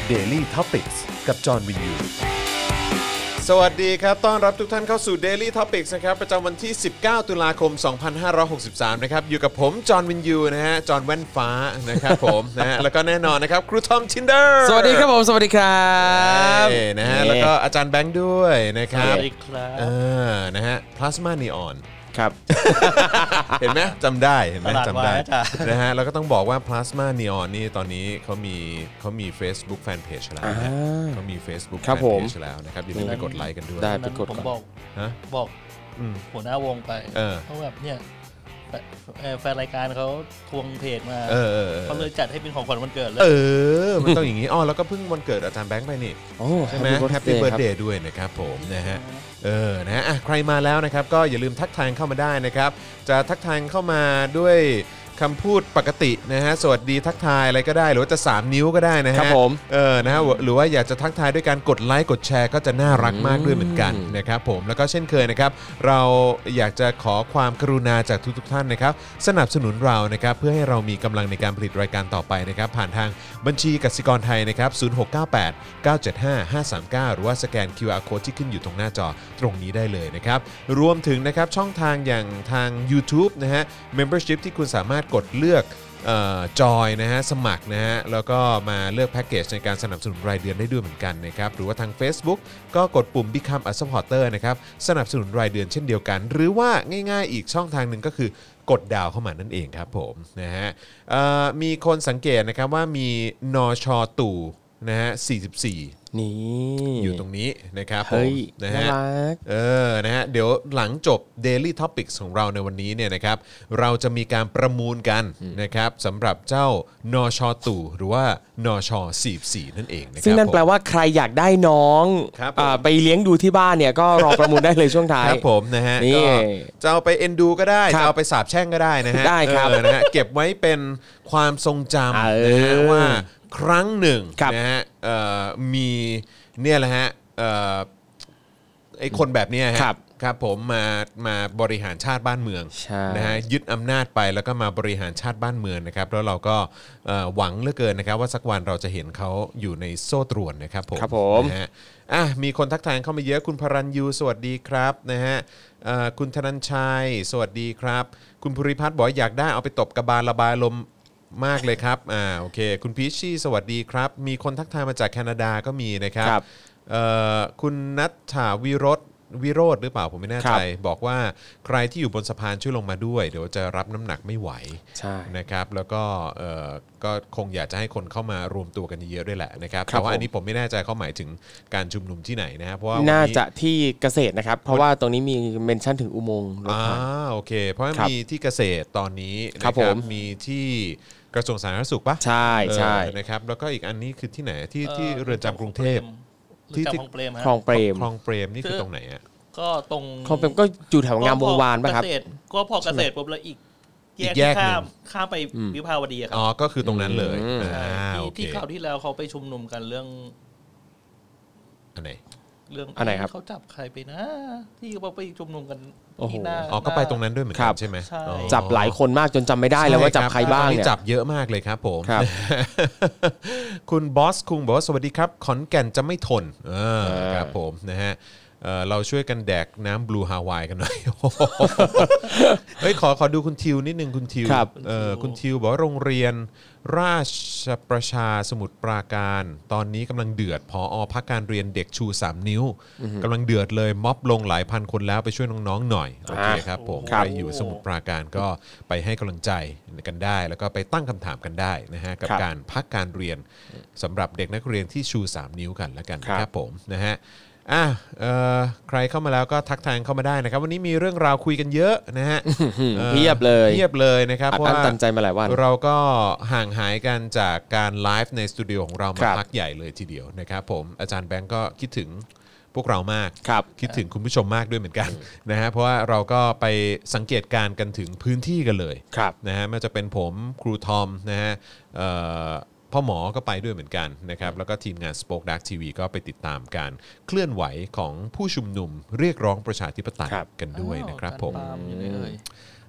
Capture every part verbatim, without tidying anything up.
Daily Topics กับจอห์นวินยูสวัสดีครับต้อนรับทุกท่านเข้าสู่ Daily Topics นะครับประจำวันที่สิบเก้าตุลาคมสองพันห้าร้อยหกสิบสามนะครับอยู่กับผมจอห์นวินยูนะฮะจอห์นแว่นฟ้านะครับผมนะฮะแล้วก็แน่นอนนะครับครูทอมทินเดอร์สวัสดีครับผมสวัสดีครับนะฮะแล้วก็อาจารย์แบงค์ด้วยนะครับสวัสดีครับเออนะฮะพลาสมานีออนครับเห็นไหมจำได้เห็นไหมจำได้นะฮะแล้วก็ต้องบอกว่า Plasma Neon นี่ตอนนี้เขามีเขามี Facebook Fanpage แล้วนะเขามี Facebook Fanpage แล้วนะครับอย่าลืมไปกดไลค์กันด้วยได้ไปกดผมบอกบอกหัวหน้าวงไปเขาแบบเนี่ยแฟนรายการเขาทวงเพจมาเขาเลยจัดให้เป็นของขวัญวันเกิดเลยเออมันต้องอย่างนี้อ๋อแล้วก็เพิ่งวันเกิดอาจารย์แบงค์ไปนี่ใช่ไหม Happy Birthday ด้วยนะครับผมนะฮะเออนะฮะใครมาแล้วนะครับก็อย่าลืมทักทายเข้ามาได้นะครับจะทักทายเข้ามาด้วยคำพูดปกตินะฮะสวัสดีทักทายอะไรก็ได้หรือว่าจะสามนิ้วก็ได้นะฮะครับผมเออนะฮะหรือว่าอยากจะทักทายด้วยการกดไลค์กดแชร์ก็จะน่ารักมากด้วยเหมือนกันนะครับผมแล้วก็เช่นเคยนะครับเราอยากจะขอความกรุณาจากทุกๆท่านนะครับสนับสนุนเรานะครับเพื่อให้เรามีกำลังในการผลิตรายการต่อไปนะครับผ่านทางบัญชีกสิกรไทยนะครับศูนย์ หก เก้า แปด เก้า เจ็ด ห้า ห้า สาม เก้าหรือว่าสแกน คิว อาร์ Code ที่ขึ้นอยู่ตรงหน้าจอตรงนี้ได้เลยนะครับรวมถึงนะครับช่องทางอย่างทาง YouTube นะฮะ Membership ที่คุณสามารถกดเลือกจอยนะฮะสมัครนะฮะแล้วก็มาเลือกแพ็กเกจในการสนับสนุนรายเดือนได้ด้วยเหมือนกันนะครับหรือว่าทาง Facebook ก็กดปุ่ม Become a Supporter นะครับสนับสนุนรายเดือนเช่นเดียวกันหรือว่าง่ายๆอีกช่องทางหนึ่งก็คือกดดาวเข้ามานั่นเองครับผมนะฮะมีคนสังเกตนะครับว่ามีนช.ตู่นะฮะสี่สิบสี่นี่อยู่ตรงนี้นะครับผมนะฮะเออนะฮะเดี๋ยวหลังจบ Daily Topics ของเราในวันนี้เนี่ยนะครับเราจะมีการประมูลกันนะครับสำหรับเจ้านช.ตู่หรือว่านช.สี่สิบสี่นั่นเองนะครับซึ่งนั่นแปลว่าใครอยากได้น้องไปเลี้ยงดูที่บ้านเนี่ยก็รอประมูลได้เลยช่วงท้ายครับผมนะฮะก็จะเอาไปเอ็นดูก็ได้จะเอาไปสาบแช่งก็ได้นะฮะได้ครับนะฮะเก็บไว้เป็นความทรงจำนะฮะว่าครั้งหนึ่งนะฮะมีเนี่ยแหละฮะไอ้คนแบบนี้ครับครับผมมามาบริหารชาติบ้านเมืองนะฮะยึดอำนาจไปแล้วก็มาบริหารชาติบ้านเมืองนะครับแล้วเราก็หวังเหลือเกินนะครับว่าสักวันเราจะเห็นเขาอยู่ในโซ่ตรวนนะครับผมครับผมนะฮะอ่ะมีคนทักทายเข้ามาเยอะคุณพรัญยูสวัสดีครับนะฮะคุณธนัญชัยสวัสดีครับคุณภูริพัฒน์บอกอยากได้เอาไปตบกระบาลระบายลมมากเลยครับอ่าโอเคคุณพีชชี่สวัสดีครับมีคนทักทายมาจากแคนาดาก็มีนะครับเอ่อคุณนัทถาวิโรจน์วิโรจน์หรือเปล่าผมไม่แน่ใจบอกว่าใครที่อยู่บนสะพานช่วยลงมาด้วยเดี๋ยวจะรับน้ำหนักไม่ไหวนะครับแล้วก็เอ่อก็คงอยากจะให้คนเข้ามารวมตัวกันเยอะๆด้วยแหละนะครับแต่ว่าอันนี้ผมไม่แน่ใจเขาหมายถึงการชุมนุมที่ไหนนะครับเพราะว่าน่าจะที่เกษตรนะครับเพราะว่าตรงนี้มีเมนชั่นถึงอุโมงค์รถไฟอ่าโอเคเพราะว่ามีที่เกษตรตอนนี้นะครับมีที่กระทรวงสาธารณสุขปะใช่ใช่นะครับแล้วก็อีกอันนี้คือที่ไหนที่ที่เรือนจำกรุงเทพที่คลองเปรมคลองเปรมคลองเปรมนี่คือตรงไหนอ่ะก็ตรงคลองเปรมก็อยู่แถวงามวงวานป่ะครับก็พอเกษตรปุ๊บแล้วอีกแยกข้ามข้ามไปวิภาวดีครับอ๋อก็คือตรงนั้นเลยที่ข่าวที่แล้วเขาไปชุมนุมกันเรื่องอันไหนเรื่องอันไหนครับเขาจับใครไปนะที่เขาไปชุมนุมกันที่หน้าอ๋อก็ไปตรงนั้นด้วยเหมือนกันใช่ไหมจับหลายคนมากจนจำไม่ได้แล้วว่าจับใครบ้างเนี่ยจับเยอะมากเลยครับผมคุณบอสคุงบอกว่าสวัสดีครับขอนแก่นจะไม่ทนครับผมนะฮะเราช่วยกันแดกน้ำบลูฮาวายกันหน่อยเฮ้ยขอขอดูคุณทิวนิดนึงคุณทิวคุณทิวบอกว่าโรงเรียนราชประชาสมุทรปราการตอนนี้กำลังเดือดผอ.พักการเรียนเด็กชูสามนิ้วกำลังเดือดเลยม็อบลงหลายพันคนแล้วไปช่วยน้องๆหน่อยโอเคครับผมใครอยู่สมุทรปราการก็ไปให้กำลังใจกันได้แล้วก็ไปตั้งคำถามกันได้นะฮะกับการพักการเรียนสำหรับเด็กนักเรียนที่ชูสามนิ้วกันแล้วกันครับผมนะฮะอ่ะเอ่อใครเข้ามาแล้วก็ทักทายเข้ามาได้นะครับวันนี้มีเรื่องราวคุยกันเยอะนะฮะเพียบเลยเพียบเลยนะครับเพราะว่าตั้งใจมาหลายวันเราก็ห่างหายกันจากการไลฟ์ในสตูดิโอของเรามาพักใหญ่เลยทีเดียวนะครับผมอาจารย์แบงก์ก็คิดถึงพวกเรามากคิดถึงคุณผู้ชมมากด้วยเหมือนกันนะฮะเพราะว่าเราก็ไปสังเกตการณ์กันถึงพื้นที่กันเลยนะฮะไม่ว่าจะเป็นผมครูทอมนะฮะพ่อหมอก็ไปด้วยเหมือนกันนะครับแล้วก็ทีมงาน Spoke Dark ที วี ก็ไปติดตามการเคลื่อนไหวของผู้ชุมนุมเรียกร้องประชาธิปไตยกันด้วยนะครับผม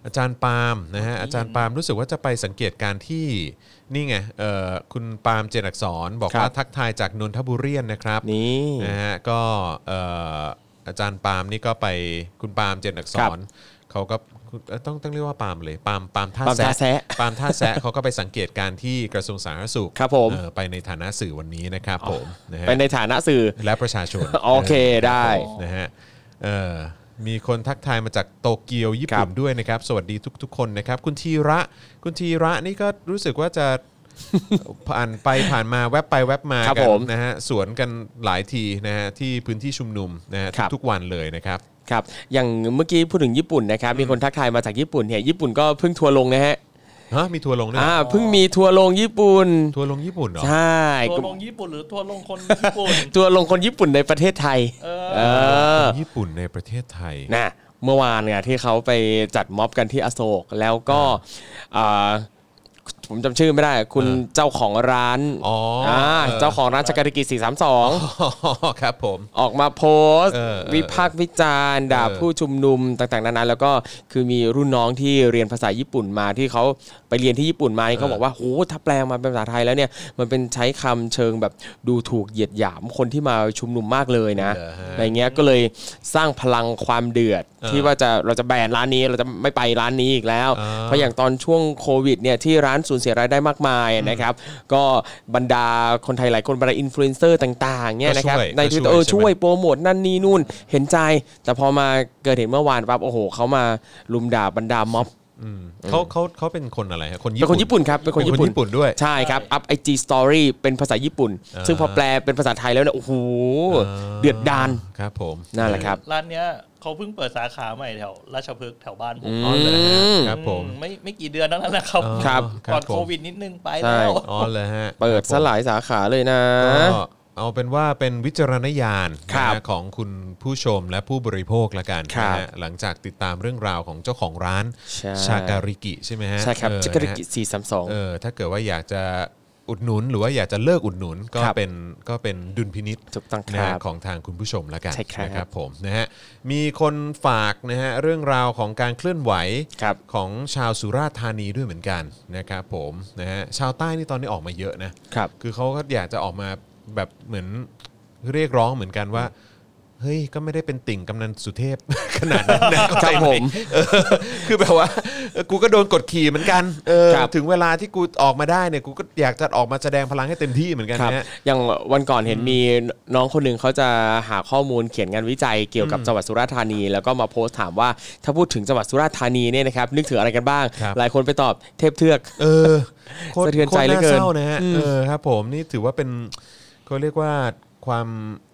อาจารย์ปาล์มนะฮะอาจารย์ปาล์มรู้สึกว่าจะไปสังเกตการที่นี่ไงเอ่อคุณปาล์มเจนอักษรบอกว่าทักทายจากนนทบุรีนะครับนี่นะฮะก็เอ่ออาจารย์ปาล์มนี่ก็ไปคุณปาล์มเจนอักษรเขาก็ต้องต้องเรียกว่าปาล์มเลยปาล์มปาล์มท่าแซะปาล์มท่าแซะเขาก็ไปสังเกตการที่กระทรวงสาธารณสุขครับผมไปในฐานะสื่อวันนี้นะครับผมไปในฐานะสื่อและประชาชนโอเคได้นะฮะเอ่อมีคนทักทายมาจากโตเกียวญี่ปุ่นด้วยนะครับสวัสดีทุกๆคนนะครับคุณธีระคุณธีระนี่ก็รู้สึกว่าจะผ่านไปผ่านมาแวบไปแวบมากันนะฮะสวนกันหลายทีนะฮะที่พื้นที่ชุมนุมนะฮะทุกๆวันเลยนะครับครับอย่างเมื่อกี้พูดถึงญี่ปุ่นนะครับมีคนทักทายมาจากญี่ปุ่นเนี่ยญี่ปุ่นก็เพิ่งทัวร์ลงนะฮะฮะมีทัวร์ลงด้วยอ่าเพิ่งมีทัวร์ลงญี่ปุ่นทัวร์ลงญี่ปุ่นเหรอใช่ทัวร์ลงญี่ปุ่นหรือทัวร์ลงคนญี่ปุ่นทัวร์ลงคนญี่ปุ่นในประเทศไทยเออญี่ปุ่นในประเทศไทยนะเมื่อวานเนี่ยที่เขาไปจัดม็อบกันที่อโศกแล้วก็อ่าผมจำชื่อไม่ได้คุณเจ้าของร้านอ๋อเจ้าของร้านชาการิกิสี่สามสองครับผมออกมาโพสต์วิพากษ์วิจารณ์ด่าผู้ชุมนุมต่างๆนานาแล้วก็คือมีรุ่นน้องที่เรียนภาษาญี่ปุ่นมาที่เขาไปเรียนที่ญี่ปุ่นมาเขาบอกว่าโหถ้าแปลมาเป็นภาษาไทยแล้วเนี่ยมันเป็นใช้คำเชิงแบบดูถูกเหยียดหยามคนที่มาชุมนุมมากเลยนะอะไรเงี้ยก็เลยสร้างพลังความเดือดที่ว่าจะเราจะแบนร้านนี้เราจะไม่ไปร้านนี้อีกแล้วเพราะอย่างตอนช่วงโควิดเนี่ยที่ร้านสูญเสียรายได้มากมายนะครับก็บรรดาคนไทยหลายคนบรรดาอินฟลูเอนเซอร์ต่างๆเนี่ยนะครับใน Twitter เออช่วยโปรโมทนั่นนี่นู่นเห็นใจแต่พอมาเกิดเหตุเมื่อวานปั๊บโอ้โหเขามาลุมด่าบรรดาม็อบเขาเขาเขาเป็นคนอะไรฮะคนญี่ปุ่นเป็นคนญี่ปุ่นครับเป็นคนญี่ปุ่นด้วยใช่ครับอัพ ไอ จี Story เป็นภาษาญี่ปุ่นซึ่งพอแปลเป็นภาษาไทยแล้วเนี่ยโอ้โหเดือดดาลครับผมนั่นแหละครับร้านเนี้ยเขาเพิ่งเปิดสาขาใหม่แถวราชพฤกษ์แถวบ้านผมอ๋อเลยครับผมไม่ไม่กี่เดือนนั้นแหละครับก่อนโควิดนิดนึงไปแล้วอ๋อเลยฮะเปิดซะหลายสาขาเลยนะเอาเป็นว่าเป็นวิจารณญาณของคุณผู้ชมและผู้บริโภคละกันนะฮะหลังจากติดตามเรื่องราวของเจ้าของร้านชาการิกิใช่ไหมฮะใช่ครับชาการิกิสี่สามสองเออถ้าเกิดว่าอยากจะอุดหนุนหรือว่าอยากจะเลิกอุดหนุนก็เป็นก็เป็นดุลพินิจนะของทางคุณผู้ชมละกันนะครับผมนะฮะมีคนฝากนะฮะเรื่องราวของการเคลื่อนไหวของชาวสุราษฎร์ธานีด้วยเหมือนกันนะครับผมนะฮะชาวใต้นี่ตอนนี้ออกมาเยอะนะครับคือเขาก็อยากจะออกมาแบบเหมือนเรียกร้องเหมือนกันว่าเฮ้ยก็ไม่ได้เป็นติ่งกำนันสุเทพขนาดนั้นนะครับผมคือแบบว่ากูก็โดนกดขี่เหมือนกันถึงเวลาที่กูออกมาได้เนี่ยกูก็อยากจะออกมาแสดงพลังให้เต็มที่เหมือนกันนะอย่างวันก่อนเห็นมีน้องคนหนึ่งเขาจะหาข้อมูลเขียนงานวิจัยเกี่ยวกับจังหวัดสุราษฎร์ธานีแล้วก็มาโพสต์ถามว่าถ้าพูดถึงจังหวัดสุราษฎร์ธานีเนี่ยนะครับนึกถึงอะไรกันบ้างหลายคนไปตอบเทพเทือกเออสะเทือนใจเหลือเกินนะฮะเออครับผมนี่ถือว่าเป็นเขาเรียกว่าความ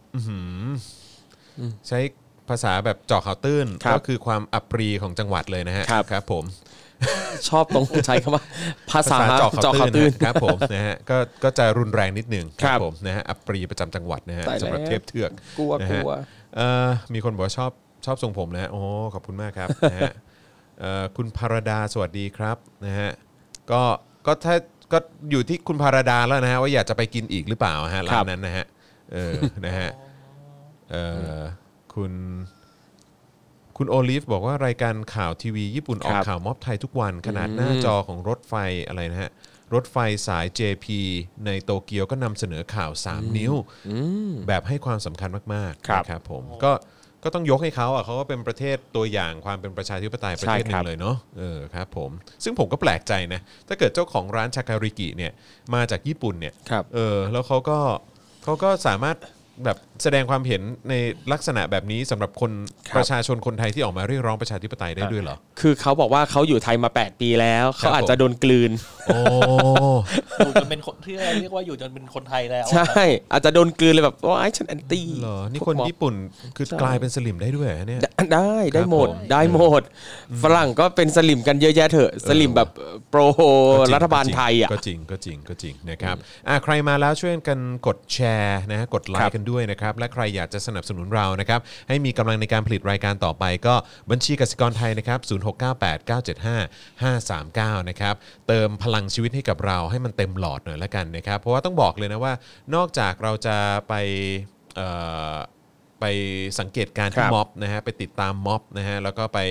ใช้ภาษาแบบเจาะข่าวตื้นก็คือความอัปรีของจังหวัดเลยนะฮะครับผมชอบตรงใช้คำว่าภาษาเจาะข่าวตื้นครับผมนะฮะก็ก็จะรุนแรงนิดนึงครับผมนะฮะอัปรีประจำจังหวัดนะฮะสำหรับเทพเทือกกลัวกลัวมีคนบอกว่าชอบชอบทรงผมนะฮะโอ้ขอบคุณมากครับนะฮะคุณภารดาสวัสดีครับนะฮะก็ก็ถ้าก็อยู่ที่คุณภารดาแล้วนะฮะว่าอยากจะไปกินอีกหรือเปล่าฮะร้านนั้นนะฮะเออนะฮะเอ่อคุณคุณโอลิฟบอกว่ารายการข่าวทีวีญี่ปุ่นออกข่าวม็อบไทยทุกวันขนาดหน้าจอของรถไฟอะไรนะฮะรถไฟสาย เจ พี ในโตเกียวก็นำเสนอข่าวสามนิ้วแบบให้ความสำคัญมากๆนะครับผมก็ก็ต้องยกให้เขาอ่ะเขาก็เป็นประเทศตัวอย่างความเป็นประชาธิปไตยประเทศนึงเลยเนาะเออครับผมซึ่งผมก็แปลกใจนะถ้าเกิดเจ้าของร้านชาการิกิเนี่ยมาจากญี่ปุ่นเนี่ยเออแล้วเขาก็เขาก็สามารถแบบแสดงความเห็นในลักษณะแบบนี้สำหรับคนประชาชนคนไทยที่ออกมาเรียกร้องประชาธิปไตยได้ด้วยเหรอคือเขาบอกว่าเขาอยู่ไทยมาแปดปีแล้วเขาอาจจะโดนกลืนโอ้อยู่จนเป็นคนที่เรียกว่าอยู่จนเป็นคนไทยแล้วใช่อาจจะโดนกลืนเลยแบบว่าไอ้ฉันแอนตี้เหรอนี่คนญี่ปุ่นคือกลายเป็นสลิมได้ด้วยเนี่ยได้ได้หมดได้หมดฝรั่งก็เป็นสลิมกันเยอะแยะเถอะสลิมแบบโปรรัฐบาลไทยอ่ะก็จริงก็จริงก็จริงนะครับอ่ะใครมาแล้วช่วยกันกดแชร์นะกดไลค์กันด้วยนะครับและใครอยากจะสนับสนุนเรานะครับให้มีกำลังในการผลิตรายการต่อไปก็บัญชีกสิกรไทยนะครับศูนย์ หก เก้า แปด เก้า เจ็ด ห้า ห้า สาม เก้านะครับเติมพลังชีวิตให้กับเราให้มันเต็มหลอดหน่อยละกันนะครับเพราะว่าต้องบอกเลยนะว่านอกจากเราจะไปเอ่อไปสังเกตการที่ม็อบนะฮะไปติดตามม็อบนะฮะแล้วก็ไป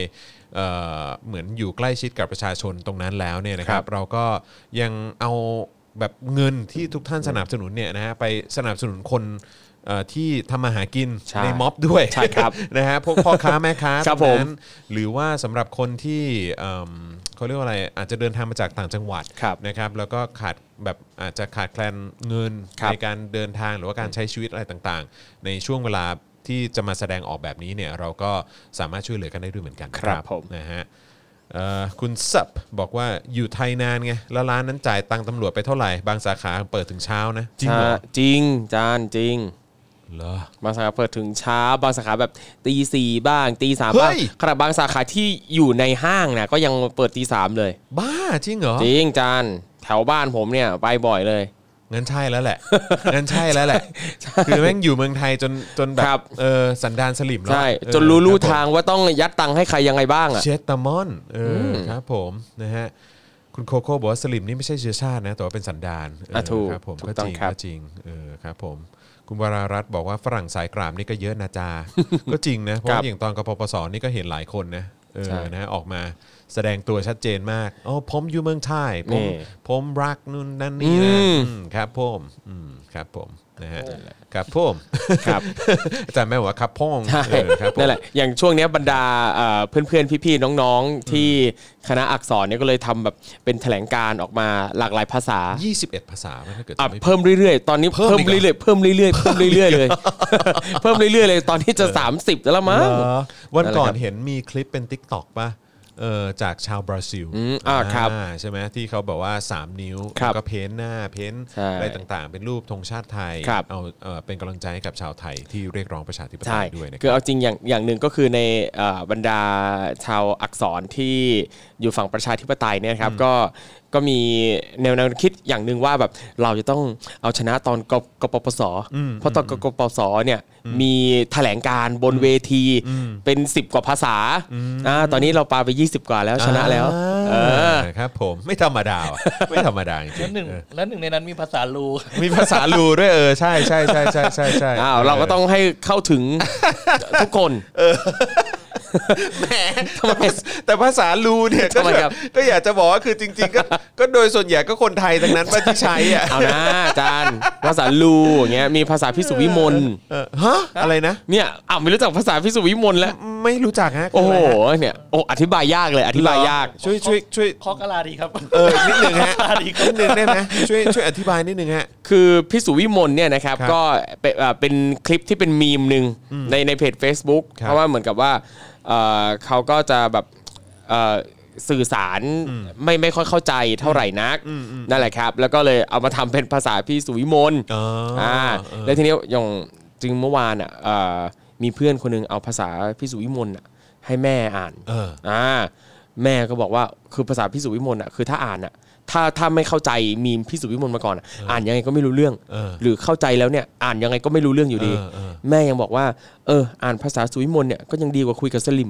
เอ่อเหมือนอยู่ใกล้ชิดกับประชาชนตรงนั้นแล้วเนี่ยนะครับเราก็ยังเอาแบบเงินที่ทุกท่านสนับสนุนเนี่ยนะฮะไปสนับสนุนคนที่ทำมาหากินใช่ในม็อบด้วยใช่ครับนะฮะพวกพ่อค้าแม่ค้าครับตรงนั้นหรือว่าสำหรับคนที่เอิ่มเขาเรียกว่าอะไรอาจจะเดินทางมาจากต่างจังหวัดครับนะครับแล้วก็ขาดแบบอาจจะขาดแคลนเงินครับในการเดินทางหรือว่าการใช้ชีวิตอะไรต่างๆ ในช่วงเวลาที่จะมาแสดงออกแบบนี้เนี่ยเราก็สามารถช่วยเหลือกันได้ด้วยเหมือนกันครับผมนะฮะเอ่อคุณซับบอกว่าอยู่ไทยนานไงแล้วร้านนั้นจ่ายตังค์ตำรวจไปเท่าไหร่บางสาขาเปิดถึงเช้านะจริงเหรอจริงจานจริงเหรอบางสาขาเปิดถึงเช้าบางสาขาแบบตีสี่บ้างตีสามเฮ้บ้างยขณะบางสาขาที่อยู่ในห้างนะก็ยังเปิดตีสามเลยบ้าจริงเหรอจริงจานแถวบ้านผมเนี่ยไปบ่อยเลยงั้นใช่แล้วแหละ งั้นใช่แล้วแหละคือแม่งอยู่เมืองไทยจนจนแบครับ บเออสันดานสลิมแล้วใช่เออจนรู้รู้คบผมทางว่าต้องยัดตังค์ให้ใครยังไงบ้างอ่ะเชตตามอนเออครับผมนะฮะคุณโคโค่บอกว่าสลิมนี่ไม่ใช่เชื้อชาตินะแต่ว่าเป็นสันดานเอออ่ะถูกครับผมถูกก็ต้จองริงครับก็จริงเออครับผมคุณวรารัตน์บอกว่าฝรั่งสายกรามนี่ก็เยอะนะจา ก็จริงนะเพราะว่าอย่างตอนกปปสนี่ก็เห็นหลายคนนะเออใช่นะฮะออกมาแสดงตัวชัดเจนมากอ๋อผมอยู่เมืองไทยผมนี่ผมรักนู่นนั่นนี่นะอืมอืมครับผมอืมครับผมนะฮะครับผมครับอาจารย์แม่บอกว่าครับพ่องใช่เออครับผมนั่นแหละอย่างช่วงเนี้ยบรรดาเอ่อเพื่อนๆพี่ๆน้องๆที่คณะอักษรเนี่ยก็เลยทำแบบเป็นแถลงการณ์ออกมาหลากหลายภาษายี่สิบเอ็ดภาษาไหมถ้าเกิดอ่ะจำไม่ผิดเพิ่มเรื่อยๆ ตอนนี้เพิ่มเพิ่มอีกเหรอเรื่อยๆเพิ่มเรื่อยๆเพิ่มเรื่อยๆเลย เพิ่มเรื่อยๆเลยตอนนี้จะสามสิบแล้วละมั้งเหรอวันก่อนนั่นแหละครับเห็นมีคลิปเป็น TikTok ป่ะเออจากชาวบราซิลอืมอ่าครับใช่ไหมที่เขาบอกว่าสามนิ้วครับแล้วก็เพ้นท์หน้าเพ้นท์ใช่อะไรต่างๆ เป็นรูปธงชาติไทยครับเอาเออเป็นกำลังใจให้กับชาวไทยที่เรียกร้องประชาธิปไตใช่ยด้วยนะคคือรับเอาจริงอย่างอย่างหนึ่งก็คือในเอ่อบรรดาชาวอักษรที่อยู่ฝั่งประชาธิปไตยเนี่ยครับก็ก็มีแนวแนวคิดอย่างหนึ่งว่าแบบเราจะต้องเอาชนะตอนกกปปสเพราะตอนกกปปสเนี่ยมีแถลงการบนเวทีเป็นสิบกว่าภาษาอ่าตอนนี้เราปาไปยี่สิบกว่าแล้วชนะแล้วเออครับผมไม่ธรรมดาว่ะไม่ธรรมดาจริแล้วงหนึ่งๆเออแล้วหนึ่งในนั้นมีภาษาลูมีภาษาลูด้วยเออใช่ใช่ใช่ใช่ใช่ใช่อ้าวเราก็ต้องให้เข้าถึงทุกคนแหมทำไมแต่ภาษาลูเนี่ยก็ทำไมครับก็อยากจะบอกว่าคือจริง ๆ ก็ก็โดยส่วนใหญ่ก็คนไทยทั้งนั้นป่ะที่ใช้อ่ะเอานะอาจารย์ภาษาลูอย่างเงี้ยมีภาษาพิสุวิมลเออฮะอะไรนะเนี่ยอ้าวไม่รู้จักภาษาพิสุวิมลแล้วไม่รู้จักฮะโอ้โหคืออะไรฮะเนี่ยโอ้อธิบายยากเลยอธิบายยากช่วยช่วยช่วยข้อกะลาดีครับเออนิดนึงฮะข้อกะลาดีครันิบดนึงได้ไหมช่วยช่วยอธิบายนิดนึงฮะคือพิสุวิมลเนี่ยนะครับครับก็เป็นเอ่อเป็นคลิปที่เป็นมีมหนึ่งในในเพจ Facebook ครับเพราะว่าเหมือนกับว่าเอ่อเขาก็จะแบบเอ่อสื่อสารไม่ไม่ค่อยเข้าใจเท่าไหร่นักนั่นแหละครับ แล้วก็เลยเอามาทำเป็นภาษาพิสุวิมลอ๋ออ่าเออแล้วทีนี้อย่างจริงเมื่อวานอ่ะเอ่อมีเพื่อนคนหนึงเอาภาษาพิสุวิมลอ่ะให้แม่อ่านเอออ่าแม่ก็บอกว่าคือภาษาพิสุวิมลอ่ะคือถ้าอ่านอ่ะถ้าถ้าไม่เข้าใจมีมพิสุวิมลมาก่อนอะอ่านยังไงก็ไม่รู้เรื่องเออหรือเข้าใจแล้วเนี่ยอ่านยังไงก็ไม่รู้เรื่องอยู่ดีเออเออแม่ยังบอกว่าเอออ่านภาษาสุวิมลเนี่ยก็ยังดีกว่าคุยกับสลิม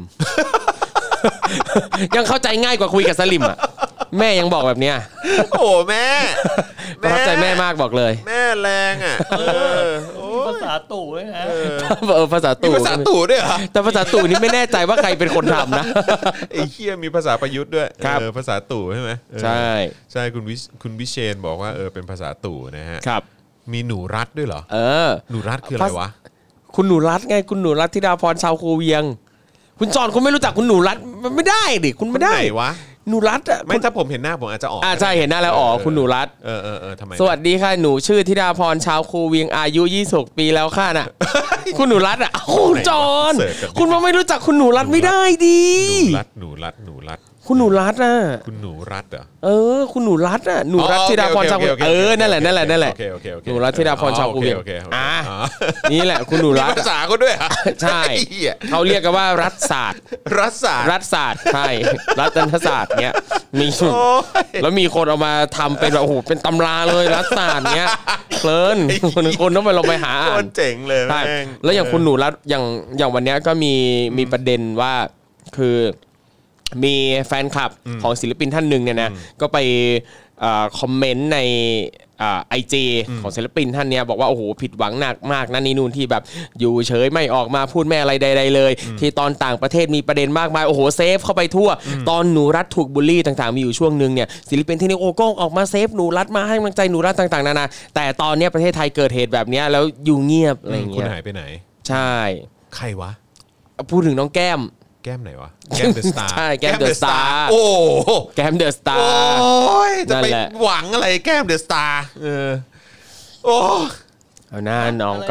ยังเข้าใจง่ายกว่าคุยกับสลิมอ่ะแม่ยังบอกแบบเนี้ยโอ้แม่ประทับใจแม่มากบอกเลยแม่แรงอ่ะเออโอ้มีภาษาตู่ด้วยนะเออภาษามีตู่ภาษาตู่ด้วยเหรอแต่ภาษาตู่นี่ไม่แน่ใจว่าใครเป็นคนทำนะไอ้เหี้ยมีภาษาประยุทธ์ด้วยครับเออภาษาตู่ใช่ไหมเออใช่ใช่คุณวิคุณวิเชนบอกว่าเออเป็นภาษาตู่นะฮะครับมีหนูรัดด้วยเหรอเออหนูรัดคืออะไรวะคุณหนูรัตไงคุณหนูรัตธิดาพรชาวโคเวียง คุณจอนคุณไม่รู้จักคุณหนูรัตมันไม่ได้ดิคุณไม่ได้คนไหนวะหนูรัตอ่ะไม่ถ้าผมเห็นหน้าผมอาจจะออกอ่าใช่เห็นหน้าแล้วอ๋อคุณหนูรัตเออเออเออทำไมสวัสดีค่ะหนูชื่อธิดาพรชาวโคเวียงอายุยี่สิบหกปีแล้วค่ะน่ะ คุณหนูรัตอ่ะอ้าวคุณจอนคุณมาไม่รู้จักคุณหนูรัตไม่ได้ดิหนูรัดหนูรัดหนูรัดคุณหนูรัตอ่ะคุณหนูรัดเหรอเออคุณหนูรัตอ่ะหนูรัตอ๋อธิดาพรชาวโอเคโอเคเออนั่นแหละนั่นแหละนั่นแหละโอเคโอเคโอเคหนูรัตธิดาพรชาวโคเวียงโอเคโอเคโอเคอ่าอ๋อนี่แหละคุณหนูมีรัตภาษาเขาด้วยเหรอใช่ไอ้เหี้ยเขาเรียกกันว่ารัฐศาสตร์รัฐศาสตร์รัฐศาสตร์ใช่รัฐศาสตร์เนี้ยมีโอ้ยแล้วมีคนเอามาทำเป็นแบบโอ้โหเป็นตำราเลยรัฐศาสตร์เนี้ยเพลินคนคนต้องไปลองไปหาโคอ่านตรเจ๋งเลยใช่แม่งแล้วอย่างคุณหนูรัฐอย่างอย่างวันเนี้ยก็มีมีประเด็นว่าคือมีแฟนคลับของศิลปินท่านหนึ่งเนี่ยนะก็ไปเอ่อคอมเมนต์ในไอจีของศิลปินท่านเนี้ยบอกว่าโอ้โหผิดหวังหนักมากนั่นนี่นู่นที่แบบอยู่เฉยไม่ออกมาพูดไม่อะไรใดๆเลยที่ตอนต่างประเทศมีประเด็นมากมายโอ้โหเซฟเข้าไปทั่วตอนหนูรัฐถูกบูลลี่ต่างๆมีอยู่ช่วงนึงเนี่ยศิลปินที่นี่โอ้ก้องออกมาเซฟหนูรัฐมาให้กำลังใจหนูรัฐต่างๆนานาแต่ตอนนี้ประเทศไทยเกิดเหตุแบบนี้แล้วอยู่เงียบอะไรอย่างเงี้ยคุณหายไปไหนใช่ใครวะพูดถึงน้องแก้มแก้มไหนวะแก้มเดอะสตาร์ใช่แก้มเดอะสตาร์โอ้แก้มเดอะสตาร์โอ้ยจะไปหวังอะไรแก้มเดอะสตาร์เออโอ้เอาหน้าน้องก็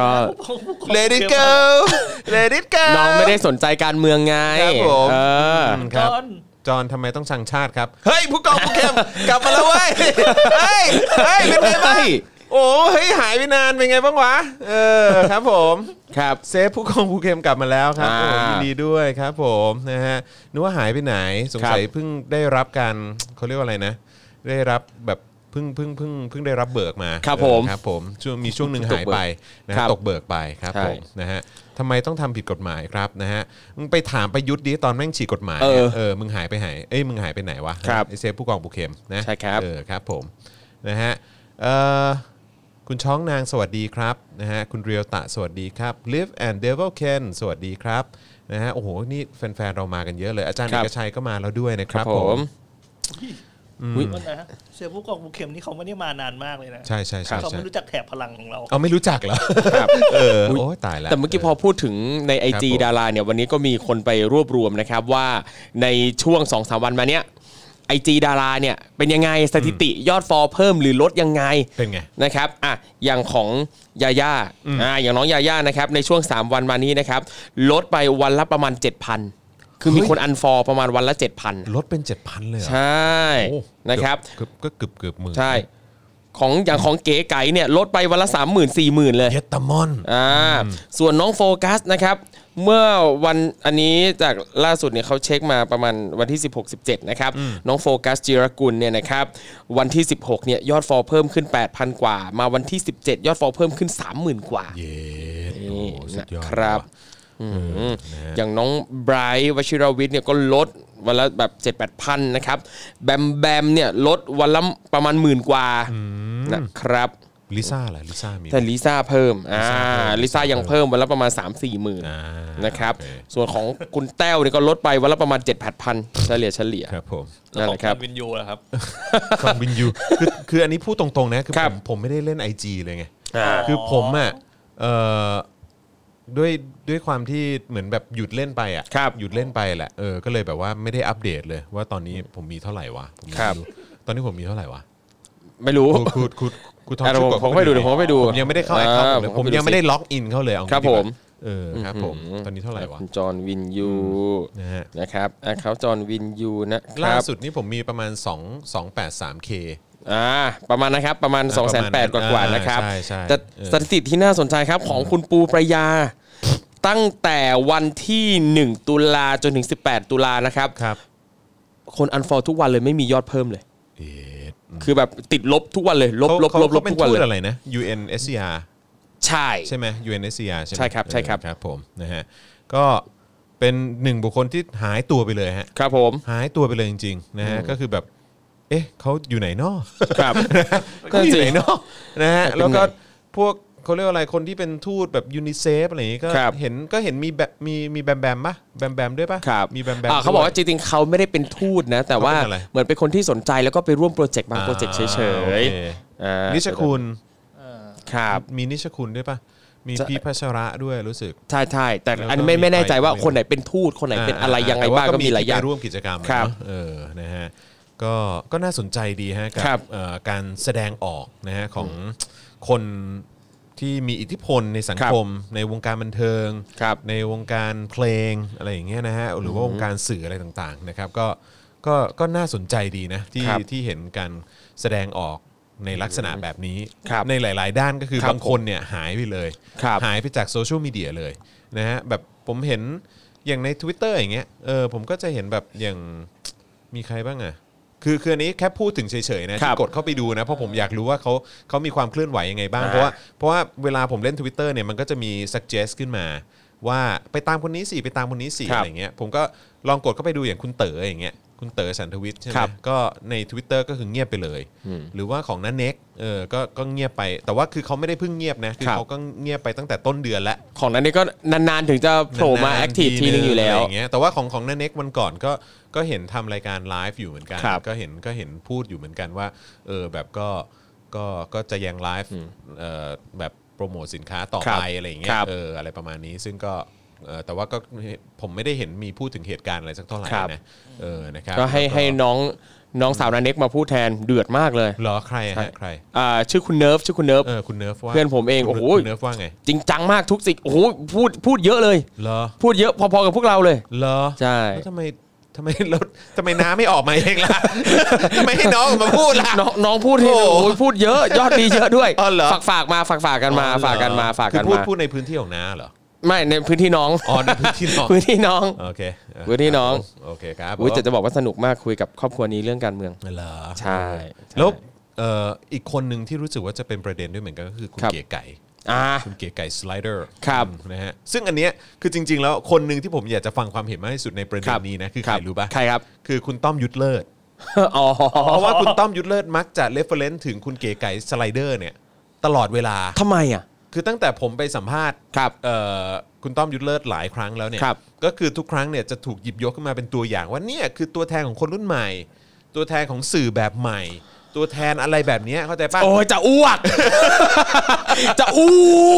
Let it go Let it go น้องไม่ได้สนใจการเมืองไงครับผมเออครับจอนทำไมต้องชังชาติครับเฮ้ยผู้กองผู้เข้มกลับมาแล้วเว้ยเฮ้ยเฮ้ยเป็นไงบ้างโอ้เฮ้ยหายไปนานเป็นไงบ้างวะเออครับผมครับเซฟผู้กองผู้เข้มกลับมาแล้วครับผมยินดีด้วยครับผมนะฮะนึกว่าหายไปไหนสงสัยเพิ่งได้รับการเขาเรียกว่าอะไรนะได้รับแบบเพิ่งเพิ่งเพิ่งเพิ่งได้รับเบิกมาครับผมครับผมช่วงมีช่วงหนึ่งหายไปนะตกเบิกไปครับผมนะฮะทำไมต้องทำผิดกฎหมายครับนะฮะมึงไปถามประยุทธ์ดิตอนแม่งฉีกกฎหมายเออมึงหายไปไหนเอ้ยมึงหายไปไหนวะไอเซฟผู้กองผู้เข้มนะใช่ครับเออครับผมนะฮะเออคุณช้องนางสวัสดีครับนะฮะคุณเรียวตะสวัสดีครับ Live and Devil Ken สวัสดีครับนะฮะโอ้โหนี่แฟนๆเรามากันเยอะเลยอาจารย์เอกชัยก็มาแล้วด้วยนะครับผมอุ้ยนะฮะเซฟผู้กองผู้เข้มนี่เขาไม่ได้มานานมากเลยนะใช่ใช่ใช่เขาไม่รู้จักแถบพลังของเราเอาไม่รู้จักเหรอเออโอ้ตายแล้วแต่เมื่อกี้พอพูดถึงใน ไอ จี ดาราเนี่ยวันนี้ก็มีคนไปรวบรวมนะครับว่าในช่วง สองสาม วันมาเนี้ยไอจีดาราเนี่ยเป็นยังไงสถิติยอดฟอลเพิ่มหรือลดยังไงเป็นไงนะครับอ่ะอย่างของยาย่าอ่าอย่างน้องยาย่านะครับในช่วงสามวันมานี้นะครับลดไปวันละประมาณ เจ็ดพัน คือมีคนอันฟอลประมาณวันละ เจ็ดพันลดเป็น เจ็ดพัน เลยเหรอใช่นะครับก็เกือบๆหมื่นใช่ของอย่างของเก๋ไก่เนี่ยลดไปวันละ สามหมื่น สี่หมื่น เลยเยตามอนอ่าส่วนน้องโฟกัสนะครับเมื่อวันอันนี้จากล่าสุดเนี่ยเขาเช็คมาประมาณวันที่สิบหก สิบเจ็ดนะครับน้องโฟกัสจิรกุลเนี่ยนะครับวันที่สิบหกเนี่ยยอดฟอลเพิ่มขึ้น แปดพัน กว่ามาวันที่สิบเจ็ดยอดฟอลเพิ่มขึ้น สามหมื่น กว่าเย้โอ้สุดยอดครับอย่างน้องไบรท์วชิรวิทย์เนี่ยก็ลดวันละแบบ เจ็ดแปดพัน นะครับแบมแบมเนี่ยลดวันละประมาณหมื่นกว่านะครับลิซ่าแหละลิซ่ามีแต่ลิซ่าเพิ่มอ่าลิซ่ายังเพิ่มวันละประมาณ สามสี่ หมื่นนะครับส่วนของคุณแต้วเนี่ยก็ลดไปวันละประมาณ เจ็ดแปดพัน เฉลี่ยเฉลี่ยครับผมนั่นแหละครับวินยูเหรอครับฟังวินยูคือคืออันนี้พูดตรงๆนะคือผมผมไม่ได้เล่น ไอ จี เลยไงคือผมอ่ะเอ่อด้วยด้วยความที่เหมือนแบบหยุดเล่นไปอ่ะหยุดเล่นไปแหละเออก็เลยแบบว่าไม่ได้อัปเดตเลยว่าตอนนี้ผมมีเท่าไหร่วะผมไม่รู้ตอนนี้ผมมีเท่าไหร่วะไม่รู้คุณคุณคุณทอมชุดผมไปดูผมไปดูผมยังไม่ได้เข้าไอคอนเลยผมยังไม่ได้ล็อกอินเข้าเลยครับผมเออครับผมตอนนี้เท่าไหร่วะจอห์นวินยูนะครับเขาจอห์นวินยูนะครับล่าสุดนี้ผมมีประมาณสอง สองแปดสามเคอ่าประมาณนะครับประมาณ สองแสนแปดพัน กว่าๆนะครับแต่สถิติที่น่าสนใจครับของคุณปูประยาตั้งแต่วันที่หนึ่งตุลาจนถึงสิบแปดตุลานะครับคนอันฟอลทุกวันเลยไม่มียอดเพิ่มเลยคือแบบติดลบทุกวันเลยลบลบลบลบทุกวันเลยอะไรนะ ยู เอ็น เอส ซี อาร์ใช่ใช่ไหม ยู เอ็น เอส ซี อาร์ ใช่ไหมใช่ครับใช่ครับครับผมนะฮะก็เป็นหนึ่งบุคคลที่หายตัวไปเลยฮะครับผมหายตัวไปเลยจริงๆนะฮะก็คือแบบเอ๊ะเขาอยู่ไหนนอครับก็อยู่ไหนนอนะฮะแล้วก็พวกเขาเรียกอะไรคนที่เป็นทูตแบบยูนิเซฟอะไรอย่างงี้ก็เห็นก็เห็นมีแบบมีมีแบมแบมป่ะแบมแบมด้วยป่ะมีแบมแบมเขาบอกว่าจริงๆเขาไม่ได้เป็นทูตนะแต่ว่าเหมือนเป็นคนที่สนใจแล้วก็ไปร่วมโปรเจกต์บางโปรเจกต์เฉยๆนิชคุณครับมีนิชคุณด้วยป่ะมีพี่พัชระด้วยรู้สึกใช่ใช่แต่อันนี้ไม่ไม่แน่ใจว่าคนไหนเป็นทูตคนไหนเป็นอะไรยังไงบ้างก็มีหลายอย่างร่วมกิจกรรมเออนะฮะก็ก็น่าสนใจดีฮะกับการแสดงออกนะฮะของคนที่มีอิทธิพลในสังคมในวงการบันเทิงในวงการเพลงอะไรอย่างเงี้ยนะฮะหรือว่าวงการสื่ออะไรต่างๆนะครับก็ก็ก็น่าสนใจดีนะที่ที่เห็นการแสดงออกในลักษณะแบบนี้ในหลายๆด้านก็คือบางคนเนี่ยหายไปเลยหายไปจากโซเชียลมีเดียเลยนะฮะแบบผมเห็นอย่างใน Twitter อย่างเงี้ยเออผมก็จะเห็นแบบอย่างมีใครบ้างอะคือคืออันนี้แค่พูดถึงเฉยๆนะที่กดเข้าไปดูนะเพราะผมอยากรู้ว่าเขาเขามีความเคลื่อนไหวยังไงบ้างเพราะว่าเพราะว่าเวลาผมเล่น Twitter เนี่ยมันก็จะมี suggest ขึ้นมาว่าไปตามคนนี้สิไปตามคนนี้สิอะไรเงี้ยผมก็ลองกดเข้าไปดูอย่างคุณเต๋ออย่างเงี้ยคุณเต๋อสันทวิทย์ใช่ไหมก็ใน Twitter ก็คือเงียบไปเลยหรือว่าของน้าเน็กเออก็ก็เงียบไปแต่ว่าคือเขาไม่ได้เพิ่งเงียบนะคือเขาก็เงียบไปตั้งแต่ต้นเดือนแล้วของน้าเน็กก็นานๆถึงจะโผล่มาแอคทีฟทีนึงอยู่แล้วอย่างเงี้ยแต่ว่าของของน้าเน็กวันก่อนก็ก็เห็นทำรายการไลฟ์อยู่เหมือนกันก็เห็นก็เห็นพูดอยู่เหมือนกันว่าเออแบบก็ก็ก็จะยังไลฟ์เอ่อแบบโปรโมทสินค้าต่อไปอะไรอย่างเงี้ยเอออะไรประมาณนี้ซึ่งก็แต่ว่าก็ผมไม่ได้เห็นมีพูดถึงเหตุการณ์อะไรสักเท่าไหร่นะเออนะครับก็ให้ให้น้องน้องสาวนาเน็กมาพูดแทนเดือดมากเลยเหรอใครฮะใครอ่าชื่อคุณเนิร์ฟชื่อคุณเนิร์ฟเออคุณเนิร์ฟว่าเพื่อนผมเองโอ้โหคุณเนิร์ฟว่าไงจริงจังมากทุกสิ่งโอ้โหพูดพูดเยอะเลยเหรอพูดเยอะพอๆกับพวกเราเลยเหรอใช่ทำไมทำไมเราทำไมน้าไม่ออกมาเองล่ะทำไมให้น้องมาพูดล่ะน้องน้องพูดให้โอ้พูดเยอะยอดดีเยอะด้วยฝากฝากมาฝากฝากกันมาฝากกันมาฝากกันมาพูดพูดในพื้นที่ของน้าเหรอไม่ในพื้นที่น้องอ๋อในพื้นที่น้องพื้นที่น้องโอเคพื้นที่น้องโอเคครับอุ้ยจะจะบอกว่าสนุกมากคุยกับครอบครัวนี้เรื่องการเมืองเหรอใช่แล้วอีกคนหนึ่งที่รู้สึกว่าจะเป็นประเด็นด้วยเหมือนกันก็คือคุณเก๋ไก่คุณเก๋ไก่สไลเดอร์นะฮะซึ่งอันเนี้ยคือจริงๆแล้วคนหนึ่งที่ผมอยากจะฟังความเห็นมากที่สุดในประเด็นนี้นะคือใครรู้ป่ะใครครับคือคุณต้อมยุทธเลิศเพราะว่าคุณต้อมยุทธเลิศมักจะเรฟเฟอเรนซ์ถึงคุณเก๋ไก่สไลเดอร์เนี่ยตลอดเวลาทำไมอ่ะคือตั้งแต่ผมไปสัมภาษณ์คุณต้อมยุทธเลิศหลายครั้งแล้วเนี่ยก็คือทุกครั้งเนี่ยจะถูกหยิบยกขึ้นมาเป็นตัวอย่างว่าเนี่ยคือตัวแทนของคนรุ่นใหม่ตัวแทนของสื่อแบบใหม่ตัวแทนอะไรแบบนี้เข้าใจป่ะโอ้ยจะอ้วกจะอ้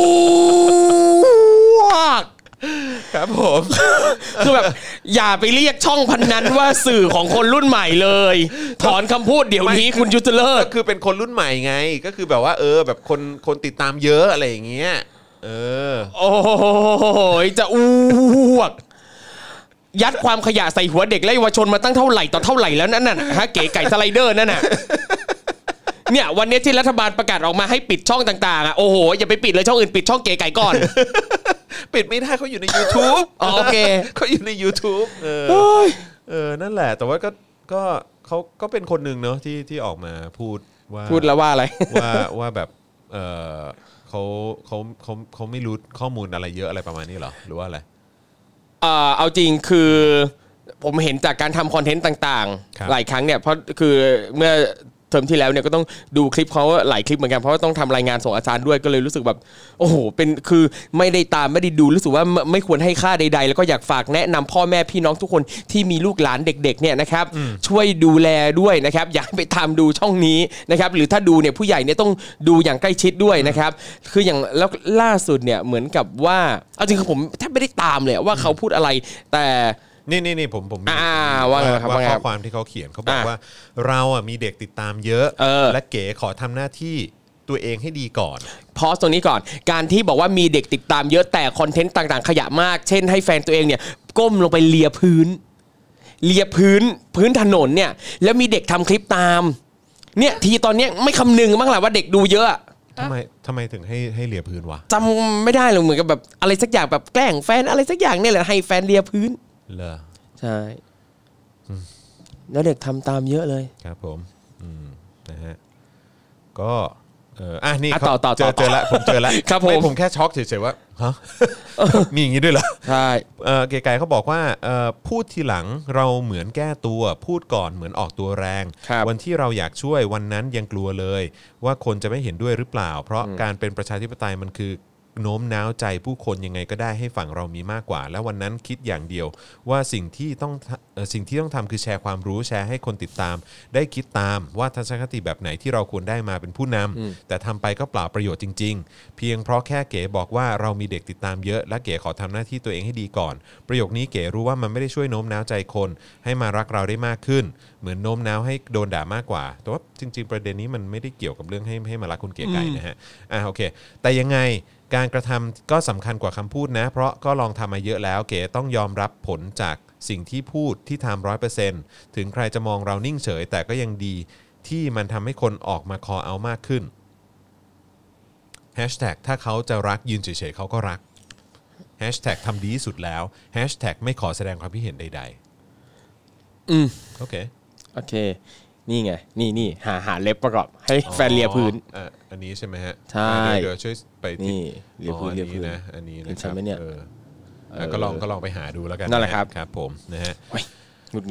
วกครับผมคือแบบอย่าไปเรียกช่องพันนั้นว่าสื่อของคนรุ่นใหม่เลยถอนคำพูดเดี๋ยวนี้คุณยุทธเลิศก็คือเป็นคนรุ่นใหม่ไงก็คือแบบว่าเออแบบคนคนติดตามเยอะอะไรอย่างเงี้ยเออโอ้ยจะอ้วกยัดความขยะใส่หัวเด็กและเยาวชนมาตั้งเท่าไหร่ต่อเท่าไหร่แล้วนั่นน่ะฮะเก๋ไก่สไลเดอร์นั่นน่ะเนี่ยวันนี้ที่รัฐบาลประกาศออกมาให้ปิดช่องต่างๆอ่ะโอ้โหอย่าไปปิดเลยช่องอื่นปิดช่องเก๋ไก่ก่อนปิดไม่ได้เขาอยู่ใน YouTube โอเคเขาอยู่ใน YouTube เออเออนั่นแหละแต่ว่าก็ก็เขาก็เป็นคนหนึ่งเนาะที่ที่ออกมาพูดว่าพูดแล้วว่าอะไรว่าว่าแบบเออเขาเขาเขาเขาไม่รู้ข้อมูลอะไรเยอะอะไรประมาณนี้เหรอหรือว่าอะไรเอ่อเอาจริงคือผมเห็นจากการทำคอนเทนต์ต่างๆหลายครั้งเนี่ยเพราะคือเมื่อเทอมที่แล้วเนี่ยก็ต้องดูคลิปเขาหลายคลิปเหมือนกันเพราะว่าต้องทำรายงานส่งอาจารย์ด้วยก็เลยรู้สึกแบบโอ้โหเป็นคือไม่ได้ตามไม่ได้ดูรู้สึกว่าไม่ควรให้ค่าใดๆแล้วก็อยากฝากแนะนำพ่อแม่พี่น้องทุกคนที่มีลูกหลานเด็กๆเนี่ยนะครับช่วยดูแลด้วยนะครับอย่าไปตามดูช่องนี้นะครับหรือถ้าดูเนี่ยผู้ใหญ่เนี่ยต้องดูอย่างใกล้ชิดด้วยนะครับคืออย่างแล้วล่าสุดเนี่ยเหมือนกับว่าเอาจริงคือผมแทบไม่ได้ตามเลยว่าเขาพูดอะไรแต่นี่นี่นี่ผมผมอ่าว่าว่าข้อความที่เขาเขียนเขาบอกว่าเราอ่ะมีเด็กติดตามเยอะและเก๋ขอทำหน้าที่ตัวเองให้ดีก่อนพอสตรงนี้ก่อนการที่บอกว่ามีเด็กติดตามเยอะแต่คอนเทนต์ต่างๆขยะมากเช่นให้แฟนตัวเองเนี่ยก้มลงไปเลียพื้นเลียพื้นพื้นถนนเนี่ยแล้วมีเด็กทำคลิปตามเนี่ยทีตอนนี้ไม่คำนึงบ้างแหละว่าเด็กดูเยอะทำไมทำไมถึงให้ให้เลียพื้นวะจำไม่ได้หรอกเหมือนกับแบบอะไรสักอย่างแบบแกล้งแฟนอะไรสักอย่างเนี่ยแหละให้แฟนเลียพื้นเหรอใช่แล้วเด็กทำตามเยอะเลยครับผมอืมนะฮะก็เอออ่ะนี่เขาเจอเจอแล้วผมเจอแล้วครับผมผมแค่ช็อกเฉยๆว่าฮะมีอย่างนี้ด้วยเหรอใช่เออเก๋ไก่เขาบอกว่าเออพูดทีหลังเราเหมือนแก้ตัวพูดก่อนเหมือนออกตัวแรงวันที่เราอยากช่วยวันนั้นยังกลัวเลยว่าคนจะไม่เห็นด้วยหรือเปล่าเพราะการเป็นประชาธิปไตยมันคือโน้มน้าวใจผู้คนยังไงก็ได้ให้ฝั่งเรามีมากกว่าแล้ววันนั้นคิดอย่างเดียวว่าสิ่งที่ต้องสิ่งที่ต้องทำคือแชร์ความรู้แชร์ให้คนติดตามได้คิดตามว่าทัศนคติแบบไหนที่เราควรได้มาเป็นผู้นำแต่ทำไปก็เปล่าประโยชน์จริงๆเพียงเพราะแค่เก๋บอกว่าเรามีเด็กติดตามเยอะและเก๋ขอทำหน้าที่ตัวเองให้ดีก่อนประโยคนี้เก๋รู้ว่ามันไม่ได้ช่วยโน้มน้าวใจคนให้มารักเราได้มากขึ้นเหมือนโน้มน้าวให้โดนด่ามากกว่าแต่ว่าจริงๆประเด็นนี้มันไม่ได้เกี่ยวกับเรื่องให้ให้มารักคุณเก๋ไก่นะฮะอ่ะโอเคแต่ยังไงการกระทำก็สำคัญกว่าคำพูดนะเพราะก็ลองทำมาเยอะแล้วเก๋ต้องยอมรับผลจากสิ่งที่พูดที่ทำร้อยเปอร์เซ็นต์ถึงใครจะมองเรานิ่งเฉยแต่ก็ยังดีที่มันทำให้คนออกมาคอเอามากขึ้นแฮชแท็กถ้าเขาจะรักยืนเฉยๆเขาก็รักแฮชแท็กทำดีที่สุดแล้วแฮชแท็กไม่ขอแสดงความคิดเห็นใดๆอืมโอเคโอเคนี่ไงนี่นี่หาหาเล็บประกอบให้แฟนเลียพื้นอ่าอันนี้ใช่ไหมฮะใช่เดี๋ยวช่วยไปนี่เลียพื้นเลียพื้นนะอันนี้นะใช่ไหมเนี่ยก็ลองก็ลองไปหาดูแล้วกันนั่นแหละครับครับผมนะฮะหงุดหงิด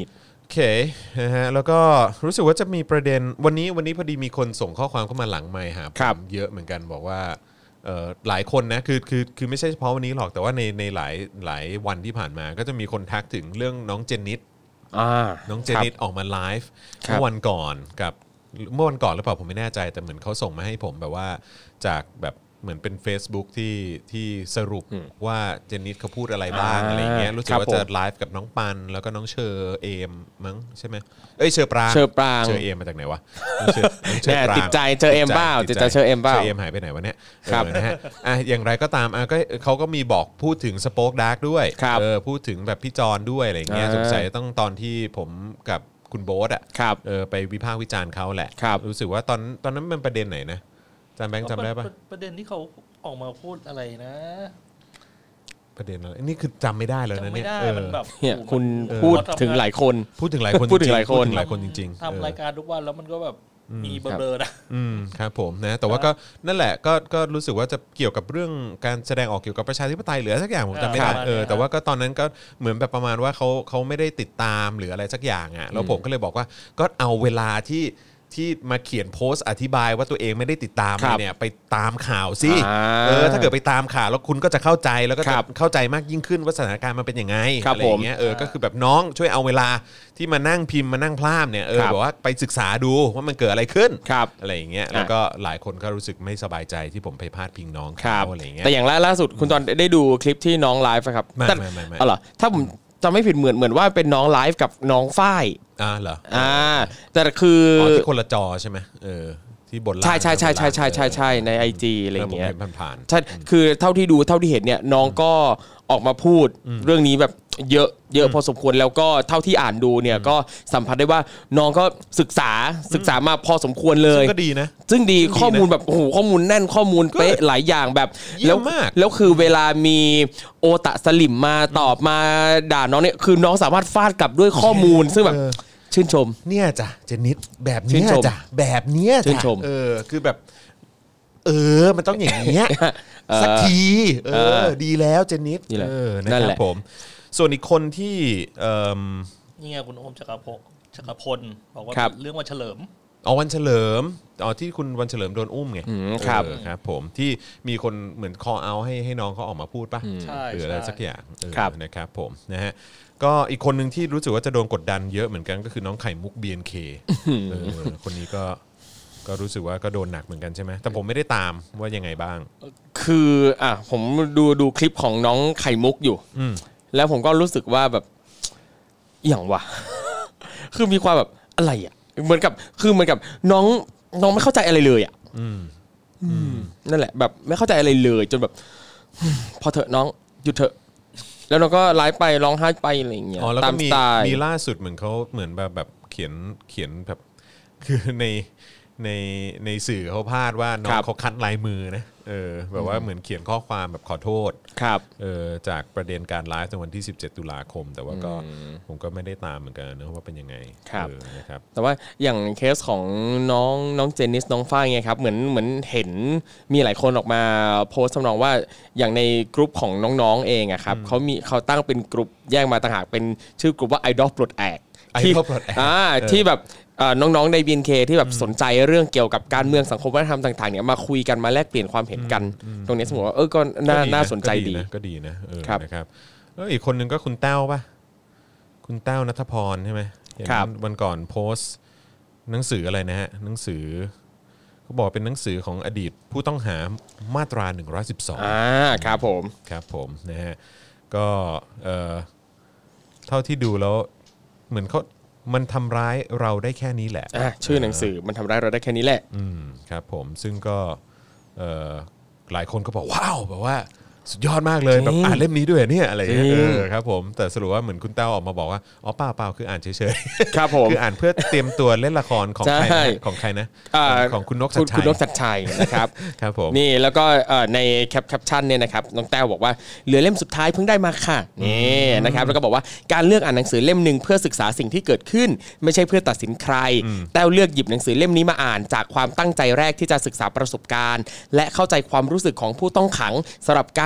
โอเคนะฮะแล้วก็รู้สึกว่าจะมีประเด็นวันนี้วันนี้พอดีมีคนส่งข้อความเข้ามาหลังไมค์หาผมเยอะเหมือนกันบอกว่าเอ่อหลายคนนะคือคือคือไม่ใช่เฉพาะวันนี้หรอกแต่ว่าในในหลายหลายวันที่ผ่านมาก็จะมีคนทักถึงเรื่องน้องเจนนิสน้องเจนนิสออกมาไลฟ์เมื่อวันก่อนกับเมื่อวันก่อนหรือเปล่าผมไม่แน่ใจแต่เหมือนเขาส่งมาให้ผมแบบว่าจากแบบเหมือนเป็น Facebook ที่ที่สรุปว่าเจนนิสเขาพูดอะไรบ้างอะไรเงี้ยรู้สึกว่าจะไลฟ์กับน้องปันแล้วก็น้องเชอร์เอมมั้งใช่ไหมเอ้ยเชอร์ปรางเชอร์ปรางเชอร์เอมมาจากไหนวะเชอร์ปรางติดใจเชอร์เอมบ้าติดใจเชอร์เอมบ้าเชอร์เอมหายไปไหนวะเนี่ยครับนะฮะอ่ะอย่างไรก็ตามอ่ะก็เขาก็มีบอกพูดถึงสโป๊กดาร์กด้วยเออพูดถึงแบบพี่จอนด้วยอะไรเงี้ยสงสัยต้องตอนที่ผมกับคุณโบ๊ทอ่ะเออไปวิพากษ์วิจารณ์เขาแหละรู้สึกว่าตอนตอนนั้นมันประเด็นไหนนะจำแบงค์จำได้ปะประเด็นที่เขาออกมาพูดอะไรนะประเด็นอะไรนี่คือจำไม่ได้แล้วนะเนี่ยเนี่ยคุณพูดถึงหลายคนพูดถึงหลายคนพูดถึงหลายคนหลายคนจริงๆทำรายการทุกวันแล้วมันก็แบบมีเบลอๆนะอืมครับผมนะแต่ว่าก็นั่นแหละก็ก็รู้สึกว่าจะเกี่ยวกับเรื่องการแสดงออกเกี่ยวกับประชาธิปไตยหรือสักอย่างผมจำไม่ได้เออแต่ว่าก็ตอนนั้นก็เหมือนแบบประมาณว่าเขาเขาไม่ได้ติดตามหรืออะไรสักอย่างอ่ะแล้วผมก็เลยบอกว่าก็เอาเวลาที่ที่มาเขียนโพสต์อธิบายว่าตัวเองไม่ได้ติดตามเนี่ยไปตามข่าวสิเออถ้าเกิดไปตามข่าวแล้วคุณก็จะเข้าใจแล้วก็จะเข้าใจมากยิ่งขึ้นว่าสถานการณ์มันเป็นยังไงอะไรอย่างเงี้ยเออก็คือแบบน้องช่วยเอาเวลาที่มานั่งพิมพ์มานั่งพร่ำเนี่ยเออบอกว่าไปศึกษาดูว่ามันเกิดอะไรขึ้นอะไรอย่างเงี้ยแล้วก็หลายคนก็รู้สึกไม่สบายใจที่ผมไปพาดพิงน้องเขาอะไรอย่างเงี้ยแต่อย่างล่าสุดคุณตอนได้ดูคลิปที่น้องไลฟ์ครับไม่ไม่ไม่อ๋อเหรอถ้าผมจำไม่ผิดเหมือนเหมือนว่าเป็นน้องไลฟ์กับน้องฝ้ายอ่าเหรออ่าแต่คืออ๋อที่คนละจอใช่ไหมเออที่บนล่างใช่ใช่ใช่ใช่ใช่ใช่ใช่ใน ไอ จี อะไรเงี้ยผ่านๆใช่คือเท่าที่ดูเท่าที่เห็นเนี่ยน้องก็ออกมาพูดเรื่องนี้แบบเยอะเยอะพอสมควรแล้วก็เท่าที่อ่านดูเนี่ยก็สัมผัสได้ว่าน้องก็ศึกษาศึกษามาพอสมควรเลยก็ดีนะซึ่งดีข้อมูลแบบโอ้โหข้อมูลแน่นข้อมูลเป๊ะหลายอย่างแบบแล้วแล้วคือเวลามีโอตะสลิมมาตอบมาด่าน้องเนี่ยคือน้องสามารถฟาดกลับด้วยข้อมูลซึ่งแบบชื่นชมเนี่ยจ้ะเจนนิสแบบนี้จ้ะแบบเนี้ยจ้ะเออคือแบบเออมันต้องอย่างเงี้ยสักทีเออดีแล้วเจนนิสเออนะครับผมส่วนอีกคนที่เอ่อนี่ไงคุณโอมจักรพงศ์จักรพลบอกว่าเรื่องวันเฉลิมอ๋อวันเฉลิมอ๋อที่คุณวันเฉลิมโดนอุ้มไงครับครับผมที่มีคนเหมือนคอเอาให้ให้น้องเขาออกมาพูดป่ะหรืออะไรสักอย่างนะครับผมนะฮะก็อีกคนหนึ่งที่รู้สึกว่าจะโดนกดดันเยอะเหมือนกันก็คือน้องไข่มุก บี เอ็น เค เออคนนี้ก็ก็รู้สึกว่าก็โดนหนักเหมือนกันใช่ไหมแต่ผมไม่ได้ตามว่ายังไงบ้างคืออ่ะผมดูดูคลิปของน้องไข่มุกอยู่แล้วผมก็รู้สึกว่าแบบอย่างวะคือมีความแบบอะไรอ่ะเหมือนกับคือเหมือนกับน้องน้องไม่เข้าใจอะไรเลยอ่ะนั่นแหละแบบไม่เข้าใจอะไรเลยจนแบบพอเถอะน้องหยุดเถอะแล้วเราก็ไลฟ์ไปร้องไห้ไปอะไรอย่างเงี้ยตามสไตล์มีล่าสุดเหมือนเขาเหมือนแบบแบบเขียนเขียนแบบคือในในในสื่อเขาพาดว่าน้องเขาคัดลายมือนะเออแบบว่าเหมือนเขียนข้อความแบบขอโทษครับเออจากประเด็นการไลฟ์ในวันที่สิบเจ็ดตุลาคมแต่ว่าก็ผมก็ไม่ได้ตามเหมือนกันนะว่าเป็นยังไงนะครับแต่ว่าอย่างเคสของน้องน้องเจนนิสน้องฝ้ายไงครับเหมือนเหมือนเห็นมีหลายคนออกมาโพสต์ทำนองว่าอย่างในกลุ่มของน้องๆเองอะครับเขามีเขาตั้งเป็นกลุ่มแยกมาต่างหากเป็นชื่อกลุ่มว่า Idol ปลดแอกที่อ่าที่แบบน้องๆใน บี เอ็น เค ที่แบบสนใจเรื่องเกี่ยวกับการเมืองสังคมวัฒนธรรมต่างๆเนี่ยมาคุยกันมาแลกเปลี่ยนความเห็นกันตรงนี้สมมติว่าเออก็น่าสนใจดีก็ดีนะเออนะครับแล้วอีกคนนึงก็คุณแต้วป่ะคุณแต้วณัฐพรใช่ไหมครับวันก่อนโพสต์หนังสืออะไรนะฮะหนังสือเขาบอกเป็นหนังสือของอดีตผู้ต้องหามาตราหนึ่งร้อยสิบสองอ่าครับผมครับผมนะฮะก็เอ่อเท่าที่ดูแล้วเหมือนเขามันทำร้ายเราได้แค่นี้แหละชื่อหนังสือมันทำร้ายเราได้แค่นี้แหละอืมครับผมซึ่งก็หลายคนก็บอกว้าวแบบว่าสุดยอดมากเลยแบบอ่านเล่มนี้ด้วยเนี่ยอะไรเงี้ยเออครับผมแต่สรุปว่าเหมือนคุณเต้าออกมาบอกว่าอ๋อเปล่าเปล่าคืออ่านเฉยๆครับผมคืออ่านเพื่อเตรียมตัวเล่นละครของใครของใครนะของคุณนกชัดชัยคุณนกชัดชัยนะครับครับผมนี่แล้วก็ในแคปแคปชั่นเนี่ยนะครับน้องแต้วบอกว่าเหลือเล่มสุดท้ายเพิ่งได้มาค่ะนี่นะครับแล้วก็บอกว่าการเลือกอ่านหนังสือเล่มนึงเพื่อศึกษาสิ่งที่เกิดขึ้นไม่ใช่เพื่อตัดสินใครแต้วเลือกหยิบหนังสือเล่มนี้มาอ่านจากความตั้งใจแรกที่จะศึกษาประสบการณ์และเข้าใจความรู้สึกของผู้ต้องขังสำหรับการ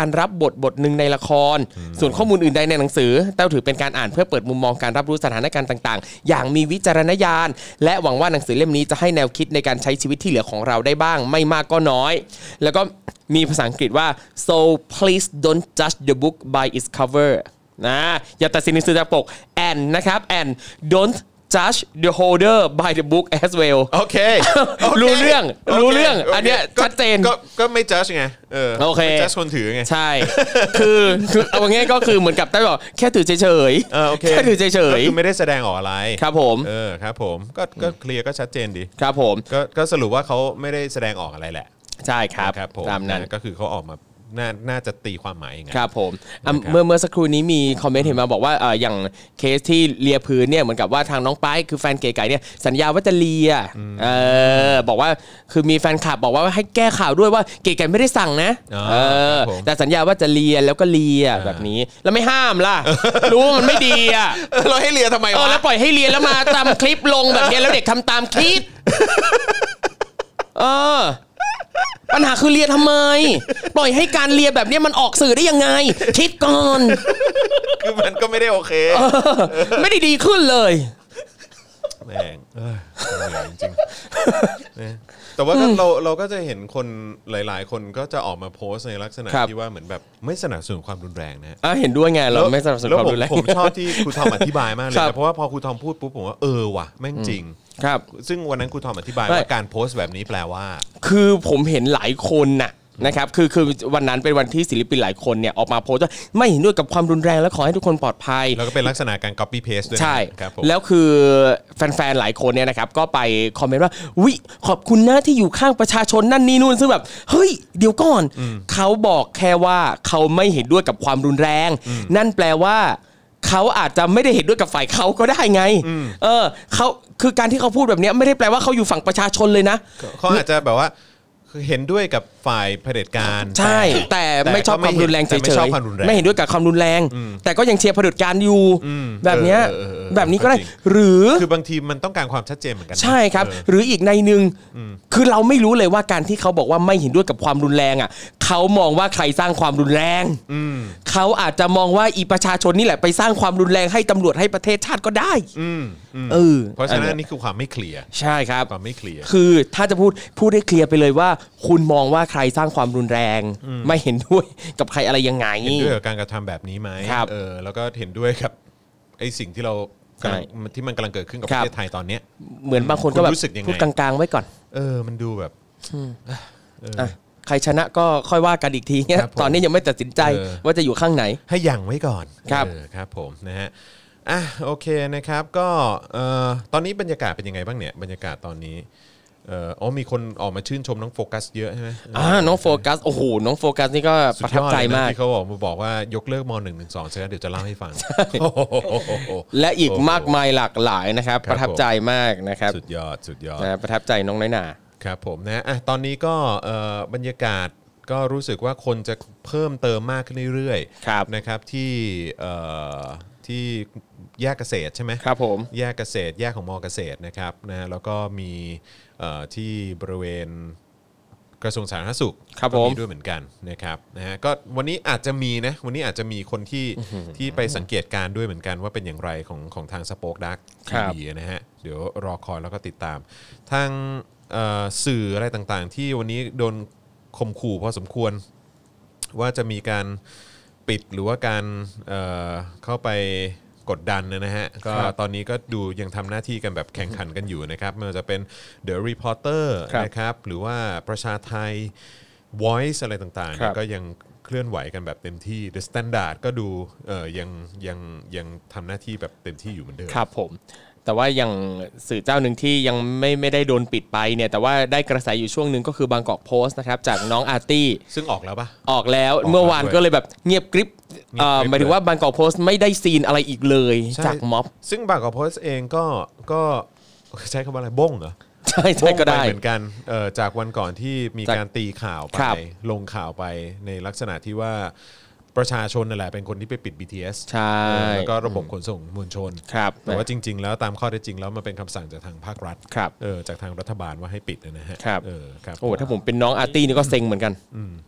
รับบทบทหนึ่งในละครส่วนข้อมูลอื่นใดในหนังสือแต้วถือเป็นการอ่านเพื่อเปิดมุมมองการรับรู้สถานการณ์ต่างๆอย่างมีวิจารณญาณและหวังว่าหนังสือเล่มนี้จะให้แนวคิดในการใช้ชีวิตที่เหลือของเราได้บ้างไม่มากก็น้อยแล้วก็มีภาษาอังกฤษว่า so please don't judge the book by its cover นะอย่าตัดสินหนังสือจากปก and นะครับ and don't judge the holder by the book as well โอเครู้เรื่องรู้เรื่องอันเนี้ยชัดเจนก็ก็ไม่ judge ไงเออโอเค judge คนถือไงใช่คือคือเอาง่ายก็คือเหมือนกับได้บอกแค่ถือเฉยๆเออโอเคแค่ถือเฉยๆก็คือไม่ได้แสดงออกอะไรครับผมเออครับผมก็ก็เคลียร์ก็ชัดเจนดีครับผมก็ก็สรุปว่าเขาไม่ได้แสดงออกอะไรแหละใช่ครับตามนั้นก็คือเขาออกมาน่าน่าจะตีความหมายอย่างไงครับผมเมื่อเมื่อสักครู่นี้มีคอมเมนต์เห็นมาบอกว่าเอออย่างเคสที่เลียพื้นเนี่ยเหมือนกับว่าทางน้องป้ายคือแฟนเก๋ไก่เนี่ยสัญญาว่าจะเลียเออบอกว่าคือมีแฟนคลับบอกว่าให้แก้ข่าวด้วยว่าเก๋ไก่ไม่ได้สั่งนะเออแต่สัญญาว่าจะเลียแล้วก็เลียแบบนี้แล้วไม่ห้ามล่ะรู้ว่ามันไม่ดีอ่ะเราให้เลียทำไมวะเออแล้วปล่อยให้เลียแล้วมาทำคลิปลงแบบนี้แล้วเด็กทำตามคลิปเออปัญหาคือเลียทำไมปล่อยให้การเลียแบบนี้มันออกสื่อได้ยังไงคิดก่อนคือมันก็ไม่ได้โอเคไม่ได้ดีขึ้นเลยแม่งเออจริงแต่ว่าเราเราก็จะเห็นคนหลายๆคนก็จะออกมาโพสในลักษณะที่ว่าเหมือนแบบไม่สนับสนุนความรุนแรงนะอ่ะเห็นด้วยไงเราไม่สนับสนุนความรุนแรงผมชอบที่ครูทอมอธิบายมากเลยเพราะว่าพอครูทอมพูดปุ๊บผมว่าเออว่ะแม่งจริงครับซึ่งวันนั้นครูทอมอธิบายว่าการโพสต์แบบนี้แปลว่าคือผมเห็นหลายคนน่ะนะครับคือคือวันนั้นเป็นวันที่ศิลปินหลายคนเนี่ยออกมาโพสต์ว่าไม่เห็นด้วยกับความรุนแรงและขอให้ทุกคนปลอดภัยแล้วก็เป็นลักษณะการ copy paste ด้วยใช่แล้วคือแฟนๆหลายคนเนี่ยนะครับก็ไปคอมเมนต์ว่าอุ๊ยขอบคุณนะที่อยู่ข้างประชาชนนั่นนี่นู่นซึ่งแบบเฮ้ยเดี๋ยวก่อนเขาบอกแค่ว่าเขาไม่เห็นด้วยกับความรุนแรงนั่นแปลว่าเขาอาจจะไม่ได้เห็นด้วยกับฝ่ายเขาก็ได้ไงเออเขาคือการที่เขาพูดแบบนี้ไม่ได้แปลว่าเขาอยู่ฝั่งประชาชนเลยนะเขาอาจจะแบบว่าคือเห็นด้วยกับฝ่ายเผด็จการใช่แต่ไม่ชอบความรุนแรงเฉยๆไม่เห็นด้วยกับความรุนแรงแต่ก็ยังเชียร์เผด็จการอยู่แบบนี้แบบนี้ก็ได้หรือคือบางทีมันต้องการความชัดเจนเหมือนกันใช่ครับหรืออีกในนึงคือเราไม่รู้เลยว่าการที่เขาบอกว่าไม่เห็นด้วยกับความรุนแรงอ่ะเขามองว่าใครสร้างความรุนแรงเขาอาจจะมองว่าอีประชาชนนี่แหละไปสร้างความรุนแรงให้ตำรวจให้ประเทศชาติก็ได้เออเพราะฉะนั้นนี่คือความไม่เคลียร์ใช่ครับความไม่เคลียร์คือถ้าจะพูดพูดให้เคลียร์ไปเลยว่าคุณมองว่าใครสร้างความรุนแรงไม่เห็นด้วยกับใครอะไรยังไงเห็นด้วยกับการกระทำแบบนี้ไหมเออแล้วก็เห็นด้วยกับไอ้สิ่งที่เราที่มันกำลังเกิดขึ้นกับประเทศไทยตอนนี้เหมือนบางคนก็แบบพูดกลางๆไว้ก่อนเออมันดูแบบใครชนะก็ค่อยว่ากันอีกทีเงี้ยตอนนี้ยังไม่ตัดสินใจว่าจะอยู่ข้างไหนให้ยังไว้ก่อนครับครับผมนะฮะอ่ะโอเคนะครับก็ตอนนี้บรรยากาศเป็นยังไงบ้างเนี่ยบรรยากาศตอนนี้เอ่ออ๋อมีคนออกมาชื่นชมน้องโฟกัสเยอะใช่ไหมอ่าน้องโฟกัสโอ้โหน้องโฟกัสนี่ก็ประทับใจมากที่เขาบอกมาบอกว่ายกเลิกม หนึ่ง หนึ่ง สอง ใช่ไหมเดี๋ยวจะเล่าให้ฟังและอีกมากมายหลากหลายนะครับประทับใจมากนะครับสุดยอดสุดยอดนะประทับใจน้องน้อยหนาครับผมนะอ่ะตอนนี้ก็เอ่อบรรยากาศก็รู้สึกว่าคนจะเพิ่มเติมมากขึ้นเรื่อยๆนะครับที่เอ่อที่แยกเกษตรใช่ไหมครับผมแยกเกษตรแยกของมอเกษตรนะครับนะแล้วก็มีที่บริเวณกระทรวงสาธารณสุขก็มีด้วยเหมือนกันนะครับนะฮะก็วันนี้อาจจะมีนะวันนี้อาจจะมีคนที่ที่ไปสังเกตการด้วยเหมือนกันว่าเป็นอย่างไรของของทางสป็อคดักทีวีนะฮะเดี๋ยวรอคอยแล้วก็ติดตามทางสื่ออะไรต่างๆที่วันนี้โดนข่มขู่พอสมควรว่าจะมีการปิดหรือว่าการเอ่อเข้าไปกดดันนะฮะก็ตอนนี้ก็ดูยังทำหน้าที่กันแบบแข่งขันกันอยู่นะครับไม่ว่าจะเป็น The Reporter นะครับหรือว่าประชาไทย Voice อะไรต่างๆก็ยังเคลื่อนไหวกันแบบเต็มที่ The Standard ก็ดูเอ่อยังยังยังทำหน้าที่แบบเต็มที่อยู่เหมือนเดิมครับผมแต่ว่าอย่างสื่อเจ้าหนึ่งที่ยังไม่ไม่ได้โดนปิดไปเนี่ยแต่ว่าได้กระแสอยู่ช่วงนึงก็คือบางกอกโพสต์นะครับจากน้องอาร์ตี้ซึ่งออกแล้วปะออกแล้วเมื่อวานก็เลยแบบเงียบกริบหมายถึงว่าบางกอกโพสต์ไม่ได้ซีนอะไรอีกเลยจากม็อบซึ่งบางกอกโพสต์เองก็ก็ใช้คำว่าอะไรบ้งเหรอใช่ใช่ก็ได้เหมือนกันจากวันก่อนที่มีการตีข่าวไปลงข่าวไปในลักษณะที่ว่าประชาชนนั่นแหละเป็นคนที่ไปปิด บี ที เอสใช่แล้วก็ระบบขนส่งมวลชนแต่ว่าจริงๆแล้วตามข้อเท็จจริงแล้วมันเป็นคำสั่งจากทางภาครัฐเออจากทางรัฐบาลว่าให้ปิดนะฮะครับเออครับโอ้ถ้าผมเป็นน้องอาร์ตี้นี่ก็เซ็งเหมือนกัน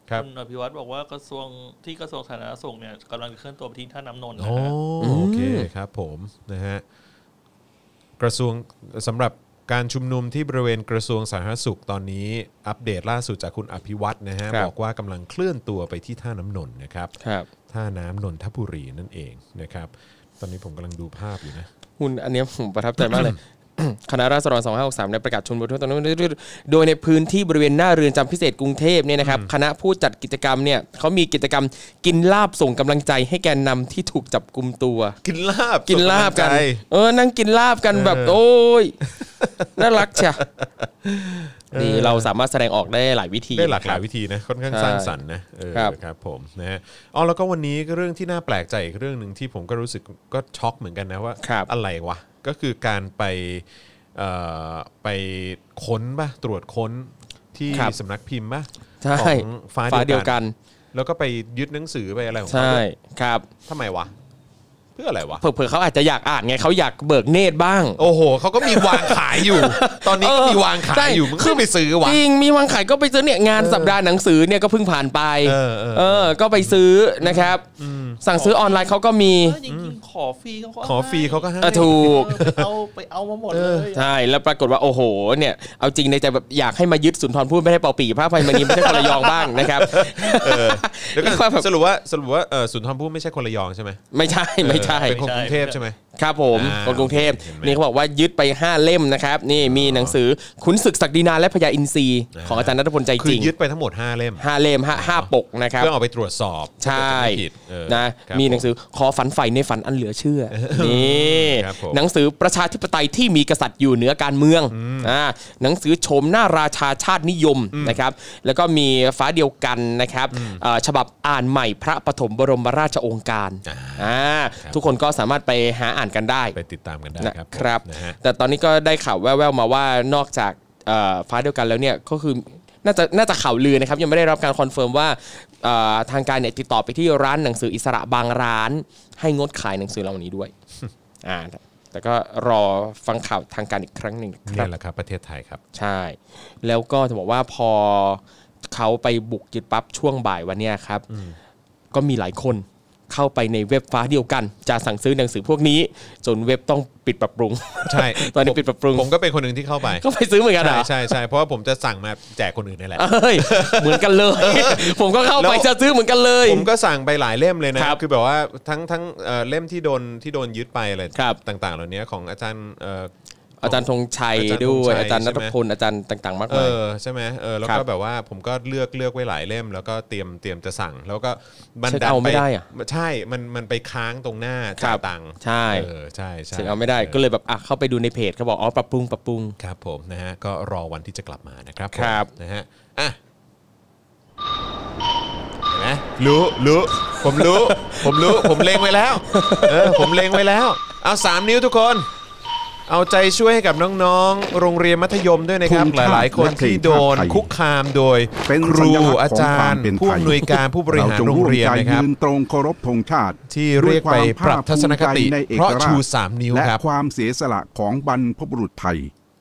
คุณอภิวัตรบอกว่ากระทรวงที่กระทรวงสาธารณสุขเนี่ยกำลังเคลื่อนตัวไปที่ท่าน้ำนนท์นะโอ้ฮะโอเคครับผมนะฮะกระทรวงสำหรับการชุมนุมที่บริเวณกระทรวงสาธารณสุขตอนนี้อัปเดตล่าสุดจากคุณอภิวัตรนะฮะบอกว่ากำลังเคลื่อนตัวไปที่ท่าน้ำนนท์นะครับท่าน้ำนนทบุรีนั่นเองนะครับตอนนี้ผมกำลังดูภาพอยู่นะคุณอันนี้ผมประทับใจมากเลย คณะราษฎรสองพันห้าร้อยหกสิบสามได้ประกาศชนบทตอนนั้นโดยในพื้นที่บริเวณหน้าเรือนจำพิเศษกรุงเทพเนี่ยนะครับคณะผู้จัดกิจกรรมเนี่ยเขามีกิจกรรมกินลาบส่งกำลังใจให้แกนนำที่ถูกจับกุมตัวกินลาบกินลาบกันเออนั่งกินลาบกันแบบโอ้ยน่ารักเชียวนี่เราสามารถแสดงออกได้หลายวิธีได้หลากหลายวิธีนะค่อนข้างสร้างสรรค์นะเออครับผมนะฮะอ๋อแล้วก็วันนี้ก็เรื่องที่น่าแปลกใจอีกเรื่องนึงที่ผมก็รู้สึกก็ช็อกเหมือนกันนะว่าอะไรวะก็คือการไปไปค้นป่ะตรวจค้นที่สำนักพิมพ์ป่ะของฟ้าเดียวกันแล้วก็ไปยึดหนังสือไปอะไรของเขาใช่ครับทำไมวะเพื่ออะไรวะเผื่อเขาอาจจะอยากอ่านไงเขาอยากเบิกเนตรบ้างโอ้โหเขาก็มีวางขายอยู่ตอนนี้ก็มีวางขายอยู่มึงขึ้นไปซื้อวะจริงมีวางขายก็ไปซื้อเนี่ยงานสัปดาห์หนังสือเนี่ยก็เพิ่งผ่านไปเออก็ไปซื้อนะครับสั่งซื้อออนไลน์เขาก็มีจริงๆขอฟรีเขาขอฟรีเขาก็ให้ถูกเอาไปเอามาหมดเลยใช่แล้วปรากฏว่าโอ้โหเนี่ยเอาจริงในใจแบบอยากให้มายึดสุนทรภู่ไม่ให้เป่าปีพระอภัยมณีไม่ใช่คนระยองบ้างนะครับแล้วก็สรุปว่าสรุปว่าสุนทรภู่ไม่ใช่คนระยองใช่ไหมไม่ใช่ไม่ใช่เป็นคนกรุงเทพใช่ไหมครับผมคนกรุงเทพนี่เขาบอกว่ายึดไปห้าเล่มนะครับนี่มีหนังสือขุนศึกศักดินาและพญาอินทรีของอาจารย์ณัฐพลใจจริงคือยึดไปทั้งหมดห้าเล่มห้าเล่มห้าปกนะครับเพื่อเอาไปตรวจสอบใช่นะมีหนังสือขอฝันใฝ่ในฝันอันเหลือเชื่อนี่หนังสือประชาธิปไตยที่มีกษัตริย์อยู่เหนือการเมืองอ่าหนังสือชมหน้าราชาชาตินิยมนะครับแล้วก็มีฟ้าเดียวกันนะครับฉบับอ่านใหม่พระปฐมบรมราชโองการอ่าทุกคนก็สามารถไปหาอ่านกันได้ไปติดตามกันได้ครับครับแต่ตอนนี้ก็ได้ข่าวแว่วๆมาว่านอกจากฟ้าเดียวกันแล้วเนี่ยก็คือน่าจะน่าจะข่าวลือนะครับยังไม่ได้รับการคอนเฟิร์มว่าทางการเนี่ยติดต่อไปที่ร้านหนังสืออิสระบางร้านให้งดขายหนังสือเหล่านี้ด้วยอ่าแต่ก็รอฟังข่าวทางการอีกครั้งหนึ่งนี่แหละครับประเทศไทยครับใช่แล้วก็จะบอกว่าพอเขาไปบุกยึดปั๊บช่วงบ่ายวันนี้ครับก็มีหลายคนเข้าไปในเว็บฟ้าเดียวกันจะสั่งซื้อหนังสือพวกนี้จนเว็บต้องปิดปรับปรุงใช่ตอนนี้ปิดปรับปรุงผมก็เป็นคนหนึ่งที่เข้าไปก็ไปซื้อเหมือนกันเหรอใช่ใช่เพราะว่าผมจะสั่งมาแจกคนอื่นนี่แหละเหมือนกันเลยผมก็เข้าไปจะซื้อเหมือนกันเลยผมก็สั่งไปหลายเล่มเลยนะคือแบบว่าทั้งทั้งเล่มที่โดนที่โดนยึดไปอะไรต่างๆเหล่านี้ของอาจารย์อาจารย์ธงชัยด้วยอาจารย์ณัฐพลอาจารย์ต่างๆมากมายเออใช่ไหมเออแล้วก็แบบว่าผมก็เลือกเลือกไว้หลายเล่มแล้วก็เตรียมเตรียมจะสั่งแล้วก็มันดันไปใช่มันมันไปค้างตรงหน้าจ่ายตังค์ใช่เออใช่ใช่เอาไม่ได้ก็เลยแบบอ่ะเข้าไปดูในเพจเขาบอกอ๋อปรับปรุงปรับปรุงครับผมนะฮะก็รอวันที่จะกลับมานะครับครับนะฮะอ่ะเห็นไหมรู้รู้ผมรู้ผมรู้ผมเล็งไว้แล้วเออผมเล็งไว้แล้วเอาสามนิ้วทุกคนเอาใจช่วยให้กับน้องๆโรงเรียนมัธยมด้วยนะครับหลายๆคนที่โดนคุกคามโดยครูอาจารย์ผู้อำนวยการผู้บริหารโรงเรียนนะครับตรงเคารพธงชาติที่เรียกไปปรับทัศนคติเพราะชูสามนิ้วครับและความเสียสละของบรรพบุรุษไทย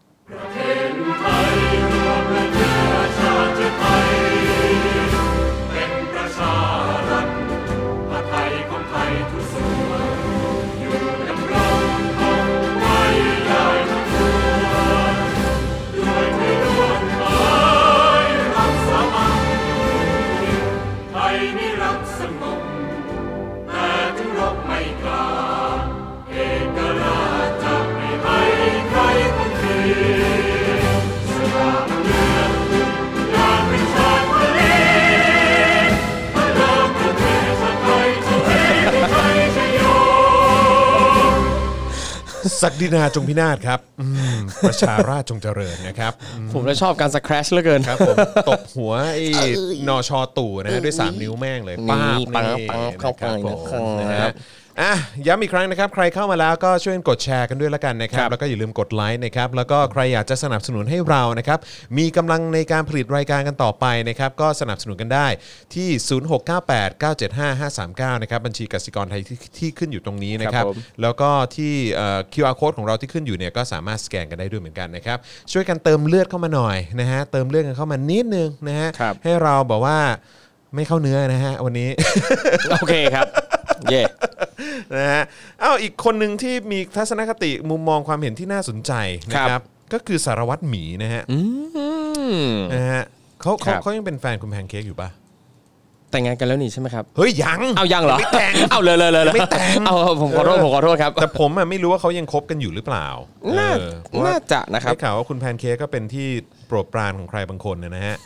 ศักดินาจงพินาศครับประชาราษฎร์จงเจริญนะครับผมจะชอบการสแครชเหลือเกินครับผมตบหัวไอ้นชตู่นะด้วยสามนิ้วแม่งเลยป้าบปังปังเข้าไปนะครับอ่ะย้ำอีกครั้งนะครับใครเข้ามาแล้วก็ช่วยกดแชร์กันด้วยละกันนะครับแล้วก็อย่าลืมกดไลค์นะครับแล้วก็ใครอยากจะสนับสนุนให้เรานะครับมีกำลังในการผลิตรายการกันต่อไปนะครับก็สนับสนุนกันได้ที่ศูนย์ หก เก้า แปด เก้า เจ็ด ห้า ห้า สาม เก้านะครับบัญชีกสิกรไทยที่ที่ขึ้นอยู่ตรงนี้นะครับแล้วก็ที่เอ่อ คิว อาร์ Code ของเราที่ขึ้นอยู่เนี่ยก็สามารถสแกนกันได้ด้วยเหมือนกันนะครับช่วยกันเติมเลือดเข้ามาหน่อยนะฮะเติมเลือดกันเข้ามานิดนึงนะฮะให้เราบอกว่าไม่เข้าเนื้อนะฮะวันนี้โอเคครับเย่นะฮะอ้าวอีกคนหนึ่งที่มีทัศนคติมุมมองความเห็นที่น่าสนใจนะครับก็คือสารวัตรหมีนะฮะนะฮะเขาเขาเขายังเป็นแฟนคุณแพนเค้กอยู่ป่ะแต่งงานกันแล้วนี่ใช่ไหมครับเฮ้ยยังเอายังเหรอไม่แต่งเอาเลยเลยเลยไม่แต่งเอาผมขอโทษผมขอโทษครับแต่ผมอ่ะไม่รู้ว่าเขายังคบกันอยู่หรือเปล่าน่าน่าจะนะครับได้ข่าวว่าคุณแพนเค้กก็เป็นที่โปรดปรานของใครบางคนนะฮะ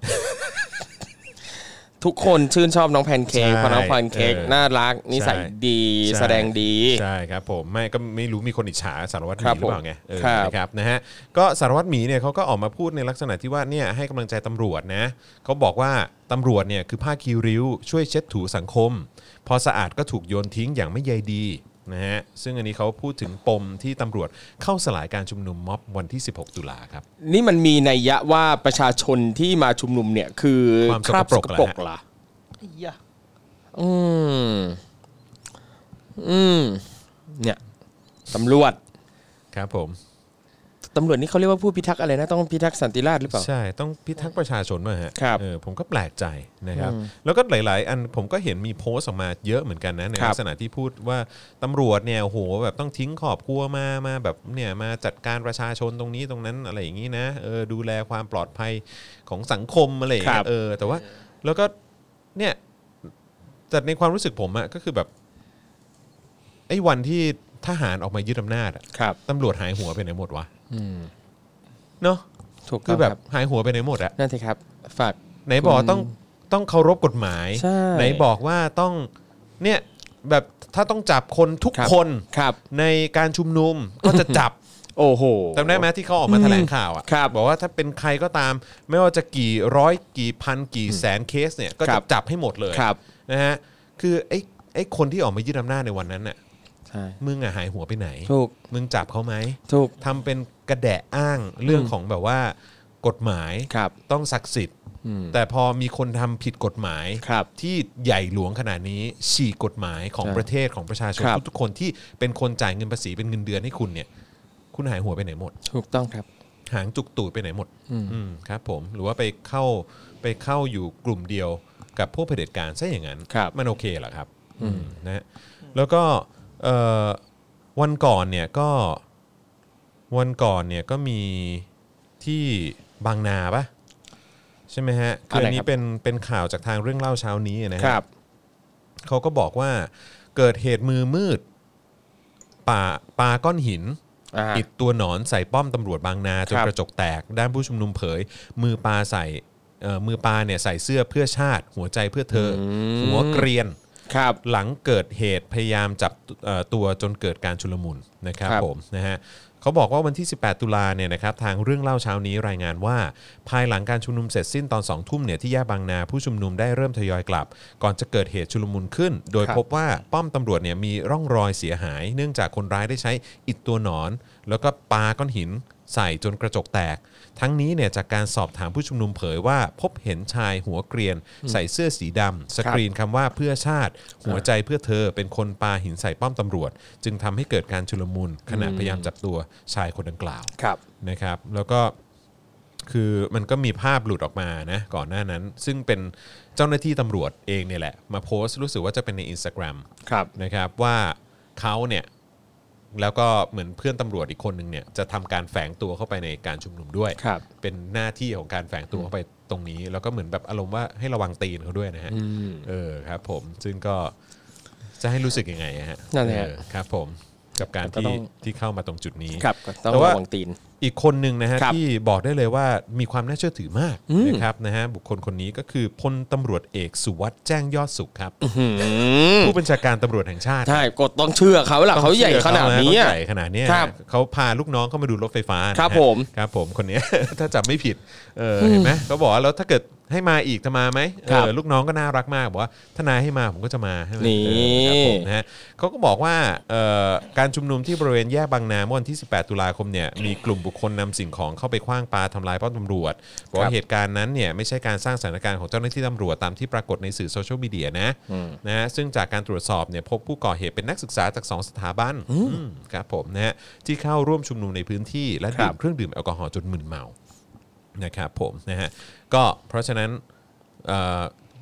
ทุกคนชื่นชอบน้องแพนเค้กเพราะน้องแพนเค้กน่ารักนิสัยดีแสดงดีใช่ครับผมไม่ก็ไม่รู้มีคนอิจฉาสารวัตรหมีหรือเปล่าไงเออนะครับนะฮะก็สารวัตรหมีเนี่ยเขาก็ออกมาพูดในลักษณะที่ว่าเนี่ยให้กำลังใจตำรวจนะเขาบอกว่าตำรวจเนี่ยคือผ้าคีริ้วช่วยเช็ดถูสังคมพอสะอาดก็ถูกโยนทิ้งอย่างไม่ใยดีนะฮะซึ่งอันนี้เขาพูดถึงปมที่ตำรวจเข้าสลายการชุมนุมม็อบวันที่สิบหกตุลาครับนี่มันมีนัยยะว่าประชาชนที่มาชุมนุมเนี่ยคือความสกปรกเหรออย่าอืมอืมเนี่ยตำรวจครับผมตำรวจนี่เขาเรียกว่าผู้พิทักษ์อะไรนะต้องพิทักษ์สันติราษฎร์หรือเปล่าใช่ต้องพิทักษ์ประชาชนด้วยฮะเออผมก็แปลกใจนะครับอืมแล้วก็หลายๆอันผมก็เห็นมีโพสต์ออกมาเยอะเหมือนกันนะในลักษณะที่พูดว่าตำรวจเนี่ยโอ้โหแบบต้องทิ้งครอบครัวมามาแบบเนี่ยมาจัดการประชาชนตรงนี้ตรงนั้นอะไรอย่างนี้นะเออดูแลความปลอดภัยของสังคมอะไรอย่างเงี้ยเออแต่ว่าแล้วก็เนี่ยแต่ในความรู้สึกผมอะก็คือแบบไอ้วันที่ทหารออกมายึดอำนาจอะตำรวจหายหัวไปไหนหมดวะเนาะคือแบบหายหัวไปไหนหมดอะนั่นสิครับฝากไหนบอกต้องต้องเคารพกฎหมายไหนบอกว่าต้องเนี่ยแบบถ้าต้องจับคนทุกคนในการชุมนุมก็จะจับโอ้โหจำได้ไหมที่เขาออกมาแถลงข่าวอ่ะบอกว่าถ้าเป็นใครก็ตามไม่ว่าจะกี่ร้อยกี่พันกี่แสนเคสเนี่ยก็จะจับให้หมดเลยนะฮะคือไอ้ไอ้คนที่ออกมายึดอำนาจในวันนั้นน่ะมึงอ่ะหายหัวไปไหนมึงจับเขาไหมทำเป็นกระแดะอ้างเรื่องของแบบว่ากฎหมายต้องศักดิ์สิทธิ์แต่พอมีคนทำผิดกฎหมายที่ใหญ่หลวงขนาดนี้ฉีกกฎหมายของประเทศของประชาชนทุกๆคนที่เป็นคนจ่ายเงินภาษีเป็นเงินเดือนให้คุณเนี่ยคุณหายหัวไปไหนหมดถูกต้องครับหางจุกตูดไปไหนหมดอืมครับผมหรือว่าไปเข้าไปเข้าอยู่กลุ่มเดียวกับพวกเผด็จการซะอย่างนั้นมันโอเคเหรอครับนะแล้วก็วันก่อนเนี่ยก็วันก่อนเนี่ยก็มีที่บางนาปะใช่ไหมฮะคืออันนี้เป็นเป็นข่าวจากทางเรื่องเล่าเช้านี้นะครับเขาก็บอกว่าเกิดเหตุมือมืดป่าปาก้อนหินอิดตัวหนอนใส่ป้อมตำรวจบางนาจนกระจกแตกด้านผู้ชุมนุมเผยมือปาใส่มือปาเนี่ยใส่เสื้อเพื่อชาติหัวใจเพื่อเธอหัวเกรียนหลังเกิดเหตุพยายามจับตัวจนเกิดการชุลมุนนะครับผมนะฮะเขาบอกว่าวันที่สิบแปดตุลาเนี่ยนะครับทางเรื่องเล่าเช้านี้รายงานว่าภายหลังการชุมนุมเสร็จสิ้นตอนสองทุ่มเนี่ยที่แยกบางนาผู้ชุมนุมได้เริ่มทยอยกลับก่อนจะเกิดเหตุชุลมุนขึ้นโดยพบว่าป้อมตำรวจเนี่ยมีร่องรอยเสียหายเนื่องจากคนร้ายได้ใช้อิฐตัวหนอนแล้วก็ปาก้อนหินใส่จนกระจกแตกทั้งนี้เนี่ยจากการสอบถามผู้ชุมนุมเผยว่าพบเห็นชายหัวเกรียนใส่เสื้อสีดำสกรีนคำว่าเพื่อชาติหัวใจเพื่อเธอเป็นคนปาหินใส่ป้อมตำรวจจึงทำให้เกิดการชุลมุนขณะพยายามจับตัวชายคนดังกล่าวนะครับแล้วก็คือมันก็มีภาพหลุดออกมานะก่อนหน้านั้นซึ่งเป็นเจ้าหน้าที่ตำรวจเองเนี่ยแหละมาโพสต์รู้สึกว่าจะเป็นใน Instagram นะครับว่าเขาเนี่ยแล้วก็เหมือนเพื่อนตำรวจอีกคนนึงเนี่ยจะทำการแฝงตัวเข้าไปในการชุมนุมด้วยเป็นหน้าที่ของการแฝงตัวเข้าไปตรงนี้แล้วก็เหมือนแบบอารมณ์ว่าให้ระวังตีนเขาด้วยนะฮะเออครับผมซึ่งก็จะให้รู้สึกยังไงฮะนั่นแหละครับผมกับการที่ที่เข้ามาตรงจุดนี้แต่ว่าระวังตีนอีกคนหนึ่งนะฮะที่บอกได้เลยว่ามีความน่าเชื่อถือมากนะครับนะฮะบุคคลคนนี้ก็คือพลตำรวจเอกสุวัสด์แจ้งยอดสุขครับผู้บัญชาการตำรวจแห่งชาติใช่ก็ต้องเชื่อเขาแหละเขาใหญ่ขนาดนี้ใหญ่ขนาดนี้เขาพาลูกน้องเข้ามาดูรถไฟฟ้าครับผมครับผมคนนี้ถ้าจำไม่ผิดเออเห็นไหมเขาบอกว่าแล้วถ้าเกิดให้มาอีกจะมาไหมลูกน้องก็น่ารักมากบอกว่าถ้านายให้มาผมก็จะมานี่นะฮะเขาก็บอกว่าการชุมนุมที่บริเวณแยกบางนาเมื่อวันที่สิบแปดตุลาคมเนี่ยมีกลุ่มบุคคลนำสิ่งของเข้าไปขว้างปาทำลายป้อมตำรวจบอกว่าเหตุการณ์นั้นเนี่ยไม่ใช่การสร้างสถานการณ์ของเจ้าหน้าที่ตำรวจตามที่ปรากฏในสื่อโซเชียลมีเดียนะนะฮะซึ่งจากการตรวจสอบเนี่ยพบผู้ก่อเหตุเป็นนักศึกษาจากสองสถาบันครับผมนะฮะที่เข้าร่วมชุมนุมในพื้นที่และดื่มเครื่องดื่มแอลกอฮอล์จนมึนเมานะครับผมนะฮะก็เพราะฉะนั้น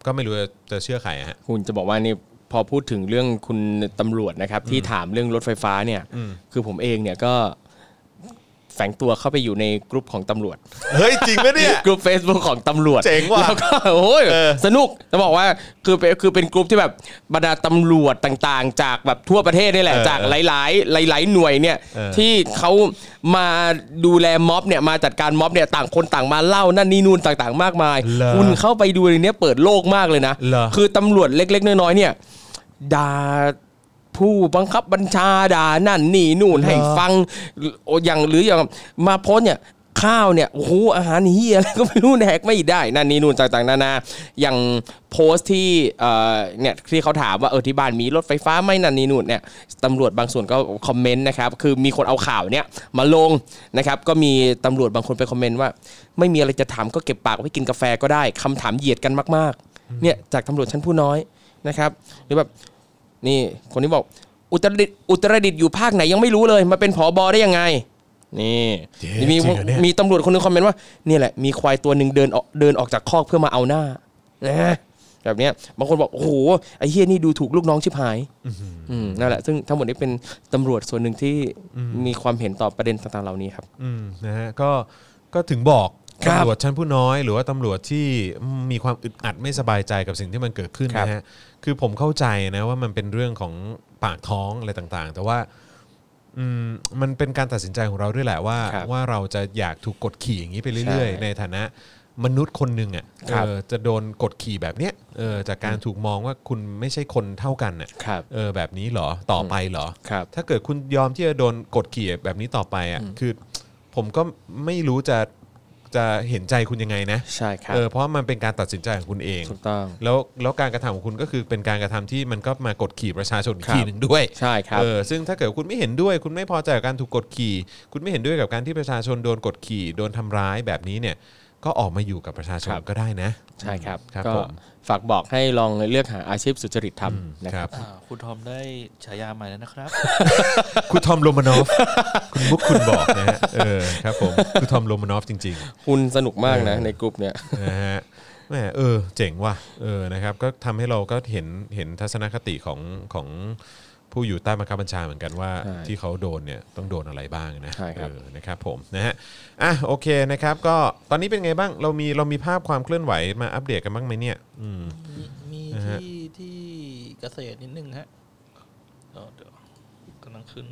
ก็ไม่รู้จะเชื่อใครฮะคุณจะบอกว่านี่พอพูดถึงเรื่องคุณตำรวจนะครับที่ถามเรื่องรถไฟฟ้าเนี่ยคือผมเองเนี่ยก็แฝงตัวเข้าไปอยู่ในกลุ่มของตำรวจเฮ้ยจริงไหมเนี่ยกลุ่ม Facebook ของตำรวจเจ๋งว่ะแล้วก็โอ้ยสนุกจะบอกว่าคือเป็นคือเป็นกลุ่มที่แบบบรรดาตำรวจต่างๆจากแบบทั่วประเทศนี่แหละจากหลายๆหลายๆหน่วยเนี่ยที่เขามาดูแลม็อบเนี่ยมาจัดการม็อบเนี่ยต่างคนต่างมาเล่านั่นนี่นู่นต่างๆมากมายคุณเข้าไปดูในนี้เปิดโลกมากเลยนะคือตำรวจเล็กๆน้อยๆเนี่ยด่าผู้บังคับบัญชาด่านั่นนี่นู่นให้ฟังอย่างหรืออย่างมาโพสเนี่ยข้าวเนี่ยโอ้โหอาหารเฮียอะไรก็ไม่รู้แดกไม่ได้นั่นนี่นู่นต่างๆนานาอย่างโพสที่เอ่อเนี่ยที่เขาถามว่าเออที่บ้านมีรถไฟฟ้าไหมนั่นนี่นู่นเนี่ยตำรวจบางส่วนก็คอมเมนต์นะครับคือมีคนเอาข่าวเนี่ยมาลงนะครับก็มีตำรวจบางคนไปคอมเมนต์ว่าไม่มีอะไรจะถามก็เก็บปากไว้กินกาแฟก็ได้คำถามเหยียดกันมากๆเนี่ยจากตำรวจชั้นผู้น้อยนะครับหรือแบบนี่คนนี้บอกอุตรดิตถ์อุตรดิตถ์อยู่ภาคไหนยังไม่รู้เลยมาเป็นผบได้ยังไงนี่มีมีตำรวจคนนึงคอมเมนต์ว่านี่แหละมีควายตัวนึงเดินออกเดินออกจากคอกเพื่อมาเอาหน้านะแบบเนี้ยบางคนบอกโอ้โหไอ้เหี้ยนี่ดูถูกลูกน้องชิบหายอืมนั่นแหละซึ่งทั้งหมดนี้เป็นตำรวจส่วนหนึ่งที่มีความเห็นต่อประเด็นต่างๆเหล่านี้ครับอืมนะฮะก็ก็ถึงบอกตำรวจชั้นผู้น้อยหรือว่าตำรวจที่มีความอึดอัดไม่สบายใจกับสิ่งที่มันเกิดขึ้นนะฮะคือผมเข้าใจนะว่ามันเป็นเรื่องของปากท้องอะไรต่างๆแต่ว่าอืมมันเป็นการตัดสินใจของเราด้วยแหละว่าว่าเราจะอยากถูกกดขี่อย่างนี้ไปเรื่อยๆในฐานะมนุษย์คนหนึ่งอ่ะเออจะโดนกดขี่แบบเนี้ยเออจากการถูกมองว่าคุณไม่ใช่คนเท่ากันอ่ะเออแบบนี้เหรอต่อไปเหรอถ้าเกิดคุณยอมที่จะโดนกดขี่แบบนี้ต่อไปอ่ะคือผมก็ไม่รู้จะจะเห็นใจคุณยังไงนะใช่ครับเออเพราะมันเป็นการตัดสินใจของคุณเองถูกต้องแล้วแล้วการกระทำของคุณก็คือเป็นการกระทำที่มันก็มากดขี่ประชาชนอีกทีหนึ่งด้วยใช่ครับเออซึ่งถ้าเกิดคุณไม่เห็นด้วยคุณไม่พอใจกับการถูกกดขี่คุณไม่เห็นด้วยกับการที่ประชาชนโดนกดขี่โดนทำร้ายแบบนี้เนี่ยก็ออกมาอยู่กับประชาชนก็ได้นะใช่ครับครับก็ฝากบอกให้ลองเลือกหาอาชีพสุจริตทำนะครับคุณทอมได้ฉายาใหม่แล้วนะครับคุณทอมโรมานอฟคุณมุกคุณบอกนะฮะเออครับผมคุณทอมโรมานอฟจริงๆคุณสนุกมากนะในกลุ่มเนี้ยนะฮะแหมเออเจ๋งว่ะเออนะครับก็ทำให้เราก็เห็นเห็นทัศนคติของของผู้อยู่ใต้บังคับบัญชาเหมือนกันว่าที่เขาโดนเนี่ยต้องโดนอะไรบ้างนะเออนะครับผมนะฮะอ่ะโอเคนะครับก็ตอนนี้เป็นไงบ้างเรามีเรามีภาพความเคลื่อนไหวมาอัปเดตกันบ้างไหมเนี่ยอืมมีที่ที่เกษตรนิดนึงฮะเดี๋ยวกำลังขึ้น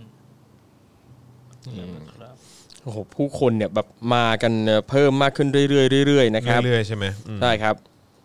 ครับโอ้โหผู้คนเนี่ยแบบมากันเพิ่มมากขึ้นเรื่อยๆเรื่อยๆนะครับเรื่อยๆใช่ไหมใช่ครับ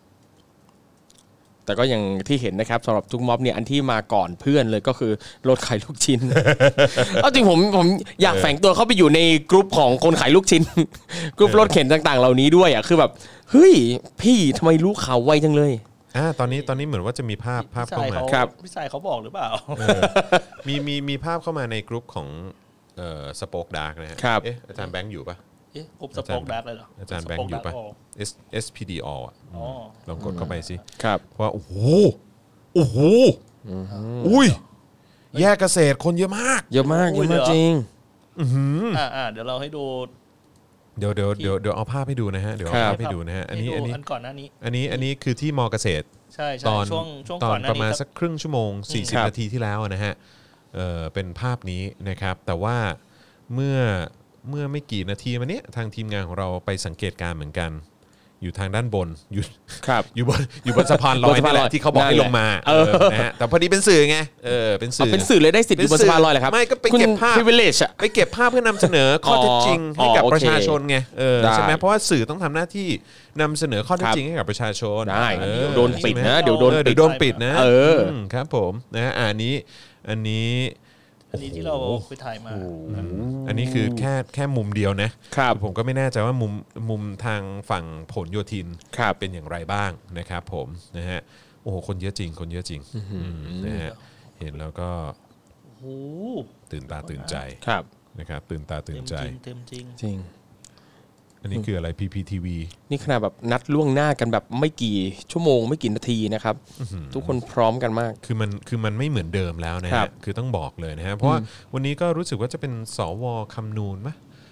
แต่ก็อย่างที่เห็นนะครับสำหรับทุกม็อบเนี่ยอันที่มาก่อนเพื่อนเลยก็คือรถขายลูกชิ้นเอาจริงผมผมอยากแฝงตัวเข้าไปอยู่ในกลุ่มของคนขายลูกชิ้นกลุ่มรถเข็นต่างๆเหล่านี้ด้วยอ่ะคือแบบเฮ้ยพี่ทำไมรู้ข่าวไวจังเลยอ่าตอนนี้ตอนนี้เหมือนว่าจะมีภาพภาพเข้ามาครับพี่สายเขาบอกหรือเปล่ามีมีมีภาพเข้ามาในกลุ่มของเอ่อสป็อคดาร์กนะฮะเอ๊ะอาจารย์แบงค์อยู่ปะเอ๊ะกลุ่มสป็อคดาร์กเลยเหรออาจารย์แบงค์อยู่ปะ S เอส พี ดี All อ่ะลองกดเข้าไปสิครับว่าโอ้โหโอ้โหอุ้ยแยกเกษตรคนเยอะมากเยอะมากเยอะมากจริงอ่าอ่าเดี๋ยวเราให้ดูเดี๋ยวเดี๋ยวเดี๋ยวเดี๋ยวเอาภาพให้ดูนะฮะเดี๋ยวเอาภาพให้ดูนะฮะอันนี้อันนี้อันก่อนหน้านี้อันนี้อันนี้คือที่มอเกษตรใช่ตอนช่วงช่วงตอนประมาณสักครึ่งชั่วโมงสี่สิบนาทีที่แล้วนะฮะเออเป็นภาพนี้นะครับแต่ว่าเมื่อเมื่อไม่กี่นาทีมาเนี้ยทางทีมงานของเราไปสังเกตการเหมือนกันอยู่ทางด้านบนอยู่อยู่บนอยู่บนสะพานลอยนี่แหละที่เขาบอกให้ลงมาเออนะฮะแต่พอดีเป็นสื่อไงเออเป็นสื่อเป็นสื่อเลยได้สิทธิ์อยู่บนสะพานลอยเลยครับไม่ก็ไปเก็บภาพ privilege ไปเก็บภาพเพื่อนำเสนอข้อเท็จจริงให้กับประชาชนไงเออใช่ไหมเพราะว่าสื่อต้องทำหน้าที่นำเสนอข้อเท็จจริงให้กับประชาชนได้เดี๋ยวโดนปิดนะเดี๋ยวโดนเดี๋ยวโดนปิดนะเออครับผมนะอันนี้อันนี้อันนี้ที่เราไปถ่ายมาอันนี้คือแค่แค่มุมเดียวนะครับผมก็ไม่แน่ใจว่ามุมมุมทางฝั่งผลโยธินเป็นอย่างไรบ้างนะครับผมนะฮะโอ้โหคนเยอะจริงคนเยอะจริงนะฮะเห็นแล้วก็ตื่นตาตื่นใจนะครับตื่นตาตื่นใจเต็มจริงจริงอันนี้คืออะไร พี พี ที วีนี่ขนาดแบบนัดล่วงหน้ากันแบบไม่กี่ชั่วโมงไม่กี่นาทีนะครับทุกคนพร้อมกันมากคือมันคือมันไม่เหมือนเดิมแล้วนะฮะคือต้องบอกเลยนะฮะเพราะว่าวันนี้ก็รู้สึกว่าจะเป็นสวคำนูนปะ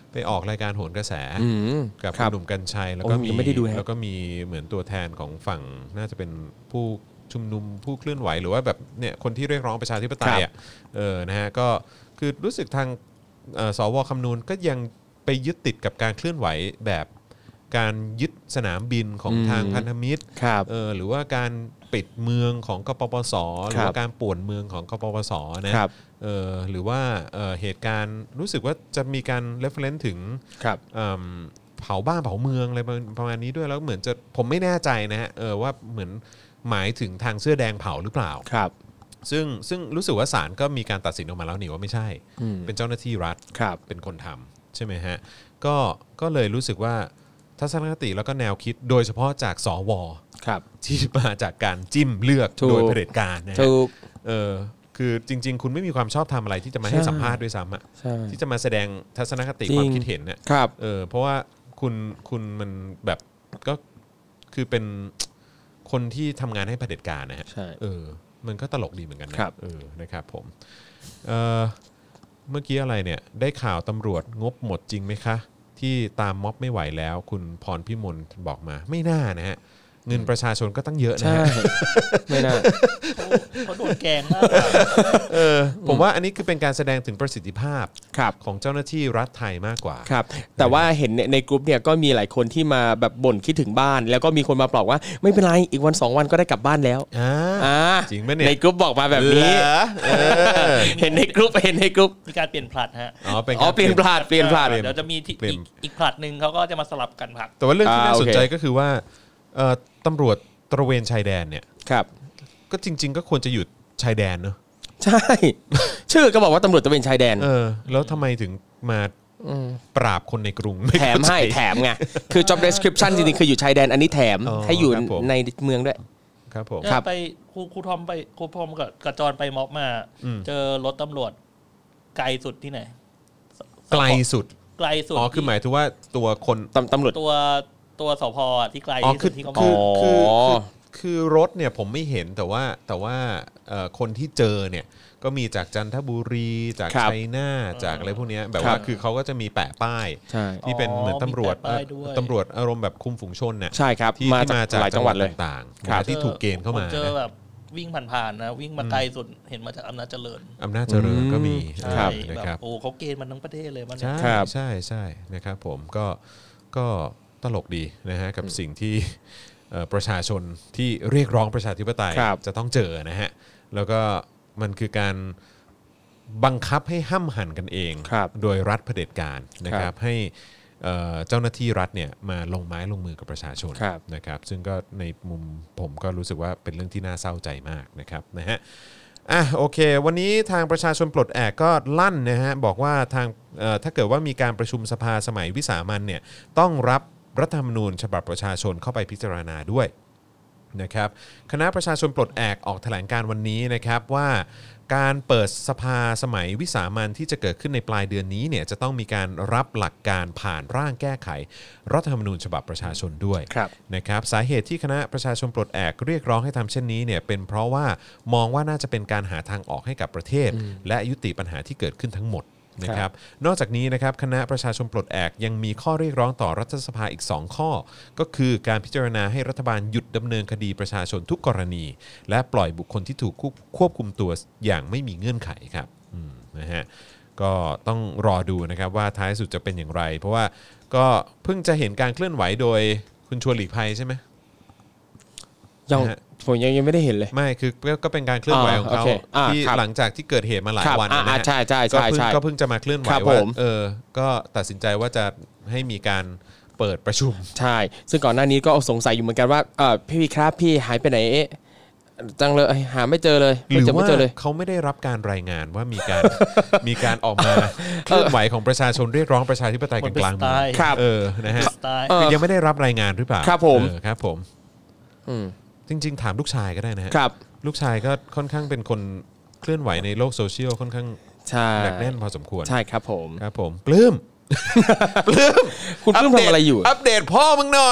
ไปออกรายการโหนกระแสกับครับหนุ่มกัญชัยแล้วก็โอ้มียังไม่ได้ดูฮะแล้วก็มีเหมือนตัวแทนของฝั่งน่าจะเป็นผู้ชุมนุมผู้เคลื่อนไหวหรือว่าแบบเนี่ยคนที่เรียกร้องประชาธิปไตยอ่ะเออนะฮะก็คือรู้สึกทางเอ่อสวคำนูนก็ยังไปยึดติดกับการเคลื่อนไหวแบบการยึดสนามบินของอืมทางพันธมิตรครับเออหรือว่าการปิดเมืองของกปปสหรือว่าการป่วนเมืองของกปปสนะครับ เออหรือว่าเอ่อเหตุการณ์รู้สึกว่าจะมีการ reference ถึงครับเอิ่มเผาบ้านเผาเมืองอะไรประมาณนี้ด้วยแล้วเหมือนจะผมไม่แน่ใจนะฮะเออว่าเหมือนหมายถึงทางเสื้อแดงเผาหรือเปล่าครับซึ่งซึ่งรู้สึกว่าศาลก็มีการตัดสินออกมาแล้วนี่ว่าไม่ใช่อืมเป็นเจ้าหน้าที่รัฐครับเป็นคนทำใช่ไหมฮะก็ก็เลยรู้สึกว่าทัศนคติแล้วก็แนวคิดโดยเฉพาะจากสวครับที่มาจากการจิ้มเลือกถูกโดยเผด็จการนะฮะถูกเออคือจริง ๆ คุณไม่มีความชอบทำอะไรที่จะมาให้ใช่สัมภาษณ์ด้วยซ้ำอะใช่ที่จะมาแสดงทัศนคติจริงความคิดเห็นเนี่ยครับเออเพราะว่าคุณคุณมันแบบก็คือเป็นคนที่ทำงานให้เผด็จการนะฮะใช่เออมันก็ตลกดีเหมือนกันนะครับ เออนะครับผมเออเมื่อกี้อะไรเนี่ยได้ข่าวตำรวจงบหมดจริงไหมคะ ที่ตามม็อบไม่ไหวแล้ว คุณพรพิมลบอกมาไม่น่านะฮะเงินประชาชนก็ตั้งเยอะนะใช่ฮะไม่น่าเขาโดนแกงมากเออผมว่าอันนี้คือเป็นการแสดงถึงประสิทธิภาพครับของเจ้าหน้าที่รัฐไทยมากกว่าครับแต่ว่าเห็นในในกลุ่มเนี่ยก็มีหลายคนที่มาแบบบ่นคิดถึงบ้าน แล้วก็มีคนมาปลอบว่าไม่เป็นไรอีกวันสองวันก็ได้กลับบ้านแล้วอ่าอ่าจริงปะเนี่ยในกลุ่มบอกมาแบบนี้เหรอเออเห็นในกลุ่มเห็นในกลุ่มมีการเปลี่ยนผลัดฮะอ๋อเป็นอ๋อเปลี่ยนพลาดเปลี่ยนพลาดเดี๋ยวจะมีที่เปลี่ยนอีกอีกผลัดหนึ่งเขาก็จะมาสลับกันผลัดแต่ว่าเรื่องที่อ่าน่าสนใจโอเคก็คือว่าเอ่อตำรวจตระเวนชายแดนเนี่ยครับก็จริง ๆ ก็ควรจะหยุดชายแดนเนอะใช่ ชื่อก็บอกว่าตำรวจตระเวนชายแดนเออแล้วทำไมถึงมาปราบคนในกรุงไม่แถมเข้าจให้แถมไงคือ job description จริงๆคืออยู่ชายแดนอันนี้แถมอ๋อให้อยู่ครับผมในเมืองด้วยครับผมครับไปครูครูทอมไปครูทอมกับกระจรไปม็อบมาอืมเจอรถตำรวจไกลสุดที่ไหนไกลสุดไกลสุดอ๋อคือหมายถึงว่าตัวคนตำตำรวจตัวตัวสพอ่ะที่ไกลอ๋อที่คืสุอดที่เขาคืบออกคืออ๋อคือคือรถเนี่ยผมไม่เห็นแต่ว่าแต่ว่าเอ่อคนที่เจอเนี่ยก็มีจากจันทบุรีจากครับชัยนาทจากอะไรพวกเนี้ยแบบครับว่าคือเขาก็จะมีแปะป้ายใช่ที่เป็นเหมือนตำรวจมีแปะป้ายด้วยตำรวจอารมณ์แบบคุมฝูงชนเนี่ยใช่ครับที่ที่มาจากหลายจังหวัดเลยต่างๆครับนะที่ถูกเกณฑ์เข้ามาผเจอนะแบบวิ่งผ่านๆนะวิ่งมาไกลสุดเห็นมาจากอำนาจเจริญอำนาจเจริญก็มีใช่ครับแบนะครับบโอ้เขาเกณฑ์มันทั้งประเทศเลยมันใช่ครับใช่ใช่นะครับผมก็ก็ตลกดีนะฮะกับสิ่งที่เอ่อประชาชนที่เรียกร้องประชาธิปไตยครับจะต้องเจอนะฮะแล้วก็มันคือการบังคับให้ห้ำหั่นกันเองครับโดยรัฐเผด็จการนะคครัรับบ ให้เอ่อเจ้าหน้าที่รัฐเนี่ยมาลงไม้ลงมือกับประชาชนครับนะครับซึ่งก็ในมุมผมก็รู้สึกว่าเป็นเรื่องที่น่าเศร้าใจมากนะครับนะฮะอ่ะโอเค วันนี้ทางประชาชนปลดแอกก็ลั่นนะฮะบอกว่าทางเอ่อถ้าเกิดว่ามีการประชุมสภาสมัยวิสามัญเนี่ยต้องรับรัฐธรรมนูญฉบับประชาชนเข้าไปพิจารณาด้วยนะครับคณะประชาชนปลดแอกออกแถลงการวันนี้นะครับว่าการเปิดสภาสมัยวิสามัญที่จะเกิดขึ้นในปลายเดือนนี้เนี่ยจะต้องมีการรับหลักการผ่านร่างแก้ไขรัฐธรรมนูญฉบับประชาชนด้วยครับนะครับสาเหตุที่คณะประชาชนปลดแอกเรียกร้องให้ทำเช่นนี้เนี่ยเป็นเพราะว่ามองว่าน่าจะเป็นการหาทางออกให้กับประเทศ และยุติปัญหาที่เกิดขึ้นทั้งหมดนะครับนอกจากนี้นะครับคณะประชาชนปลดแอกยังมีข้อเรียกร้องต่อรัฐสภาอีกสองข้อ ก็คือการพิจารณาให้รัฐบาลหยุดดำเนินคดีประชาชนทุกกรณี และปล่อยบุคคลที่ถูกควบคุมตัวอย่างไม่มีเงื่อนไขครับอืมนะฮะก็ต้องรอดูนะครับว่าท้ายสุดจะเป็นอย่างไร เพราะว่าก็เพิ่งจะเห็นการเคลื่อนไหวโดยคุณชวนหลีกภัยใช่ไหมยังนะฮะผมยังยังไม่ได้เห็นเลยไม่คือก็เป็นการเคลื่อนไหวของเขาอ่าโอเคอ่าที่ครับหลังจากที่เกิดเหตุมาหลายครับวันอ่านะฮะใช่ใช่ก็ใช่เพิ่งใช่ก็เพิ่งจะมาเคลื่อนไหวครับว่าผมเออก็ตัดสินใจว่าจะให้มีการเปิดประชุมใช่ ซึ่งก่อนหน้านี้ก็สงสัยอยู่เหมือนกันว่าเออพี่วีครับพี่หายไปไหนจังเลยหาไม่เจอเลยหรือไม่เจอไม่ว่าเจอเลยเขาไม่ได้รับการรายงานว่ามีการ มีการออกมาเคลื่อนไหวของประชาชนเรียกร้องประชาธิปไตยกันกลางเมืองมันเป็นสไตล์ครับเออนะฮะสไตล์เออคือยังไม่ได้รับรายงานหรือเปล่าครับผมเออครับผมอืมจริง ๆ ถามลูกชายก็ได้นะฮะครับลูกชายก็ค่อนข้างเป็นคนเคลื่อนไหวในโลกโซเชียลค่อนข้างใช่หนักแน่นพอสมควรใช่ครับผมครับผมปลื้ม ปลื้มคุณปลื้มทำอะไรอยู่อัปเดตพ่อมึงหน่อย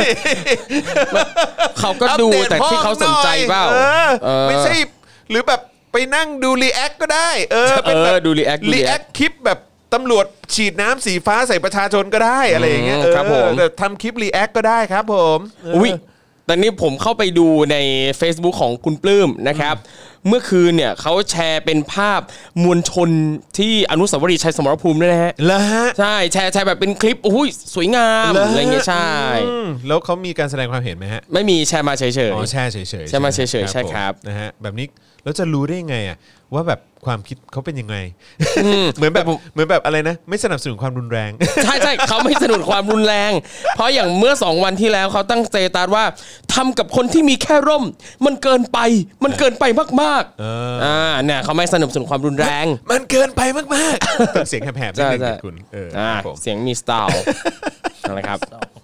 เขาก็ดูแต่ที่เขาสนใจเปล่าเออเออไม่ใช่หรือแบบไปนั่งดูรีแอคก็ได้ เออเป็นเอแบอบ ดูรีแอคดูรีรีแอแอคคคลิปแบบตำรวจฉีดน้ำสีฟ้าใส่ประชาชนก็ได้อะไรอย่างเงี้ยครับผมทำคลิปรีแอคก็ได้ครับผมอุ้ยตอนนี้ผมเข้าไปดูใน Facebook ของคุณปลื้มนะครับเมื่อคืนเนี่ยเขาแชร์เป็นภาพมวลชนที่อนุสาวรีย์ชัยสมรภูมิด้วยนะฮะแล้วฮะใช่แชร์แชร์แบบเป็นคลิปโอ้ยสวยงามอะไรเงี้ยใช่แล้วเขามีการแสดงความเห็นไหมฮะไม่มีแชร์มาเฉยๆอ๋อแชร์เฉยๆแชร์มาเฉยๆใช่ครับนะฮะแบบนี้แล้วจะรู้ได้ยังไงอ่ะว่าแบบความคิดเขาเป็นยังไงเหมือนแบบเหมือนแบบอะไรนะไม่สนับสนุนความรุนแรงใช่ใช่เขาไม่สนับสนุนความรุนแรงเพราะอย่างเมื่อสองวันที่แล้วเขาตั้งสเตตัสว่าทำกับคนที่มีแค่ร่มมันเกินไปมันเกินไปมากๆอ่าเนี่ยเขาไม่สนับสนุนความรุนแรงมันเกินไปมากๆเสียงแหบๆนิดนึงคุณเออเสียงมีสไตล์นะครับ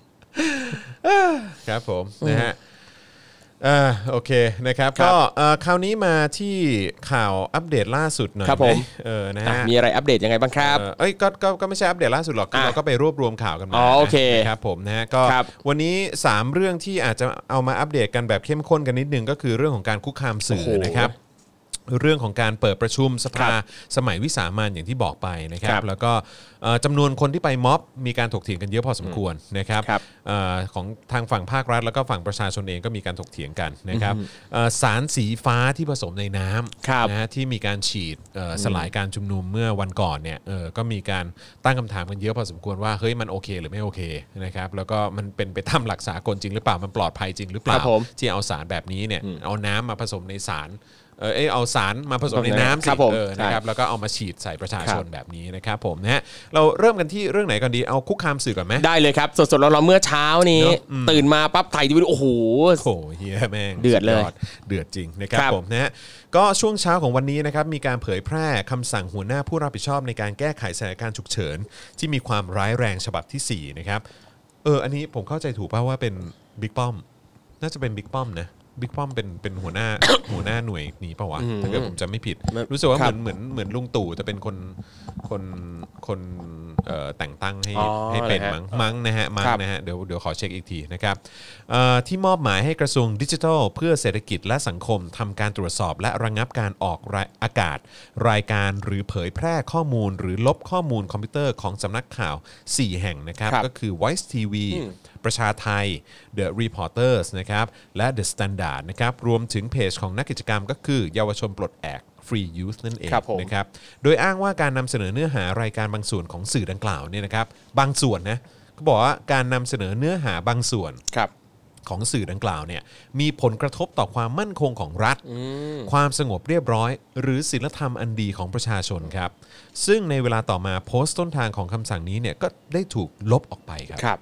ครับผมนะฮะอ่าโอเคนะครับก็คราวนี้มาที่ข่าวอัปเดตล่าสุดหน่อยครับผมเออนะฮะมีอะไรอัปเดตยังไงบ้างครับเอ้ยก็ก็ก็ไม่ใช่อัปเดตล่าสุดหรอกเราก็ไปรวบรวมข่าวกันมาอ๋อโอเคครับผมนะฮะก็วันนี้สามเรื่องที่อาจจะเอามาอัปเดตกันแบบเข้มข้นกันนิดนึงก็คือเรื่องของการคุกคามสื่อนะครับเรื่องของการเปิดประชุมสภาสมัยวิสามัญอย่างที่บอกไปนะครับแล้วก็จำนวนคนที่ไปม็อบมีการถกเถียงกันเยอะพอสมควรนะครับของทางฝั่งภาครัฐแล้วก็ฝั่งประชาชนเองก็มีการถกเถียงกันนะครับสารสีฟ้าที่ผสมในน้ำนะฮะที่มีการฉีดสลายการชุมนุมเมื่อวันก่อนเนี่ยก็มีการตั้งคำถามกันเยอะพอสมควรว่าเฮ้ยมันโอเคหรือไม่โอเคนะครับแล้วก็มันเป็นไปตามหลักสากลจริงหรือเปล่ามันปลอดภัยจริงหรือเปล่าที่เอาสารแบบนี้เนี่ยเอาน้ำมาผสมในสารเออเอาสารมาผสมในน้ำสิเออนะครับแล้วก็เอามาฉีดใส่ประชาชนแบบนี้นะครับผมนะฮะเราเริ่มกันที่เรื่องไหนก่อนดีเอาคุกคามสื่อก่อนไหมได้เลยครับสดๆเราเมื่อเช้านี้ตื่นมาปั๊บถ่ายทีวีโอ้โหโอ้เฮียแม่งเดือดเลยเดือดจริงนะครับผมนะฮะก็ช่วงเช้าของวันนี้นะครับมีการเผยแพร่คำสั่งหัวหน้าผู้รับผิดชอบในการแก้ไขสถานการณ์ฉุกเฉินที่มีความร้ายแรงฉบับที่สี่นะครับเอออันนี้ผมเข้าใจถูกป่ะว่าเป็นบิ๊กป้อมน่าจะเป็นบิ๊กป้อมนะบิ๊กป้อมเป็นเป็นหัวหน้าหัวหน้าหน่วยนี้ป่าววะถ้าเกิดผมจำไม่ผิดรู้สึกว่าเหมือนเหมือนเหมือนลุงตู่จะเป็นคนคนคนแต่งตั้งให้ให้เป็นมั้งมั้งนะฮะมั้งนะฮะเดี๋ยวเดี๋ยวขอเช็คอีกทีนะครับที่มอบหมายให้กระทรวงดิจิทัลเพื่อเศรษฐกิจและสังคมทำการตรวจสอบและระงับการออกอากาศรายการหรือเผยแพร่ข้อมูลหรือลบข้อมูลคอมพิวเตอร์ของสำนักข่าวสี่แห่งนะครับก็คือ Voice ที วี ประชาไทย The Reporters นะครับและ The Standard นะครับรวมถึงเพจของนักกิจกรรมก็คือเยาวชนปลดแอก Free Youth นั่นเองนะครับโดยอ้างว่าการนำเสนอเนื้อหารายการบางส่วนของสื่อดังกล่าวเนี่ยนะครับบางส่วนนะเขาบอกว่าการนำเสนอเนื้อหาบางส่วนของสื่อดังกล่าวเนี่ยมีผลกระทบต่อความมั่นคงของรัฐความสงบเรียบร้อยหรือศีลธรรมอันดีของประชาชนครับซึ่งในเวลาต่อมาโพสต์ต้นทางของคำสั่งนี้เนี่ยก็ได้ถูกลบออกไปครับครับ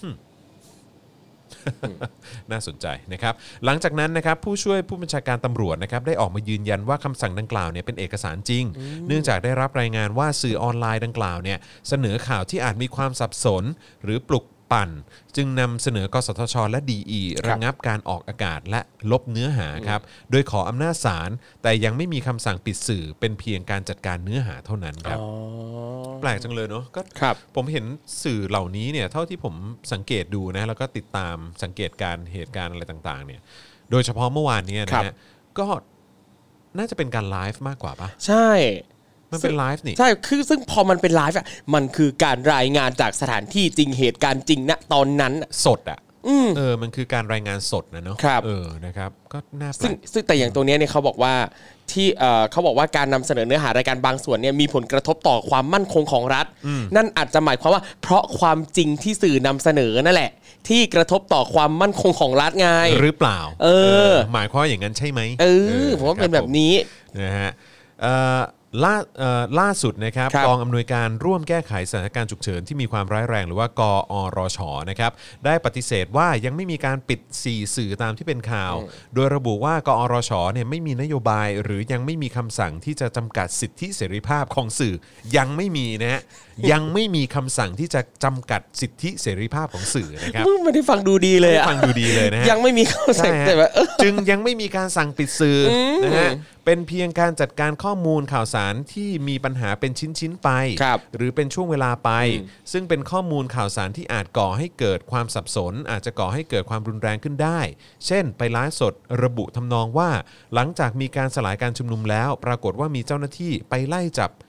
น่าสนใจนะครับหลังจากนั้นนะครับผู้ช่วยผู้บัญชาการตำรวจนะครับได้ออกมายืนยันว่าคำสั่งดังกล่าวเนี่ยเป็นเอกสารจริงเนื่องจากได้รับรายงานว่าสื่อออนไลน์ดังกล่าวเนี่ยเสนอข่าวที่อาจมีความสับสนหรือปลุกปั่นจึงนำเสนอกสทช.และ ดี อี ระงับการออกอากาศและลบเนื้อหาครับโดยขออำนาจศาลแต่ยังไม่มีคำสั่งปิดสื่อเป็นเพียงการจัดการเนื้อหาเท่านั้นครับแปลกจังเลยเนาะก็ผมเห็นสื่อเหล่านี้เนี่ยเท่าที่ผมสังเกตดูนะแล้วก็ติดตามสังเกตการเหตุการณ์อะไรต่างๆเนี่ยโดยเฉพาะเมื่อวานนี้นะฮะก็น่าจะเป็นการไลฟ์มากกว่าปะใช่มันเป็นไลฟ์นี่ใช่คือซึ่งพอมันเป็นไลฟ์อ่ะมันคือการรายงานจากสถานที่จริงเหตุการณ์จริงณตอนนั้นสดอ่ะเออมันคือการรายงานสดนะเนาะเออนะครับก็น่าแปลกซึ่งซึ่งแต่อย่างตัวนี้เนี่ยเขาบอกว่าที่เอ่อเขาบอกว่าการนำเสนอเนื้อหารายการบางส่วนเนี่ยมีผลกระทบต่อความมั่นคงของรัฐนั่นอาจจะหมายความว่าเพราะความจริงที่สื่อนำเสนอนั่นแหละที่กระทบต่อความมั่นคงของรัฐไงหรือเปล่าเออหมายความอย่างนั้นใช่ไหมเออผมว่าเป็นแบบนี้นะฮะเอ่อล่าล่าสุดนะครับกองอำนวยการร่วมแก้ไขสถานการณ์ฉุกเฉินที่มีความร้ายแรงหรือว่ากอรช.นะครับได้ปฏิเสธว่ายังไม่มีการปิดสี่สื่อตามที่เป็นข่าวโดยระบุว่ากอรช.เนี่ยไม่มีนโยบายหรือยังไม่มีคำสั่งที่จะจำกัดสิทธิเสรีภาพของสื่อยังไม่มีนะฮะยังไม่มีคำสั่งที่จะจำกัดสิทธิเสรีภาพของสื่อนะครับไม่ได้ฟังดูดีเลยอะฟังดูดีเลยนะฮะยังไม่มีคำสั่งแต่ว่าจึงยังไม่มีการสั่งปิดสื่อนะฮะเป็นเพียงการจัดการข้อมูลข่าวสารที่มีปัญหาเป็นชิ้นๆไปหรือเป็นช่วงเวลาไปซึ่งเป็นข้อมูลข่าวสารที่อาจก่อให้เกิดความสับสนอาจจะก่อให้เกิดความรุนแรงขึ้นได้เช่นไปไลฟ์สดระบุทำนองว่าหลังจากมีการสลายการชุมนุมแล้วปรากฏว่ามีเจ้าหน้าที่ไปไล่จับ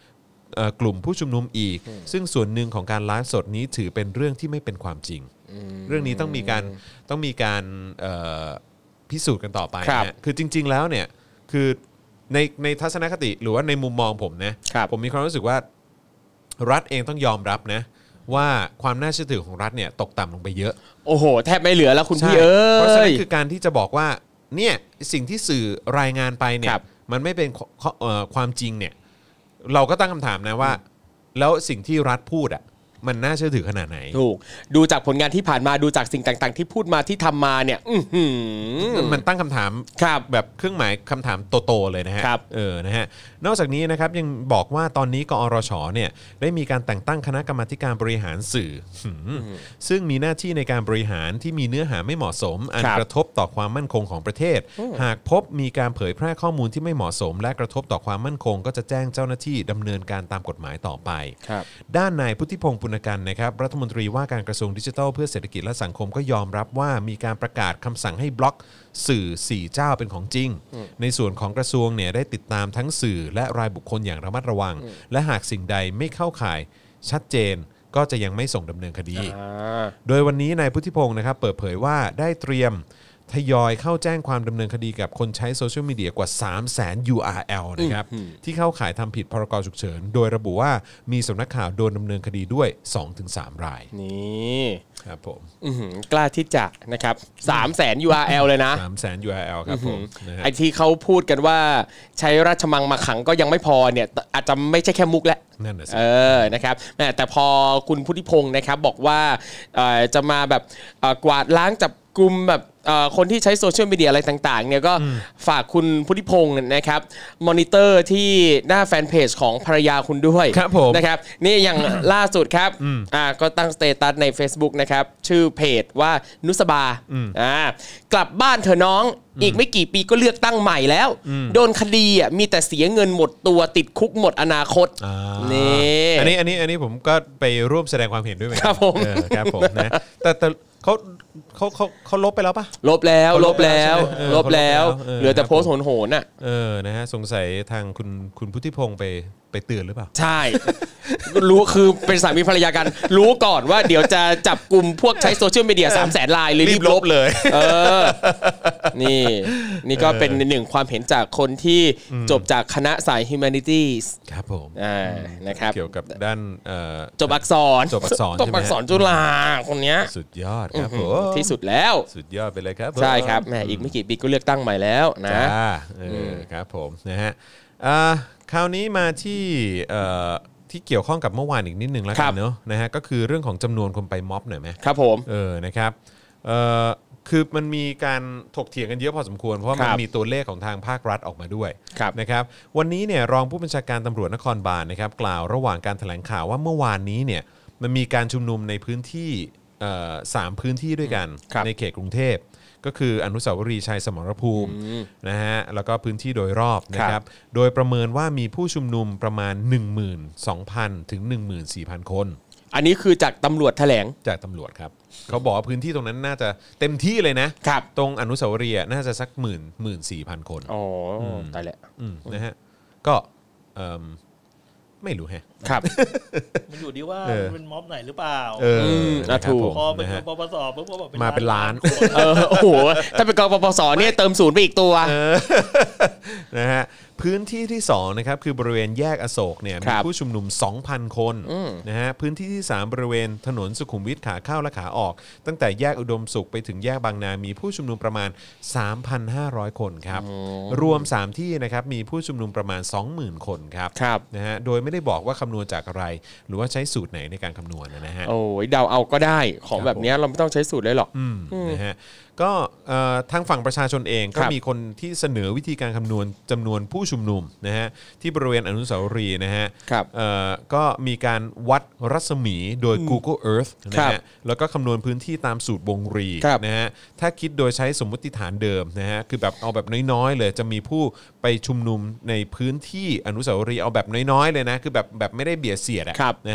กลุ่มผู้ชุมนุมอีกซึ่งส่วนหนึ่งของการไลฟ์สดนี้ถือเป็นเรื่องที่ไม่เป็นความจริงเรื่องนี้ต้องมีการต้องมีการพิสูจน์กันต่อไปนะคือจริงๆแล้วเนี่ยคือในในทัศนคติหรือว่าในมุมมองผมนะผมมีความรู้สึกว่ารัฐเองต้องยอมรับนะว่าความน่าเชื่อถือของรัฐเนี่ยตกต่ำลงไปเยอะโอ้โหแทบไม่เหลือแล้วคุณพี่เอ้ยเพราะฉะนั้นคือการที่จะบอกว่าเนี่ยสิ่งที่สื่อรายงานไปเนี่ยมันไม่เป็นความจริงเนี่ยเราก็ตั้งคำถามนะว่าแล้วสิ่งที่รัฐพูดอ่ะมันน่าเชื่อถือขนาดไหนถูกดูจากผลงานที่ผ่านมาดูจากสิ่งต่างๆที่พูดมาที่ทำมาเนี่ยมันตั้งคำถามแบบเครื่องหมายคำถามโตๆเลยนะฮะเออนะฮะนอกจากนี้นะครับยังบอกว่าตอนนี้กอรชเนี่ยได้มีการแต่งตั้งคณะกรรมาการบริหารสื่อซึ่งมีหน้าที่ในการบริหารที่มีเนื้อหาไม่เหมาะสมอันกระทบต่อความมั่นคงของประเทศหากพบมีการเผยแพร่ข้อมูลที่ไม่เหมาะสมและกระทบต่อความมั่นคงก็จะแจ้งเจ้าหน้าที่ดำเนินการตามกฎหมายต่อไปด้านนายพุทธิพงษ์ปุณกันนะครับรัฐมนตรีว่าการกระทรวงดิจิทัลเพื่อเศรษฐกิจและสังคมก็ยอมรับว่ามีการประกาศคำสั่งให้บล็อกสื่อสี่เจ้าเป็นของจริงในส่วนของกระทรวงเนี่ยได้ติดตามทั้งสื่อและรายบุคคลอย่างระมัดระวังและหากสิ่งใดไม่เข้าข่ายชัดเจนก็จะยังไม่ส่งดำเนินคดีโดยวันนี้นายพุทธิพงศ์นะครับเปิดเผยว่าได้เตรียมทยอยเข้าแจ้งความดำเนินคดีกับคนใช้โซเชียลมีเดียกว่า สามแสน ยู อาร์ แอล นะครับที่เข้าข่ายทำผิดพรกฉุกเฉินโดยระบุว่ามีสำนักข่าวโดนดำเนินคดีด้วย สองถึงสาม รายนี่ครับผมกล้าที่จะนะครับ สามแสน ยู อาร์ แอล เลยนะสามแสน ยู อาร์ แอล ครับผมไอ้ที่เขาพูดกันว่าใช้ราชมังมาขังก็ยังไม่พอเนี่ยอาจจะไม่ใช่แค่มุกแล้วนั่นแหละเออนะครับแต่พอคุณพุทธิพงศ์นะครับบอกว่าจะมาแบบกวาดล้างจับกลุ่มแบบคนที่ใช้โซเชียลมีเดียอะไรต่างๆเนี่ยก็ฝากคุณพุทธิพงศ์นะครับมอนิเตอร์ที่หน้าแฟนเพจของภรรยาคุณด้วยนะครับนี่อย่างล่าสุดครับอ่าก็ตั้งสเตตัสใน Facebook นะครับชื่อเพจว่านุสบาอ่ากลับบ้านเถอะน้องอีกไม่กี่ปีก็เลือกตั้งใหม่แล้วโดนคดีอ่ะมีแต่เสียเงินหมดตัวติดคุกหมดอนาคตนี่อันนี้อันนี้อันนี้ผมก็ไปร่วมแสดงความเห็นด้วยเหมือนกันครับผมครับผมนะแต่แต่เขาเขาเขาเขาลบไปแล้วปะลบแล้วลบแล้วลบแล้วเหลือแต่โพสต์โหนๆน่ะเออนะฮะสงสัยทางคุณคุณพุทธิพงศ์ไปไปเตือนหรือเปล่าใช่รู้คือเป็นสามีภรรยากันรู้ก่อนว่าเดี๋ยวจะจับกลุ่มพวกใช้โซเชียลมีเดีย สามแสน รายเลยรีบลบเลยเออนี่นี่ก็เป็นหนึ่งความเห็นจากคนที่จบจากคณะสาย Humanities ครับผมอ่านะครับเกี่ยวกับด้านเอ่อจบอักษรจบอักษรจบอักษรจุฬาคนเนี้ยสุดยอดครับผมที่สุดแล้วสุดยอดไปเลยครับใช่ครับแหมอีกไม่กี่ปีก็เลือกตั้งใหม่แล้วนะเออครับผมนะฮะอ่าคราวนี้มาที่เอ่อที่เกี่ยวข้องกับเมื่อวานอีกนิดนึงแล้วกันเนาะนะฮะก็คือเรื่องของจำนวนคนไปม็อบหน่อยไหมครับผมเออนะครับเอ่อคือมันมีการถกเถียงกันเยอะพอสมควรเพราะว่ามันมีตัวเลขของทางภาครัฐออกมาด้วยนะครับวันนี้เนี่ยรองผู้บัญชาการตำรวจนครบาลนะครับกล่าวระหว่างการแถลงข่าวว่าเมื่อวานนี้เนี่ยมันมีการชุมนุมในพื้นที่สามพื้นที่ด้วยกันในเขตกรุงเทพก็คืออนุสาวรีย์ชัยสมรภูมินะฮะแล้วก็พื้นที่โดยรอบนะครับโดยประเมินว่ามีผู้ชุมนุมประมาณ หนึ่งหมื่นสองพัน ถึง หนึ่งหมื่นสี่พัน คนอันนี้คือจากตำรวจแถลงจากตำรวจครับเขาบอกว่าพื้นที่ตรงนั้นน่าจะเต็มที่เลยนะครับตรงอนุสาวรีย์น่าจะสักหมื่นหมื่นสี่พันคนอ๋อตายแหละนะฮะก็ไม่รู้ฮะครับมันอยู่ดีว่าเป็นม็อบไหนหรือเปล่าเออถูกพอเป็นปปสปุ๊บก็มาเป็นล้านเออโอ้โหถ้าเป็นกปปสเนี่ยเติมศูนย์ไปอีกตัวนะฮะพื้นที่ที่สองนะครับคือบริเวณแยกอโศกเนี่ยมีผู้ชุมนุม สองพัน คนนะฮะพื้นที่ที่สามบริเวณถนนสุขุมวิทขาเข้าและขาออกตั้งแต่แยกอุดมสุขไปถึงแยกบางนามีผู้ชุมนุมประมาณ สามพันห้าร้อย คนครับรวมสามที่นะครับมีผู้ชุมนุมประมาณ สองหมื่น คนครับนะฮะโดยไม่ได้บอกว่าคำนวณจากอะไรหรือว่าใช้สูตรไหนในการคำนวณนะฮะโอ้ยเดาเอาก็ได้ของแบบนี้เราไม่ต้องใช้สูตรเลยหรอกนะฮะก็ทางฝั่งประชาชนเองก็มีคนที่เสนอวิธีการคำนวณจำนวนผู้ชุมนุมนะฮะที่บริเวณอนุสาวรีย์นะฮะก็มีการวัดรัศมีโดย Google Earth นะฮะแล้วก็คำนวณพื้นที่ตามสูตรวงรีนะฮะถ้าคิดโดยใช้สมมติฐานเดิมนะฮะคือแบบเอาแบบน้อยๆเลยจะมีผู้ไปชุมนุมในพื้นที่อนุสาวรีย์เอาแบบน้อยๆเลยนะคือแบบแบบไม่ได้เบียดเสียดนะฮะ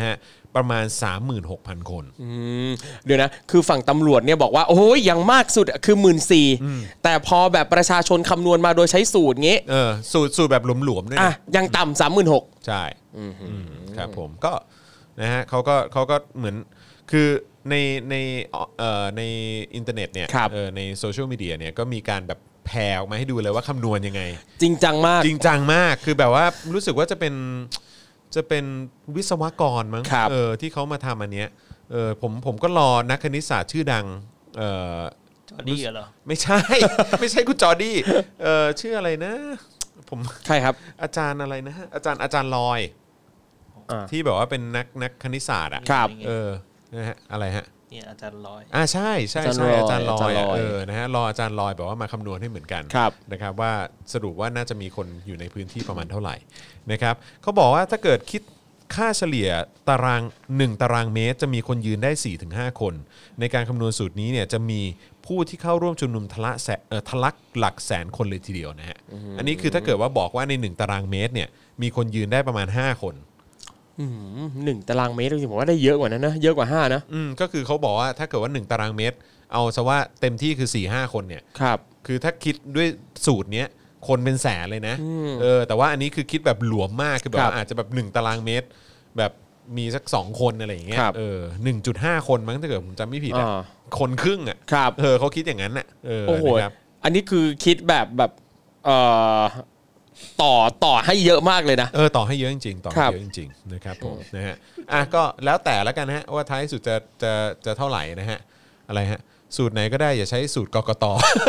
ประมาณ สามหมื่นหกพัน คนเดี๋ยวนะคือฝั่งตำรวจเนี่ยบอกว่าโอ้ยอย่างมากสุดคือ หนึ่งหมื่นสี่พัน แต่พอแบบประชาชนคำนวณมาโดยใช้สูตรงี้เออสูตรสูตรแบบหลวมๆด้วยนะยังต่ำ สามหมื่นหกพันใช่ครับผมก็นะฮะเขาก็เขาก็เหมือนคือในในเอ่อในอินเทอร์เน็ตเนี่ยเออในโซเชียลมีเดียเนี่ยก็มีการแบบแผ่ออกมาให้ดูเลยว่าคำนวณยังไงจริงจังมากจริงจังมากคือแบบว่ารู้สึกว่าจะเป็นจะเป็นวิศวกรมั้งเออที่เขามาทำอันเนี้ยเออผมผมก็รอนักคณิตศาสตร์ชื่อดังเออจอร์ดี้เหรอไม่ใช่ ไม่ใช่คุณจอร์ดี้เออชื่ออะไรนะผมใช่ครับอาจารย์อะไรนะอาจารย์อาจารย์ลอยที่แบบว่าเป็นนักนักคณิตศาสตร์อ่ะเออนะฮะอะไรฮะเนี่ยอาจารย์ลอยอ่าใช่ใช่ใช่อาจารย์ลอยเออนะฮะรออาจารย์ลอยแบบว่ามาคำนวณให้เหมือนกันนะครับว่าสรุปว่าน่าจะมีคนอยู่ในพื้นที่ประมาณเท่าไหร่นะครับเขาบอกว่าถ้าเกิดคิดค่าเฉลี่ยตารางหนึ่งตารางเมตรจะมีคนยืนได้ สี่ถึงห้า คนในการคำนวณสูตรนี้เนี่ยจะมีผู้ที่เข้าร่วมชุมนุมทะลักแสนเอ่อทะลักหลักแสนคนเลยทีเดียวนะฮะ อ, อันนี้คือถ้าเกิดว่าบอกว่าในหนึ่งตารางเมตรเนี่ยมีคนยืนได้ประมาณห้าคนหนึ่งตารางเมตรจริงๆผมว่าได้เยอะกว่านั้นนะเยอะกว่าห้านะอืมก็คือเขาบอกว่าถ้าเกิดว่าหนึ่งตารางเมตรเอาซะว่าเต็มที่คือ สี่ห้า คนเนี่ยครับคือถ้าคิดด้วยสูตรเนี้ยคนเป็นแสนเลยนะเออแต่ว่าอันนี้คือคิดแบบหลวมมากคือแบบว่าอาจจะแบบหนึ่งตารางเมตรแบบมีสักสองคนอะไรอย่างเงี้ยเออ หนึ่งจุดห้า คนมั้งถ้าเกิดผมจำไม่ผิดอ่ะคนครึ่งอ่ะเออเขาคิดอย่างนั้นน่ะเออนะครับอันนี้คือคิดแบบแบบเอ่อต่อต่อให้เยอะมากเลยนะเออต่อให้เยอะจริงๆต่อให้เยอะจริงๆนะครับผมนะฮะอ่ะก็แล้วแต่แล้วกันฮะว่าท้ายสุดจะจะจะเท่าไหร่นะฮะอะไรฮะสูตรไหนก็ได้อย่าใช้สูตรกกต.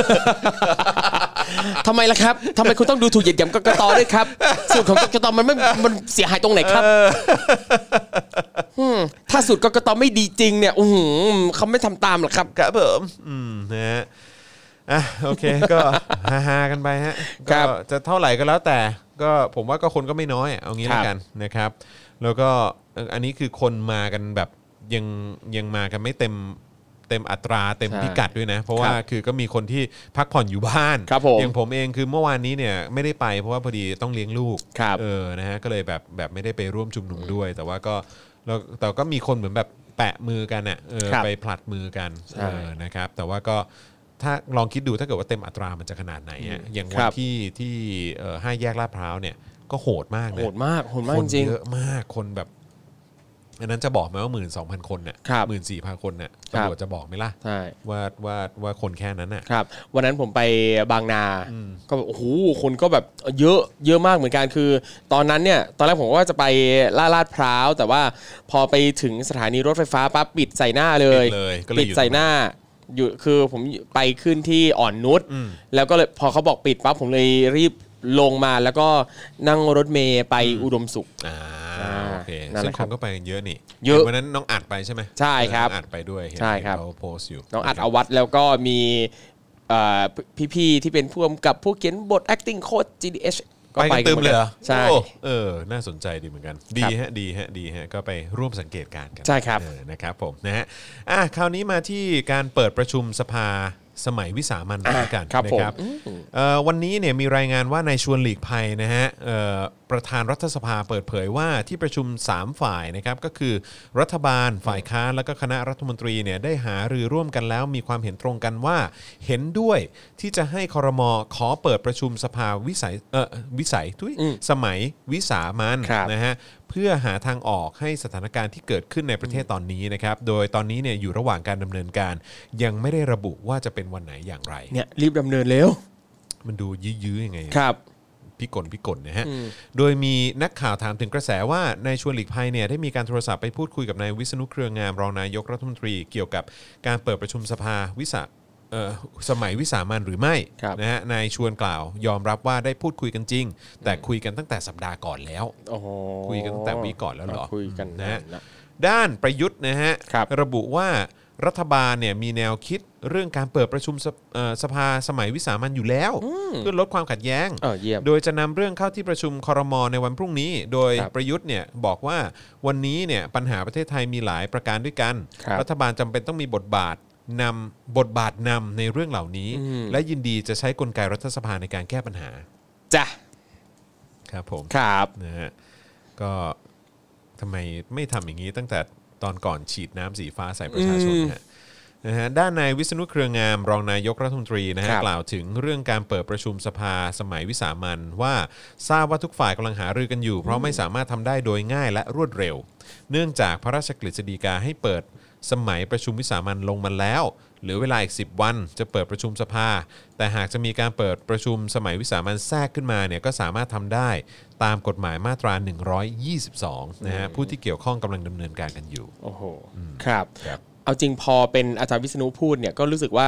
ทำไมล่ะครับทำไมคุณต้องดูถูกเหยียดหยามกกต.ด้วยครับสูตรของกกต.มันไม่มันเสียหายตรงไหนครับถ้าสูตรกกต.ไม่ดีจริงเนี่ยอือเขาไม่ทำตามหรอกครับครับผมอืมนะฮะอ่ะโอเคก็ฮาๆกันไปฮะก็จะเท่าไหร่ก็แล้วแต่ก็ผมว่าก็คนก็ไม่น้อยเอางี้แล้วกันนะครับแล้วก็อันนี้คือคนมากันแบบยังยังมากันไม่เต็มเต็มอัตราเต็มพิกัดด้วยนะเพราะว่าคือก็มีคนที่พักผ่อนอยู่บ้านอย่างผมเองคือเมื่อวานนี้เนี่ยไม่ได้ไปเพราะว่าพอดีต้องเลี้ยงลูกเออนะฮะก็เลยแบบแบบไม่ได้ไปร่วมชุมนุมด้วยแต่ว่าก็แล้วแต่ก็มีคนเหมือนแบบแปะมือกันอ่ะเออไปผลัดมือกันเออนะครับแต่ว่าก็ถ้าลองคิดดูถ้าเกิดว่าเต็มอัตรามันจะขนาดไหนอ่ะอย่างวันที่ที่ห้าแยกลาดพร้าวเนี่ยก็โหดมากนะโหดมากโหดมากจริงเยอะมากคนแบบอันนั้นจะบอกไหมว่าหมื่นสองพันคนเนี่ยหมื่นสี่พันคนเนี่ยตำรวจจะบอกไหมล่ะว่าว่าว่าคนแค่นั้นน่ะครับวันนั้นผมไปบางนาก็โอ้โหคนก็แบบเยอะเยอะมากเหมือนกันคือตอนนั้นเนี่ยตอนแรกผมว่าจะไปลาดลาดพร้าวแต่ว่าพอไปถึงสถานีรถไฟฟ้าปั๊บปิดใส่หน้าเลยปิดใส่หน้าอยู่คือผมไปขึ้นที่อ่อนนุชแล้วก็เลยพอเขาบอกปิดปั๊บผมเลยรีบลงมาแล้วก็นั่งรถเมย์ไปอุดมสุขอ่าโอเคซึ่งคนก็ไปกันเยอะนี่เยอะวันนั้นน้องอัดไปใช่ไหมใช่ครับอัดไปด้วยใช่ครับเขาโพสต์อยู่น้องอัดเอาวัดแล้วก็มีพี่ๆที่เป็นผู้กำกับผู้เขียนบท acting coach จี ดี เอช ก็ไปกันเต็มเลยใช่เออน่าสนใจดีเหมือนกันดีฮะดีฮะดีฮะก็ไปร่วมสังเกตการณ์กันใช่ครับนะครับผมนะฮะอ่ะคราวนี้มาที่การเปิดประชุมสภาสมัยวิสามัญกันนะครับวันนี้เนี่ยมีรายงานว่านายชวนหลีกภัยนะฮะประธานรัฐสภาเปิดเผยว่าที่ประชุมสามฝ่ายนะครับก็คือรัฐบาลฝ่ายค้านและก็คณะรัฐมนตรีเนี่ยได้หารือร่วมกันแล้วมีความเห็นตรงกันว่าเห็นด้วยที่จะให้ครม.ขอเปิดประชุมสภาวิสัยเอ่อวิสัยทุยสมัยวิสามัญนะฮะเพื่อหาทางออกให้สถานการณ์ที่เกิดขึ้นในประเทศตอนนี้นะครับโดยตอนนี้เนี่ยอยู่ระหว่างการดำเนินการยังไม่ได้ระบุว่าจะเป็นวันไหนอย่างไรเนี่ยรีบดำเนินเร็วมันดูยื้อๆยังไงครับพิกลพิกลนะฮะโดยมีนักข่าวถามถึงกระแสว่านายชวนหลีกภัยเนี่ยได้มีการโทรศัพท์ไปพูดคุยกับนายวิษณุเครืองามรองนายกรัฐมนตรีเกี่ยวกับการเปิดประชุมสภาวิสาสมัยวิสามัญหรือไม่นะฮะนายชวนกล่าวยอมรับว่าได้พูดคุยกันจริงแต่คุยกันตั้งแต่สัปดาห์ก่อนแล้วคุยกันตั้งแต่วีก่อนแล้วเหรอคุยกันนะฮะด้านประยุทธ์นะฮะระบุว่ารัฐบาลเนี่ยมีแนวคิดเรื่องการเปิดประชุมสภาสมัยวิสามัญอยู่แล้วเพื่อลดความขัดแย้งโดยจะนำเรื่องเข้าที่ประชุมครม.ในวันพรุ่งนี้โดยประยุทธ์เนี่ยบอกว่าวันนี้เนี่ยปัญหาประเทศไทยมีหลายประการด้วยกันรัฐบาลจำเป็นต้องมีบทบาทนำบทบาทนำในเรื่องเหล่านี้และยินดีจะใช้กลไกรัฐสภาในการแก้ปัญหาจ้ะครับผมครับนะฮะก็ทำไมไม่ทำอย่างนี้ตั้งแต่ตอนก่อนฉีดน้ำสีฟ้าใส่ประชาชนฮะนะฮะด้านนายวิษณุเครืองามรองนายกรัฐมนตรีนะฮะกล่าวถึงเรื่องการเปิดประชุมสภาสมัยวิสามัญว่าทราบว่าทุกฝ่ายกำลังหารือกันอยู่เพราะไม่สามารถทำได้โดยง่ายและรวดเร็วเนื่องจากพระราชกฤษฎีกาให้เปิดสมัยประชุมวิสามัญลงมาแล้วเหลือเวลาอีกสิบวันจะเปิดประชุมสภาแต่หากจะมีการเปิดประชุมสมัยวิสามัญแทรกขึ้นมาเนี่ยก็สามารถทำได้ตามกฎหมายมาตราหนึ่งร้อยยี่สิบสองนะฮะผู้ที่เกี่ยวข้องกำลังดำเนินการกันอยู่โอ้โหครับเอาจริงพอเป็นอาจารย์วิษณุพูดเนี่ยก็รู้สึกว่า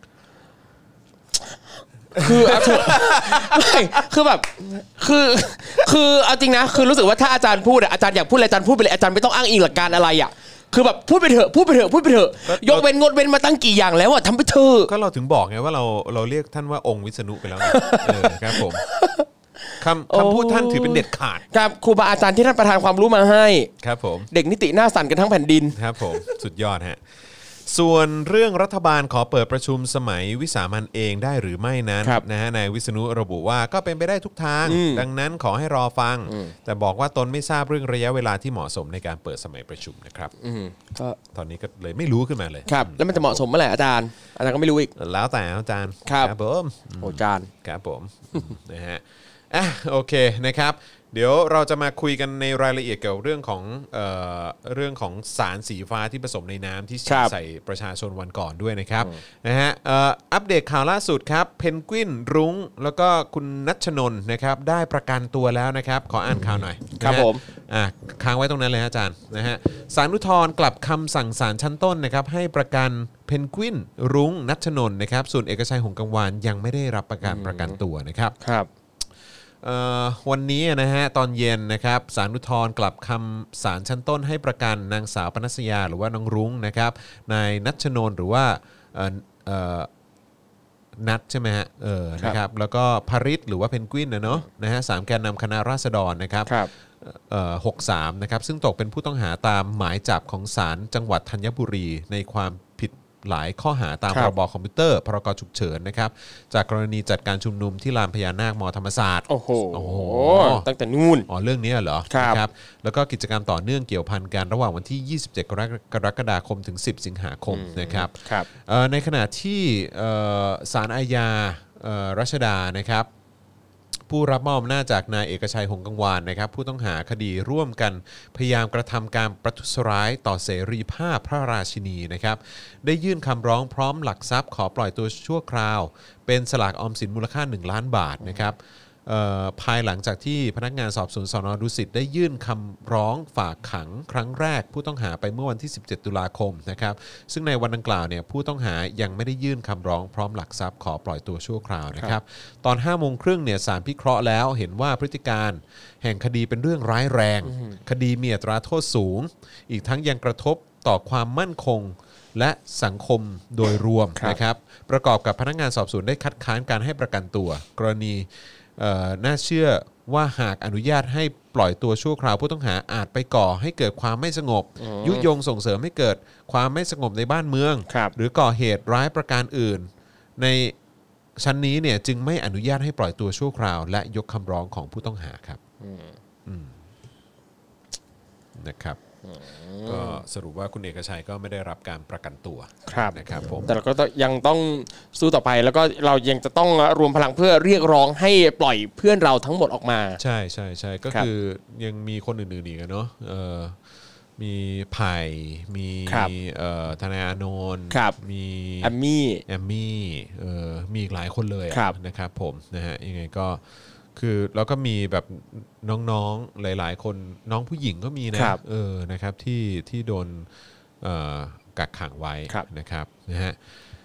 คือเอาเถอะไม่คือแบบคือคือเอาจริงนะคือรู้สึกว่าถ้าอาจารย์พูดอาจารย์อยากพูดอะไรอาจารย์พูดไปเลยอาจารย์ไม่ต้องอ้างอิงหลักการอะไรอ่ะคือแบบพูดไปเถอะพูดไปเถอะพูดไปเถอะยกเว้นงดเว้นมาตั้งกี่อย่างแล้วอ่ะทำไปเถอะก็เราถึงบอกไงว่าเราเราเรียกท่านว่าองค์วิษณุไปแล้วเออครับผมคำคำพูดท่านถือเป็นเด็ดขาดครับครูบาอาจารย์ที่ท่านประทานความรู้มาให้ครับผมเด็กนิติหน้าสั่นกันทั้งแผ่นดินครับผมสุดยอดฮะส่วนเรื่องรัฐบาลขอเปิดประชุมสมัยวิสามัญเองได้หรือไม่นั้นนะฮะนายวิษณุระบุว่าก็เป็นไปได้ทุกทางดังนั้นขอให้รอฟังแต่บอกว่าตนไม่ทราบเรื่องระยะเวลาที่เหมาะสมในการเปิดสมัยประชุมนะครับก็ตอนนี้ก็เลยไม่รู้ขึ้นมาเลยครับแล้วมันจะเหมาะสมเมื่อไหร่อาจารย์อาจารย์ก็ไม่รู้อีกแล้วแต่อาจารย์ครับผมโอ้อาจารย์ครับผมนะฮะอ่ะโอเคนะครับเดี๋ยวเราจะมาคุยกันในรายละเอียดเกี่ยวกับเรื่องของเอ่อเรื่องของสารสีฟ้าที่ผสมในน้ำที่ใส่ประชาชนวันก่อนด้วยนะครับนะฮะเอ่ออัปเดตข่าวล่าสุดครับเพนกวินรุ้งแล้วก็คุณณัชนนท์นะครับได้ประกันตัวแล้วนะครับขออ่านข่าวหน่อยครับผมอ่ะค้างไว้ตรงนั้นเลยอาจารย์นะฮะศาลอุทธรณ์กลับคำสั่งศาลชั้นต้นนะครับให้ประกันเพนกวินรุ้งณัชนนท์นะครับส่วนเอกชัยหงส์กังวานยังไม่ได้รับประกันประกันตัวนะครับครับวันนี้นะฮะตอนเย็นนะครับศาลอุทธรณ์กลับคำศาลชั้นต้นให้ประกันนางสาวปนัสยาหรือว่าน้องรุ้งนะครับนายณัชนนท์หรือว่านัทใช่ไหมฮะเออนะครับแล้วก็ภริษหรือว่าเพนกวินนะเนาะนะฮะสามแกนนำคณะราษฎรนะครับหกสามนะครับซึ่งตกเป็นผู้ต้องหาตามหมายจับของศาลจังหวัดธัญบุรีในความผิดหลายข้อหาตามพรบคอมพิวเตอร์พรกฉุกเฉินนะครับจากกรณีจัดการชุมนุมที่ลานพญานาคมธรรมศาสตร์โอ้โหตั้งแต่นู่นอ๋อเรื่องนี้เหรอครับแล้วก็กิจกรรมต่อเนื่องเกี่ยวพันกันระหว่างวันที่ยี่สิบเจ็ดกรกฎาคมถึงสิบสิงหาคมนะครับในขณะที่ศาลอาญารัชดานะครับผู้รับมอบอำนาจจากนายเอกชัยหงส์กังวานนะครับผู้ต้องหาคดีร่วมกันพยายามกระทำการประทุษร้ายต่อเสรีภาพพระราชินีนะครับได้ยื่นคำร้องพร้อมหลักทรัพย์ขอปล่อยตัวชั่วคราวเป็นสลากออมสินมูลค่าหนึ่งล้านบาทนะครับภายหลังจากที่พนักงานสอบสวนสน.ดุสิตได้ยื่นคำร้องฝากขังครั้งแรกผู้ต้องหาไปเมื่อวันที่สิบเจ็ดตุลาคมนะครับซึ่งในวันดังกล่าวเนี่ยผู้ต้องหายังไม่ได้ยื่นคำร้องพร้อมหลักทรัพย์ขอปล่อยตัวชั่วคราวนะครับตอนห้าโมงครึ่งเนี่ยศาลพิเคราะห์แล้วเห็นว่าพฤติการแห่งคดีเป็นเรื่องร้ายแรงคดีมีอัตราโทษสูงอีกทั้งยังกระทบต่อความมั่นคงและสังคมโดยรวมนะครับประกอบกับพนักงานสอบสวนได้คัดค้านการให้ประกันตัวกรณีน่าเชื่อว่าหากอนุญาตให้ปล่อยตัวชั่วคราวผู้ต้องหาอาจไปก่อให้เกิดความไม่สงบยุยงส่งเสริมให้เกิดความไม่สงบในบ้านเมืองหรือก่อเหตุร้ายประการอื่นในชั้นนี้เนี่ยจึงไม่อนุญาตให้ปล่อยตัวชั่วคราวและยกคำร้องของผู้ต้องหาครับนะครับก็สรุปว่าคุณเอกชัยก็ไม่ได้รับการประกันตัวนะครับผมแต่เราก็ยังต้องสู้ต่อไปแล้วก็เรายังจะต้องรวมพลังเพื่อเรียกร้องให้ปล่อยเพื่อนเราทั้งหมดออกมาใช่ใช่ใช่ก็คือยังมีคนอื่นๆอีกเนาะมีไผ่มีทนายอานนท์มีแอมมี่แอมมี่มีอีกหลายคนเลยนะครับผมนะฮะยังไงก็คือแล้วก็มีแบบน้องๆหลายๆคนน้องผู้หญิงก็มีนะเออนะครับที่ที่โดนกักขังไว้นะครับนะฮะ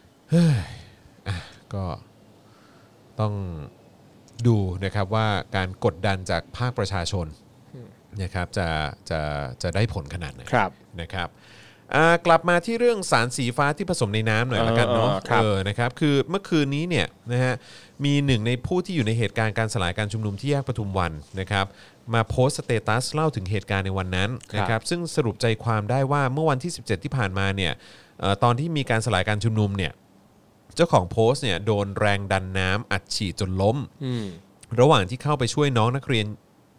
ก็ต้องดูนะครับว่าการกดดันจากภาคประชาชนนะครับจะจะจะได้ผลขนาดไหนนะครับกลับมาที่เรื่องสารสีฟ้าที่ผสมในน้ำหน่อยละกันเนาะเออนะครับคือเมื่อคืนนี้เนี่ยนะฮะมีหนึ่งในผู้ที่อยู่ในเหตุการณ์การสลายการชุมนุมที่แยกปทุมวันนะครับมาโพสต์สเตตัสเล่าถึงเหตุการณ์ในวันนั้นนะครับซึ่งสรุปใจความได้ว่าเมื่อวันที่สิบเจ็ดที่ผ่านมาเนี่ยตอนที่มีการสลายการชุมนุมเนี่ยเจ้าของโพสต์เนี่ยโดนแรงดันน้ำอัดฉีดจนล้มระหว่างที่เข้าไปช่วยน้องนักเรียน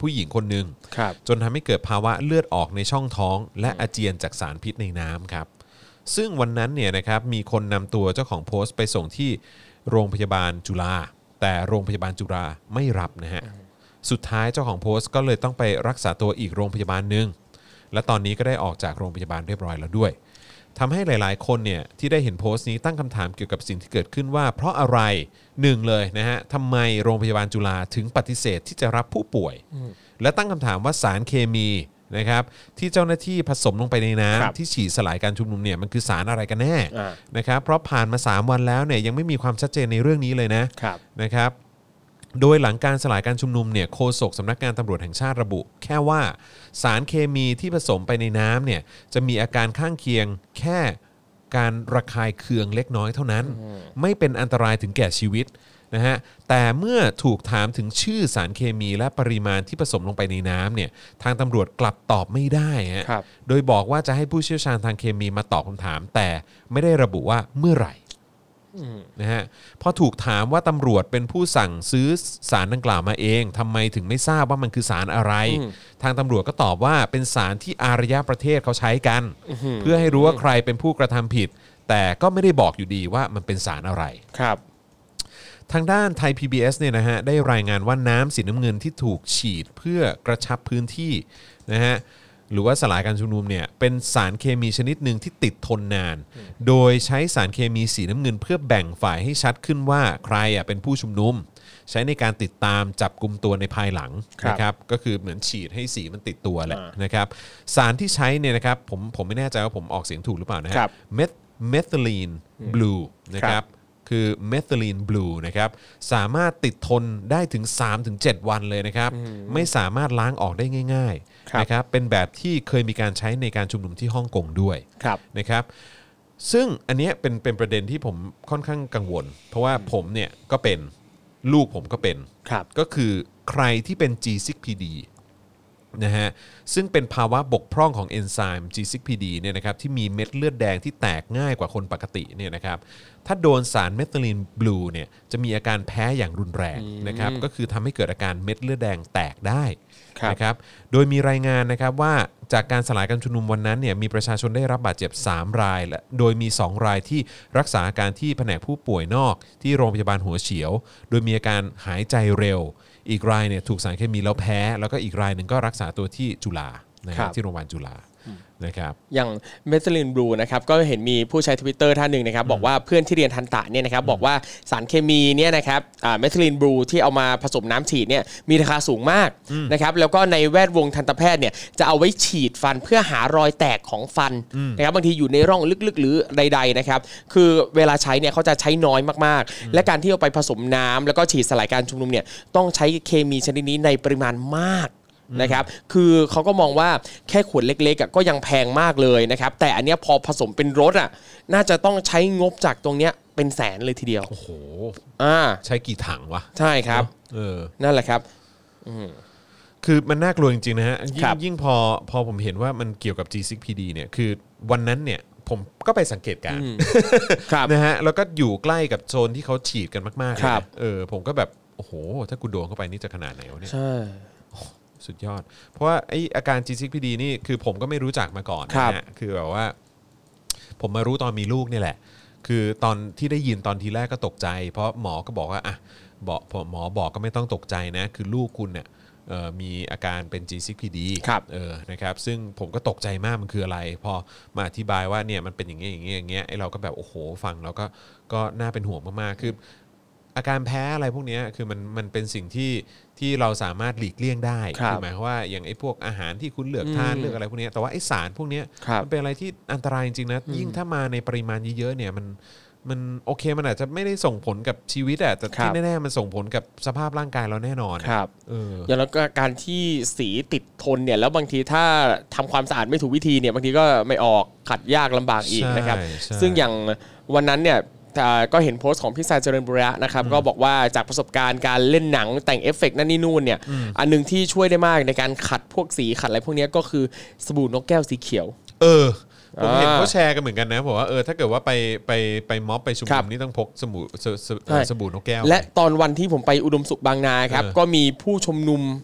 ผู้หญิงคนหนึ่งจนทำให้เกิดภาวะเลือดออกในช่องท้องและอาเจียนจากสารพิษในน้ำครับซึ่งวันนั้นเนี่ยนะครับมีคนนำตัวเจ้าของโพสต์ไปส่งที่โรงพยาบาลจุฬาแต่โรงพยาบาลจุฬาไม่รับนะฮะสุดท้ายเจ้าของโพสต์ก็เลยต้องไปรักษาตัวอีกโรงพยาบาลนึงและตอนนี้ก็ได้ออกจากโรงพยาบาลเรียบร้อยแล้วด้วยทำให้หลายๆคนเนี่ยที่ได้เห็นโพสต์นี้ตั้งคำถามเกี่ยวกับสิ่งที่เกิดขึ้นว่าเพราะอะไรหนึ่งเลยนะฮะทำไมโรงพยาบาลจุฬาถึงปฏิเสธที่จะรับผู้ป่วยและตั้งคำถามว่าสารเคมีนะครับที่เจ้าหน้าที่ผสมลงไปในน้ำที่ฉีดสลายการชุมนุมเนี่ยมันคือสารอะไรกันแน่นะครับเพราะผ่านมาสามวันแล้วเนี่ยยังไม่มีความชัดเจนในเรื่องนี้เลยนะนะครับโดยหลังการสลายการชุมนุมเนี่ยโฆษกสำนักงานตำรวจแห่งชาติระบุแค่ว่าสารเคมีที่ผสมไปในน้ำเนี่ยจะมีอาการข้างเคียงแค่การระคายเคืองเล็กน้อยเท่านั้นไม่เป็นอันตรายถึงแก่ชีวิตนะฮะแต่เมื่อถูกถามถึงชื่อสารเคมีและปริมาณที่ผสมลงไปในน้ำเนี่ยทางตำรวจกลับตอบไม่ได้ฮะโดยบอกว่าจะให้ผู้เชี่ยวชาญทางเคมีมาตอบคำถามแต่ไม่ได้ระบุว่าเมื่อไหร่นะฮะพอถูกถามว่าตำรวจเป็นผู้สั่งซื้อสารดังกล่าวมาเองทำไมถึงไม่ทราบว่ามันคือสารอะไรทางตำรวจก็ตอบว่าเป็นสารที่อารยประเทศเขาใช้กันเพื่อให้รู้ว่าใครเป็นผู้กระทำผิดแต่ก็ไม่ได้บอกอยู่ดีว่ามันเป็นสารอะไรครับทางด้านไทย พี บี เอส เนี่ยนะฮะได้รายงานว่าน้ำสีน้ำเงินที่ถูกฉีดเพื่อกระชับพื้นที่นะฮะหรือว่าสลายการชุมนุมเนี่ยเป็นสารเคมีชนิดหนึ่งที่ติดทนนานโดยใช้สารเคมีสีน้ำเงินเพื่อแบ่งฝ่ายให้ชัดขึ้นว่าใครอ่ะเป็นผู้ชุมนุมใช้ในการติดตามจับกุมตัวในภายหลังนะครับก็คือเหมือนฉีดให้สีมันติดตัวแหละนะครับสารที่ใช้เนี่ยนะครับผมผมไม่แน่ใจว่าผมออกเสียงถูกหรือเปล่านะฮะเมทเมทิลีนบลูนะครับคือเมทิลีนบลูนะครับสามารถติดทนได้ถึง สามถึงเจ็ด วันเลยนะครับไม่สามารถล้างออกได้ง่ายๆนะครับเป็นแบบที่เคยมีการใช้ในการชุมนุมที่ฮ่องกงด้วยนะครับซึ่งอันนี้เป็นเป็นประเด็นที่ผมค่อนข้างกังวลเพราะว่าผมเนี่ยก็เป็นลูกผมก็เป็นก็คือใครที่เป็น จี ซิกซ์ พี ดี นะฮะซึ่งเป็นภาวะบกพร่องของเอนไซม์ จี ซิกซ์ พี ดี เนี่ยนะครับที่มีเม็ดเลือดแดงที่แตกง่ายกว่าคนปกติเนี่ยนะครับถ้าโดนสารเมทิลีนบลูเนี่ยจะมีอาการแพ้อย่างรุนแรงนะครับก็คือทำให้เกิดอาการเม็ดเลือดแดงแตกได้นะครับโดยมีรายงานนะครับว่าจากการสลายการชุมนุมวันนั้นเนี่ยมีประชาชนได้รับบาดเจ็บสามรายและโดยมีสองรายที่รักษาอาการที่แผนกผู้ป่วยนอกที่โรงพยาบาลหัวเฉียวโดยมีอาการหายใจเร็วอีกรายเนี่ยถูกสารเคมีแล้วแพ้แล้วก็อีกรายหนึ่งก็รักษาตัวที่จุฬานะครับที่โรงพยาบาลจุฬานะครับอย่างเมทิลีนบลูนะครับก็เห็นมีผู้ใช้ Twitter ท่านหนึ่งนะครับบอกว่าเพื่อนที่เรียนทันตะเนี่ยนะครับบอกว่าสารเคมีเนี่ยนะครับเมทิลีนบลูที่เอามาผสมน้ำฉีดเนี่ยมีราคาสูงมากนะครับแล้วก็ในแวดวงทันตแพทย์เนี่ยจะเอาไว้ฉีดฟันเพื่อหารอยแตกของฟันนะครับบางทีอยู่ในร่องลึกๆหรือใดๆนะครับคือเวลาใช้เนี่ยเขาจะใช้น้อยมากๆและการที่เอาไปผสมน้ำแล้วก็ฉีดสลายการชุมนุมเนี่ยต้องใช้เคมีชนิดนี้ในปริมาณมากนะครับคือเขาก็มองว่าแค่ขวดเล็กๆก็ยังแพงมากเลยนะครับแต่อันเนี้ยพอผสมเป็นรถอ่ะน่าจะต้องใช้งบจากตรงเนี้ยเป็นแสนเลยทีเดียวโอ้โหอ่าใช้กี่ถังวะใช่ครับเออนั่นแหละครับคือมันน่ากลัวจริงๆนะฮะยิ่งยิ่งพอพอผมเห็นว่ามันเกี่ยวกับ จี ซิกซ์ พี ดี เนี่ยคือวันนั้นเนี่ยผมก็ไปสังเกตการณ์นะฮะแล้วก็อยู่ใกล้กับโซนที่เขาฉีดกันมากๆเออผมก็แบบโอ้โหถ้ากูโดนเข้าไปนี่จะขนาดไหนวะเนี่ยใช่สุดยอดเพราะว่าไออาการ จี ซิกซ์ พี ดี นี่คือผมก็ไม่รู้จักมาก่อนนะฮะคือแบบว่าผมมารู้ตอนมีลูกนี่แหละคือตอนที่ได้ยินตอนทีแรกก็ตกใจเพราะหมอก็บอกว่าอ่ะบอกหมอบอกก็ไม่ต้องตกใจนะคือลูกคุณเนี่ยมีอาการเป็น จี ซิกซ์ พี ดี เออนะครับซึ่งผมก็ตกใจมากมันคืออะไรพอมาอธิบายว่าเนี่ยมันเป็นอย่างเงี้ยอย่างเงี้ยอย่างเงี้ยไอเราก็แบบโอ้โหฟังแล้วก็ก็น่าเป็นห่วงมากๆคืออาการแพ้อะไรพวกนี้คือมันมันเป็นสิ่งที่ที่เราสามารถหลีกเลี่ยงได้คือหมายความว่าอย่างไอ้พวกอาหารที่คุณเลือกทานเลือกอะไรพวกนี้แต่ว่าไอ้สารพวกนี้มันเป็นอะไรที่อันตรายจริงๆนะยิ่งถ้ามาในปริมาณเยอะๆเนี่ยมันมันโอเคมันอาจจะไม่ได้ส่งผลกับชีวิตอะแต่ที่แน่ๆมันส่งผลกับสภาพร่างกายเราแน่นอนครับเอออย่างแล้วก็การที่สีติดทนเนี่ยแล้วบางทีถ้าทำความสะอาดไม่ถูกวิธีเนี่ยบางทีก็ไม่ออกขัดยากลำบากอีกนะครับซึ่งอย่างวันนั้นเนี่ยก็เห็นโพสต์ของพี่สายเจริญบุระนะครับก็บอกว่าจากประสบการณ์การเล่นหนังแต่งเอฟเฟกต์นั่นนี่นู่นเนี่ยอันนึงที่ช่วยได้มากในการขัดพวกสีขัดอะไรพวกนี้ก็คือสบู่นกแก้วสีเขียวเออผมเห็นเขาแชร์กันเหมือนกันนะบอกว่าเออถ้าเกิดว่าไปไปไปม็อบไปชุมนุมนี่ต้องพกสบู่สบู่นกแก้วและตอนวันที่ผมไปอุดมสุขบางนาครับก็มีผู้ชุมนุม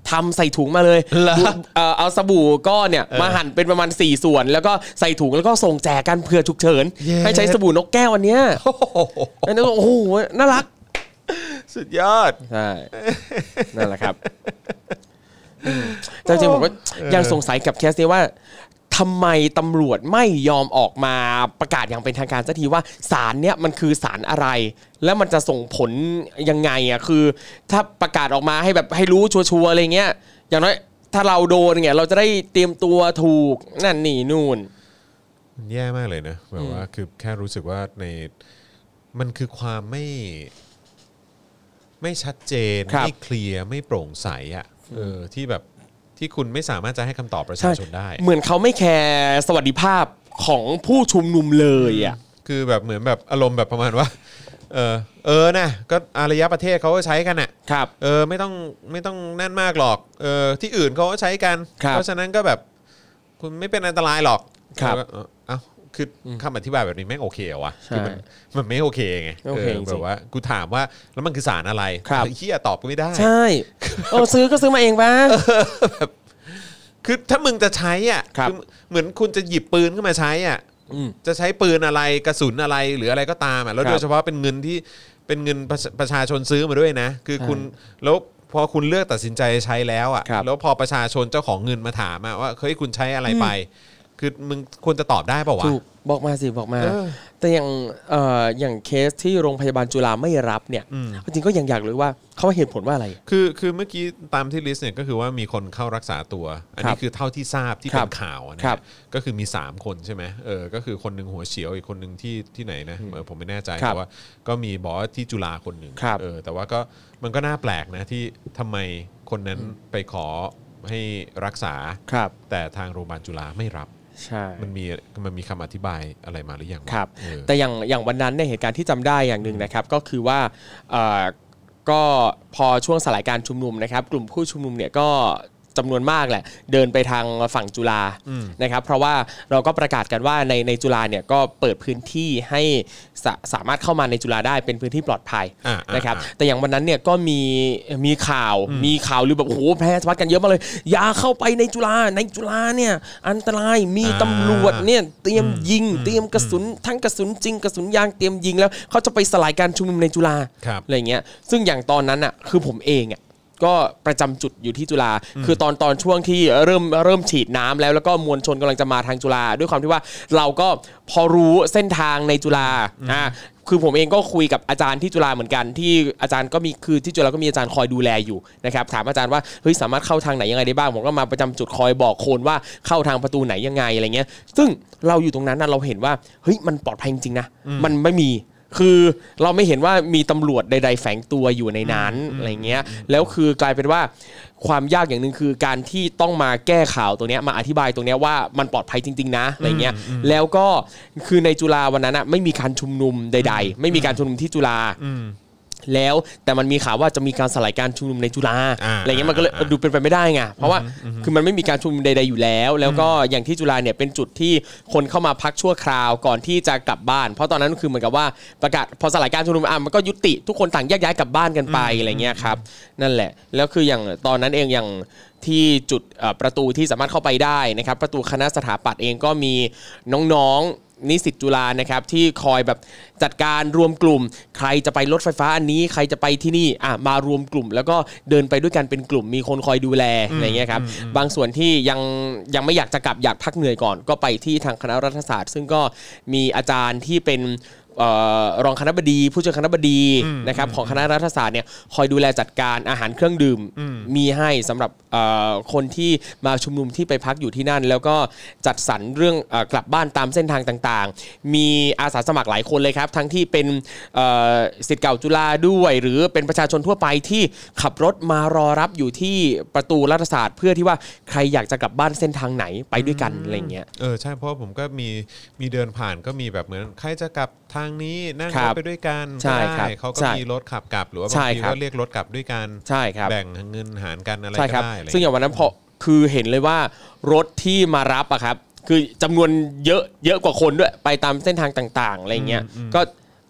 ทำใส่ถุงมาเลยเอ่อเอาสบู่ก้อนเนี่ยมาหั่นเป็นประมาณสี่ส่วนแล้วก็ใส่ถุงแล้วก็ส่งแจกกันเผื่อฉุกเฉินให้ใช้สบู่นกแก้วอันเนี้ยอันนี้โอ้โหน่ารักสุดยอดใช่นั่นแหละครับแต่จริงๆผมก็ยังสงสัยกับเคสนี้ว่าทำไมตำรวจไม่ยอมออกมาประกาศอย่างเป็นทางการสักทีว่าสารเนี้ยมันคือสารอะไรแล้วมันจะส่งผลยังไงอ่ะคือถ้าประกาศออกมาให้แบบให้รู้ชัวร์ๆอะไรเงี้ยอย่างน้อยถ้าเราโดนเงี้ยเราจะได้เตรียมตัวถูกนั่นนี่นู่นมันแย่มากเลยนะแบบว่าคือแค่รู้สึกว่าในมันคือความไม่ไม่ชัดเจนไม่เคลียร์ไม่โปร่งใสอ่ะเออที่แบบที่คุณไม่สามารถจะให้คำตอบประชาชนได้เหมือนเขาไม่แคร์สวัสดิภาพของผู้ชุมนุมเลยอ่ะคือแบบเหมือนแบบอารมณ์แบบประมาณว่าเออเออนะก็อารยประเทศเขาก็ใช้กันอ่ะครับเออไม่ต้องไม่ต้องนั่นมากหรอกเออที่อื่นเขาก็ใช้กันเพราะฉะนั้นก็แบบคุณไม่เป็นอันตรายหรอกครับเอ้าคือคำอธิบายแบบนี้แม่งโอเคเหรอวะคือมันมันไม่โอเคไงเออแบบว่ากูถามว่าแล้วมันคือสารอะไรเหี้ยตอบกูไม่ได้ใช่โอ้ซื้อก็ซื้อมาเองป่ะแบบคือถ้ามึงจะใช้อ่ะคือเหมือนคุณจะหยิบปืนขึ้นมาใช้อ่ะจะใช้ปืนอะไรกระสุนอะไรหรืออะไรก็ตามอ่ะแล้วโดยเฉพาะเป็นเงินที่เป็นเงินประชาชนซื้อมาด้วยนะคือคุณแล้วพอคุณเลือกตัดสินใจใช้แล้วอ่ะแล้วพอประชาชนเจ้าของเงินมาถามอ่ะว่าเฮ้ยคุณใช้อะไรไปคือมึงควรจะตอบได้เปล่าวะถูกบอกมาสิบอกมาแต่อย่างเอ่ออย่างเคสที่โรงพยาบาลจุฬาไม่รับเนี่ยจริงก็ยังอยากรู้ว่าเขาเหตุผลว่าอะไรคือคือเมื่อกี้ตามที่ลิสต์เนี่ยก็คือว่ามีคนเข้ารักษาตัวอันนี้คือเท่าที่ทราบที่เป็นข่าวนะก็คือมีสามคนใช่ไหมเออก็คือคนนึงหัวเฉียวอีกคนนึงที่ที่ไหนนะเออผมไม่แน่ใจแต่ว่าก็มีบอกว่าที่จุฬาคนหนึ่งเออแต่ว่าก็มันก็น่าแปลกนะที่ทำไมคนนั้นไปขอให้รักษาแต่ทางโรงพยาบาลจุฬาไม่รับใช่มันมีมันมีคำอธิบายอะไรมาหรือยังครับแต่อย่างอย่างวันนั้นในเหตุการณ์ที่จำได้อย่างหนึ่งนะครับก็คือว่าก็พอช่วงสลายการชุมนุมนะครับกลุ่มผู้ชุมนุมเนี่ยก็จำนวนมากแหละเดินไปทางฝั่งจุฬานะครับเพราะว่าเราก็ประกาศกันว่าในในจุฬาเนี่ยก็เปิดพื้นที่ให้สาสามารถเข้ามาในจุฬาได้เป็นพื้นที่ปลอดภัยนะครับแต่อย่างวันนั้นเนี่ยก็มีมีข่าวมีข่าวหรือแบบโอ้โหแพร่สะพัดกันเยอะมากเลยอย่าเข้าไปในจุฬาในจุฬาเนี่ยอันตรายมีตำรวจเนี่ยเตรียมยิงเตรียมกระสุนทั้งกระสุนจริงกระสุนยางเตรียมยิงแล้วเขาจะไปสลายการชุมนุมในจุฬาอะไรเงี้ยซึ่งอย่างตอนนั้นอ่ะคือผมเองอ่ะก็ประจำจุดอยู่ที่จุฬาคือตอนตอนช่วงที่เริ่มเริ่มฉีดน้ำแล้วแล้วก็มวลชนกำลังจะมาทางจุฬาด้วยความที่ว่าเราก็พอรู้เส้นทางในจุฬาอ่าคือผมเองก็คุยกับอาจารย์ที่จุฬาเหมือนกันที่อาจารย์ก็มีคือที่จุฬาก็มีอาจารย์คอยดูแลอยู่นะครับถามอาจารย์ว่าเฮ้ยสามารถเข้าทางไหนยังไงได้บ้างผมก็มาประจำจุดคอยบอกคนว่าเข้าทางประตูไหนยังไงอะไรเงี้ยซึ่งเราอยู่ตรงนั้นนะเราเห็นว่าเฮ้ยมันปลอดภัยจริงๆนะมันไม่มีคือเราไม่เห็นว่ามีตำรวจใดๆแฝงตัวอยู่ในนั้นอะไรเงี้ยแล้วคือกลายเป็นว่าความยากอย่างนึงคือการที่ต้องมาแก้ข่าวตัวเนี้ยมาอธิบายตรงเนี้ยว่ามันปลอดภัยจริงๆนะอะไรเงี้ยแล้วก็คือในจุฬาวันนั้นอะไม่มีการชุมนุมใดๆไม่มีการชุมนุมที่จุฬาแล้วแต่มันมีข่าวว่าจะมีการสลายการชุมนุมในจุฬาอะไรเงี้ยมันก็เลยดูเป็นไปไม่ได้ไงเพราะว่าคือมันไม่มีการชุมนุมใดๆอยู่แล้วแล้วก็อย่างที่จุฬาเนี่ยเป็นจุดที่คนเข้ามาพักชั่วคราวก่อนที่จะกลับบ้านเพราะตอนนั้นคือเหมือนกับว่าประกาศพอสลายการชุมนุมอ่ะมันก็ยุติทุกคนต่างแยกย้ายกลับบ้านกันไปอะไรเงี้ยครับนั่นแหละแล้วคืออย่างตอนนั้นเองอย่างที่จุดประตูที่สามารถเข้าไปได้นะครับประตูคณะสถาปัตย์เองก็มีน้องๆนิสิตจุฬานะครับที่คอยแบบจัดการรวมกลุ่มใครจะไปรถไฟฟ้าอันนี้ใครจะไปที่นี่อ่ะมารวมกลุ่มแล้วก็เดินไปด้วยกันเป็นกลุ่มมีคนคอยดูแลอะไรเงี้ยครับบางส่วนที่ยังยังไม่อยากจะกลับอยากพักเหนื่อยก่อนก็ไปที่ทางคณะรัฐศาสตร์ซึ่งก็มีอาจารย์ที่เป็นรองคณบดีผู้ช่วยคณบดีนะครับของคณะรัฐศาสตร์เนี่ยคอยดูแลจัดการอาหารเครื่องดื่มมีให้สำหรับคนที่มาชุมนุมที่ไปพักอยู่ที่นั่นแล้วก็จัดสรรเรื่องกลับบ้านตามเส้นทางต่างๆมีอาสาสมัครหลายคนเลยครับทั้งที่เป็นศิษย์เก่าจุฬาด้วยหรือเป็นประชาชนทั่วไปที่ขับรถมารอรับอยู่ที่ประตูรัฐศาสตร์เพื่อที่ว่าใครอยากจะกลับบ้านเส้นทางไหนไปด้วยกันอะไรเงี้ยเออใช่เพราะผมก็มีมีเดินผ่านก็มีแบบเหมือนใครจะกลับทางนี้นั่งรถไปด้วยกันใช่ครับเขาก็มีรถขับกลับหรือว่าบางทีก็เรียกรถกลับด้วยกันแบ่งเงินหารกันอะไรก็ได้ซึ่งอย่างวันนั้นพอคือเห็นเลยว่ารถที่มารับอะครับคือจำนวนเยอะเยอะกว่าคนด้วยไปตามเส้นทางต่างๆอะไรเงี้ยก็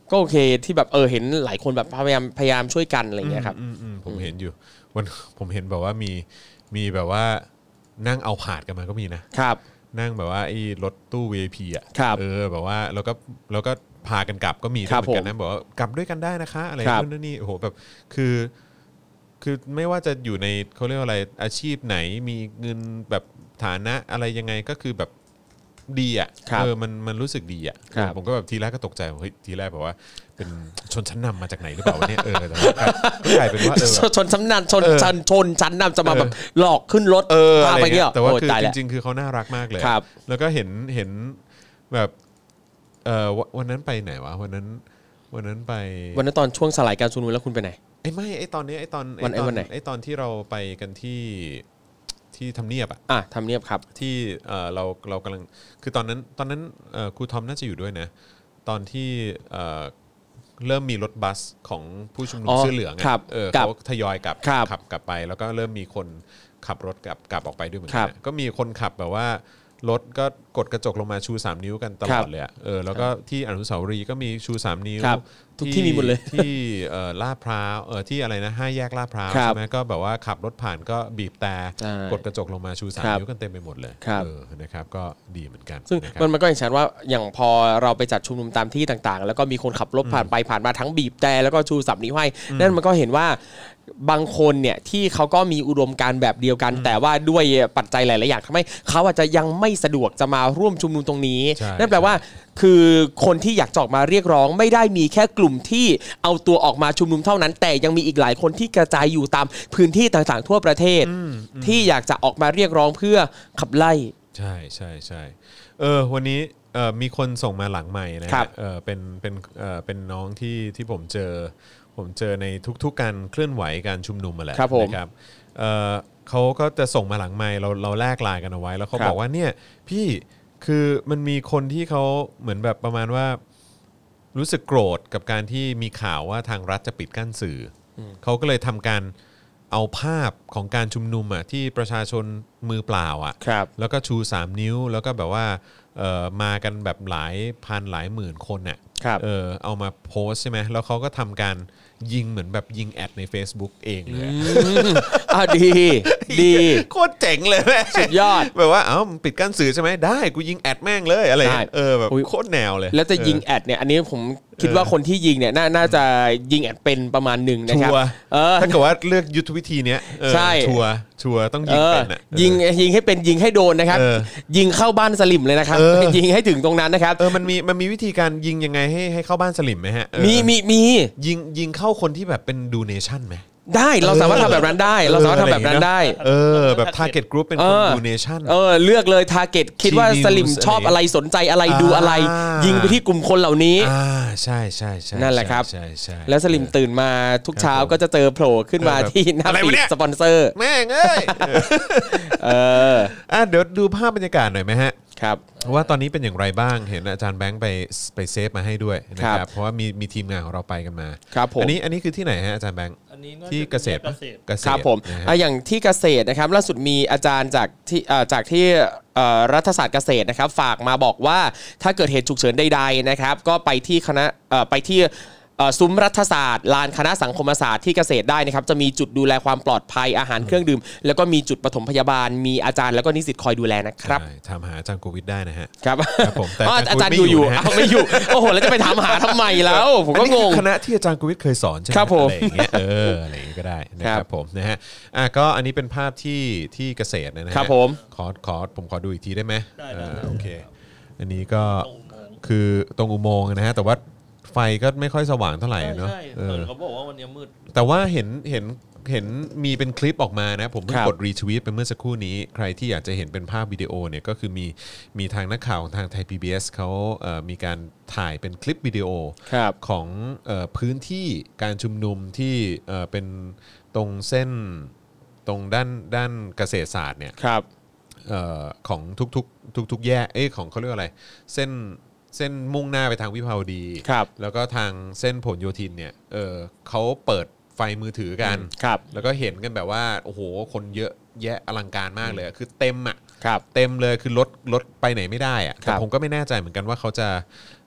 ก็โอเคที่แบบเออเห็นหลายคนแบบพยายามพยายามช่วยกันอะไรอย่างเงี้ยครับผมเห็นอยู่วันผมเห็นแบบว่ามีมีแบบว่านั่งเอาผาดกันมาก็มีนะครับนั่งแบบว่าไอ้รถตู้ วี ไอ พี อ่ะเออแบบว่าแล้วก็แล้วก็พากันกลับก็มีเหมือนกันนะบอกว่ากลับด้วยกันได้นะคะอะไรนู่นนี่โอ้โหแบบคือคือไม่ว่าจะอยู่ในเขาเรียกว่าอะไรอาชีพไหนมีเงินแบบฐานะอะไรยังไงก็คือแบบดีอ่ะเออมันมันรู้สึกดีอ่ะผมก็แบบทีแรกก็ตกใจเฮ้ยทีแรกแบบว่าเป็นชนชั้นนำมาจากไหนหรือเปล่าเนี่ยเออแต่ว่ากลายเป็นว่าเออชนชั้นนำชนชั้นชนชั้นนำจะมาแบบหลอกขึ้นรถพาไปเนี่ยแต่ว่าคือจริงๆคือเขาน่ารักมากเลยแล้วก็เห็นเห็นแบบเออวันนั้นไปไหนวะวันนั้นวันนั้นไปวันนั้นตอนช่วงสลายการชุมนุมแล้วคุณไปไหนไอ้ไม่ไอ้ตอนนี้ไอ้ตอนวันไอ้วันไหนไอ้ตอนที่เราไปกันที่ที่ทำเนียบอ่ะอ่ะทำเนียบครับที่เออเราเรากำลังคือตอนนั้นตอนนั้นเออครูทอมน่าจะอยู่ด้วยนะตอนที่เออเริ่มมีรถบัสของผู้ชุมนุมเสื้อเหลืองเออเขาทยอยกลับขับกลับไปแล้วก็เริ่มมีคนขับรถกลับกลับออกไปด้วยเหมือนกันก็มีคนขับแบบว่ารถก็กดกระจกลงมาชูสามนิ้วกันตลอดเลยอ่ะเออแล้วก็ที่อนุสาวรีย์ก็มีชูสามนิ้วทุกที่มีหมดเลยที่เอ่อลาดพร้าวเออที่อะไรนะห้าแยกลาดพร้าวใช่ไหมก็แบบว่าขับรถผ่านก็บีบแต่กดกระจกลงมาชูสามนิ้วกันเต็มไปหมดเลยเออนะครับก็ดีเหมือนกันซึ่งมันมันก็อย่างเช่นว่าอย่างพอเราไปจัดชุมนุมตามที่ต่างๆแล้วก็มีคนขับรถผ่านไปผ่านมาทั้งบีบแต่แล้วก็ชูสามนิ้วให้นั่นมันก็เห็นว่าบางคนเนี่ยที่เขาก็มีอุดมการณ์แบบเดียวกันแต่ว่าด้วยปัจจัยหลายๆอย่างทำให้เขาอาจจะยังไม่สะดวกจะมาร่วมชุมนุมตรงนี้นั่นแปลว่าคือคนที่อยากจะออกมาเรียกร้องไม่ได้มีแค่กลุ่มที่เอาตัวออกมาชุมนุมเท่านั้นแต่ยังมีอีกหลายคนที่กระจายอยู่ตามพื้นที่ต่างๆทั่วประเทศที่อยากจะออกมาเรียกร้องเพื่อขับไล่ใช่ใช่ใช่เออวันนี้เออมีคนส่งมาหลังใหม่นะเออเป็นเป็นเออเป็นน้องที่ที่ผมเจอผมเจอในทุกๆการเคลื่อนไหวการชุมนุมมาแหละนะครับเออเขาก็จะส่งมาหลังไมค์เราเราแลกไลน์กันเอาไว้แล้วเขาบอกว่าเนี่ยพี่คือมันมีคนที่เขาเหมือนแบบประมาณว่ารู้สึกโกรธกับการที่มีข่าวว่าทางรัฐจะปิดกั้นสื่อเขาก็เลยทำการเอาภาพของการชุมนุมอ่ะที่ประชาชนมือเปล่าอ่ะแล้วก็ชูสามนิ้วแล้วก็แบบว่าเอ่อมากันแบบหลายพันหลายหมื่นคนเนี่ยเออเอามาโพสใช่ไหมแล้วเขาก็ทำการยิงเหมือนแบบยิงแอดใน Facebook เองเลยอ่ะดีดีโคตรเจ๋งเลยแม่สุดยอดแบบว่าเอ้าปิดกั้นสื่อใช่ไหมได้กูยิงแอดแม่งเลยอะไรเออแบบโคตรแนวเลยแล้วจะยิงแอดเนี่ยอันนี้ผมคิดว่าคนที่ยิงเนี่ยน่าจะยิงแอดเป็นประมาณหนึ่งนะครับถ้าเกิดว่าเลือกยุทธวิธีเนี้ยชัวร์ชัวร์ต้องยิงเป็นอ่ะยิงยิงให้เป็นยิงให้โดนนะครับยิงเข้าบ้านสลิมเลยนะครับยิงให้ถึงตรงนั้นนะครับเออมันมีมันมีวิธีการยิงยังไงให้ให้เข้าบ้านสลิมไหมฮะมีมีมียิงยิงเข้าคนที่แบบเป็นดูเนชั่นไหมได้เราสามารถทำแบบนั้นได้เราสามารถทำแบบนั้นได้เออแบบ target group เป็นคนดูเนชั่นเออเลือกเลย target คิดว่าสลิมชอบอะไรสนใจอะไรดูอะไรยิงไปที่กลุ่มคนเหล่านี้อ่าใช่ใช่ใช่นั่นแหละครับใช่ใช่แล้วสลิมตื่นมาทุกเช้าก็จะเจอโผล่ขึ้นมาที่หน้าฟีดสปอนเซอร์แม่งเอ้ยเอออ่ะเดี๋ยวดูภาพบรรยากาศหน่อยไหมฮะครับว่าตอนนี้เป็นอย่างไรบ้างเห็นอาจารย์แบงค์ไปไปเซฟมาให้ด้วยนะครับเพราะว่ามีมีทีมงานของเราไปกันมาครับผมอันนี้อันนี้คือที่ไหนฮะอาจารย์แบงค์ที่เกษตรเกษตรครับผมอย่างที่เกษตรนะครับล่าสุดมีอาจารย์จากที่จากที่รัฐศาสตร์เกษตรนะครับฝากมาบอกว่าถ้าเกิดเหตุฉุกเฉินใดๆนะครับก็ไปที่คณะไปที่ซุ้มรัฐศาสตร์ลานคณะสังคมศาสตร์ที่เกษตรได้นะครับจะมีจุดดูแลความปลอดภัยอาหารเครื่องดื่มแล้วก็มีจุดปฐมพยาบาลมีอาจารย์แล้วก็นิสิตคอยดูแลนะครับถามหาอาจารย์โควิดได้นะฮะครับครับผมแต่อาจารย์อยู่อยู่ไม่อยู่โอ้โหแล้วจะไปถามหาทำไมแล้วผมก็งงคณะที่อาจารย์โควิดเคยสอนใช่ไหมอะไรอย่างเงี้ยเอออะไรอย่างเงี้ยก็ได้นะครับผมนะฮะอ่ะก็อันนี้เป็นภาพที่ที่เกษตรนะฮะครับผมขอขอผมขอดูอีกทีได้ไหมโอเคอันนี้ก็คือตรงอุโมงค์นะฮะแต่ว่าไฟก็ไม่ค่อยสว่างเท่าไหร่เนาะเออเขาบอกว่าวันนี้มืดแต่ว่าเห็นเห็นเห็นมีเป็นคลิปออกมานะผมเพิ่งกดรีทวีตไปเมื่อสักครู่นี้ใครที่อยากจะเห็นเป็นภาพวิดีโอเนี่ยก็คือมีมีทางนักข่าวของทางไทย พี บี เอส เขาเอ่อมีการถ่ายเป็นคลิปวิดีโอของเอ่อพื้นที่การชุมนุมที่เอ่อเป็นตรงเส้นตรงด้านด้านเกษตรศาสตร์เนี่ยเอ่อของทุกๆทุกๆแยกเอ้ยของเขาเรียกอะไรเส้นเส้นมุ่งหน้าไปทางวิภาวดีแล้วก็ทางเส้นผลโยธินเนี่ยเออเขาเปิดไฟมือถือกันแล้วก็เห็นกันแบบว่าโอ้โหคนเยอะแยะอลังการมากเลยคือเต็มอ่ะเต็มเลยคือรถรถไปไหนไม่ได้อ่ะแต่ผมก็ไม่แน่ใจเหมือนกันว่าเขาจะ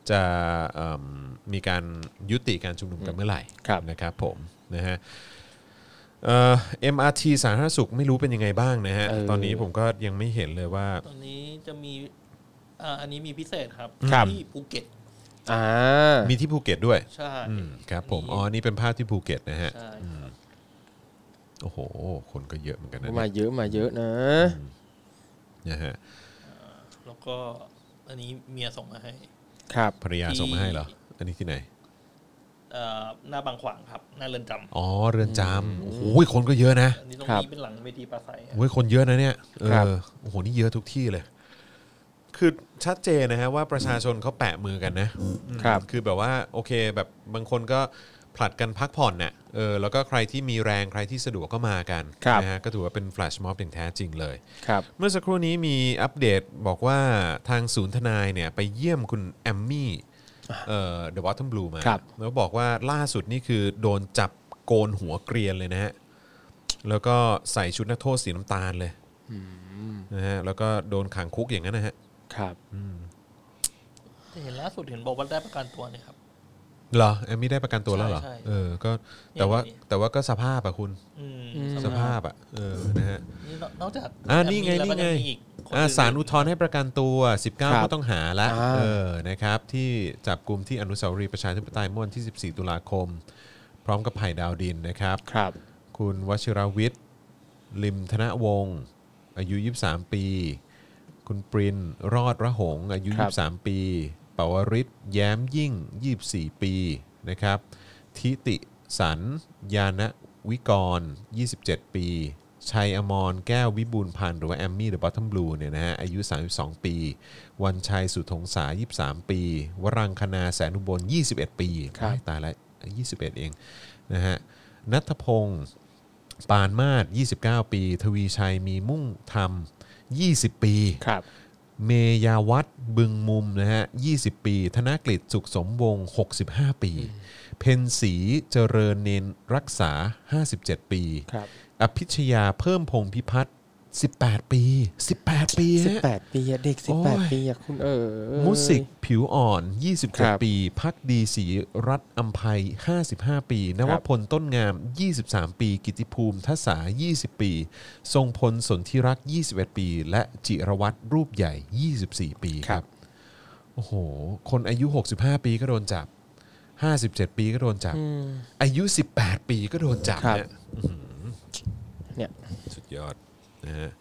จะมีการยุติการชุมนุมกันเมื่อไหร่นะครับผมนะฮะเอ่อ เอ็ม อาร์ ที สาธารณสุขไม่รู้เป็นยังไงบ้างนะฮะตอนนี้ผมก็ยังไม่เห็นเลยว่าตอนนี้จะมีอ่าอันนี้มีพิเศษครับที่ภูเก็ตอ่ามีที่ภูเก็ตด้วยใช่ครับผมอ๋อนี่เป็นภาพที่ภูเก็ตนะฮะโอ้โหคนก็เยอะเหมือนกันนะมาเยอะมาเยอะนะนะฮะแล้วก็อันนี้เมียส่งมาให้ครับภรรยาส่งมาให้เหรออันนี้ที่ไหนหน้าบางขวางครับหน้าเรือนจำอ๋อเรือนจำโอ้โหคนก็เยอะนะอันนี้ตรงนี้เป็นหลังเวทีปราศัยโอ้ยคนเยอะนะเนี่ยเออโอ้โหนี่เยอะทุกที่เลยคือชัดเจนนะฮะว่าประชาชนเขาแปะมือกันนะครับคือแบบว่าโอเคแบบบางคนก็ผลัดกันพักผ่อนเนี่ยเออแล้วก็ใครที่มีแรงใครที่สะดวกก็มากันนะฮะก็ถือว่าเป็นแฟลชม็อบอย่างแท้จริงเลยเมื่อสักครู่นี้มีอัปเดตบอกว่าทางศูนย์ทนายเนี่ยไปเยี่ยมคุณแอมมี่เอ่อ The Bottom Blue มาแล้วบอกว่าล่าสุดนี่คือโดนจับโกนหัวเกรียนเลยนะฮะแล้วก็ใส่ชุดนักโทษสีน้ำตาลเลยนะฮะแล้วก็โดนขังคุกอย่างนั้นนะฮะครับเห็นล่าสุดเห็นบอกว่าได้ประกันตัวนี่ครับเหรอแอมมี่ได้ประกันตัวแล้วเหรอเออก็แต่ว่าแต่ว่าก็สภาพอะคุณสภาพอะเออนะฮะนอกจากอ่านี่ไงนี่ไงศาลอุทธรณ์ให้ประกันตัวสิบเก้าผู้ต้องหาแล้วเออนะครับที่จับกลุ่มที่อนุสาวรีย์ประชาธิปไตยเมื่อวันที่สิบสี่ตุลาคมพร้อมกับไผ่ดาวดินนะครับครับคุณวชิรวิทย์ลิมธนวงศ์อายุยี่สิบสามปีคุณปรินรอดระหงอายุยี่สิบสามปีปวริศแย้มยิ่งยี่สิบสี่ปีนะครับทิติสันยานวิกรยี่สิบเจ็ดปีชัยอมรแก้ววิบูลย์พันธ์หรือว่าแอมมี่เดอะบอททอมบลูเนี่ยนะฮะอายุสามสิบสองปีวันชัยสุทงษายี่สิบสามปีวรังคณาแสนอุบลยี่สิบเอ็ดปีตายแล้วยี่สิบเอ็ดเองนะฮะณัฐพงศ์ปานมาศยี่สิบเก้าปีทวีชัยมีมุ่งธรรมยี่สิบปีครับเมยาวัฒน์บึงมุมนะฮะยี่สิบปีธนกฤษสุขสมวงศ์หกสิบห้าปีเพ็ญศรีเจริญเนนรักษาห้าสิบเจ็ดปีอภิชยาเพิ่มพงษ์พิพัฒน์สิบแปดปีสิบแปดปีสิบแปดปีเด็กสิบแปดปีอะคุณเออมุสิกผิวอ่อนยี่สิบเจ็ดปีภักดีศรีรัตน์อัมไพห้าสิบห้าปีนวพลต้นงามยี่สิบสามปีกิติภูมิทัศายี่สิบปีทรงพลสนธิรักษ์ยี่สิบเอ็ดปีและจิรวัตรรูปใหญ่ยี่สิบสี่ปีครับโอ้โหคนอายุหกสิบห้าปีก็โดนจับห้าสิบเจ็ดปีก็โดนจับอายุสิบแปดปีก็โดนจับเนี่ยเนี่ยสุดยอดนะฮะ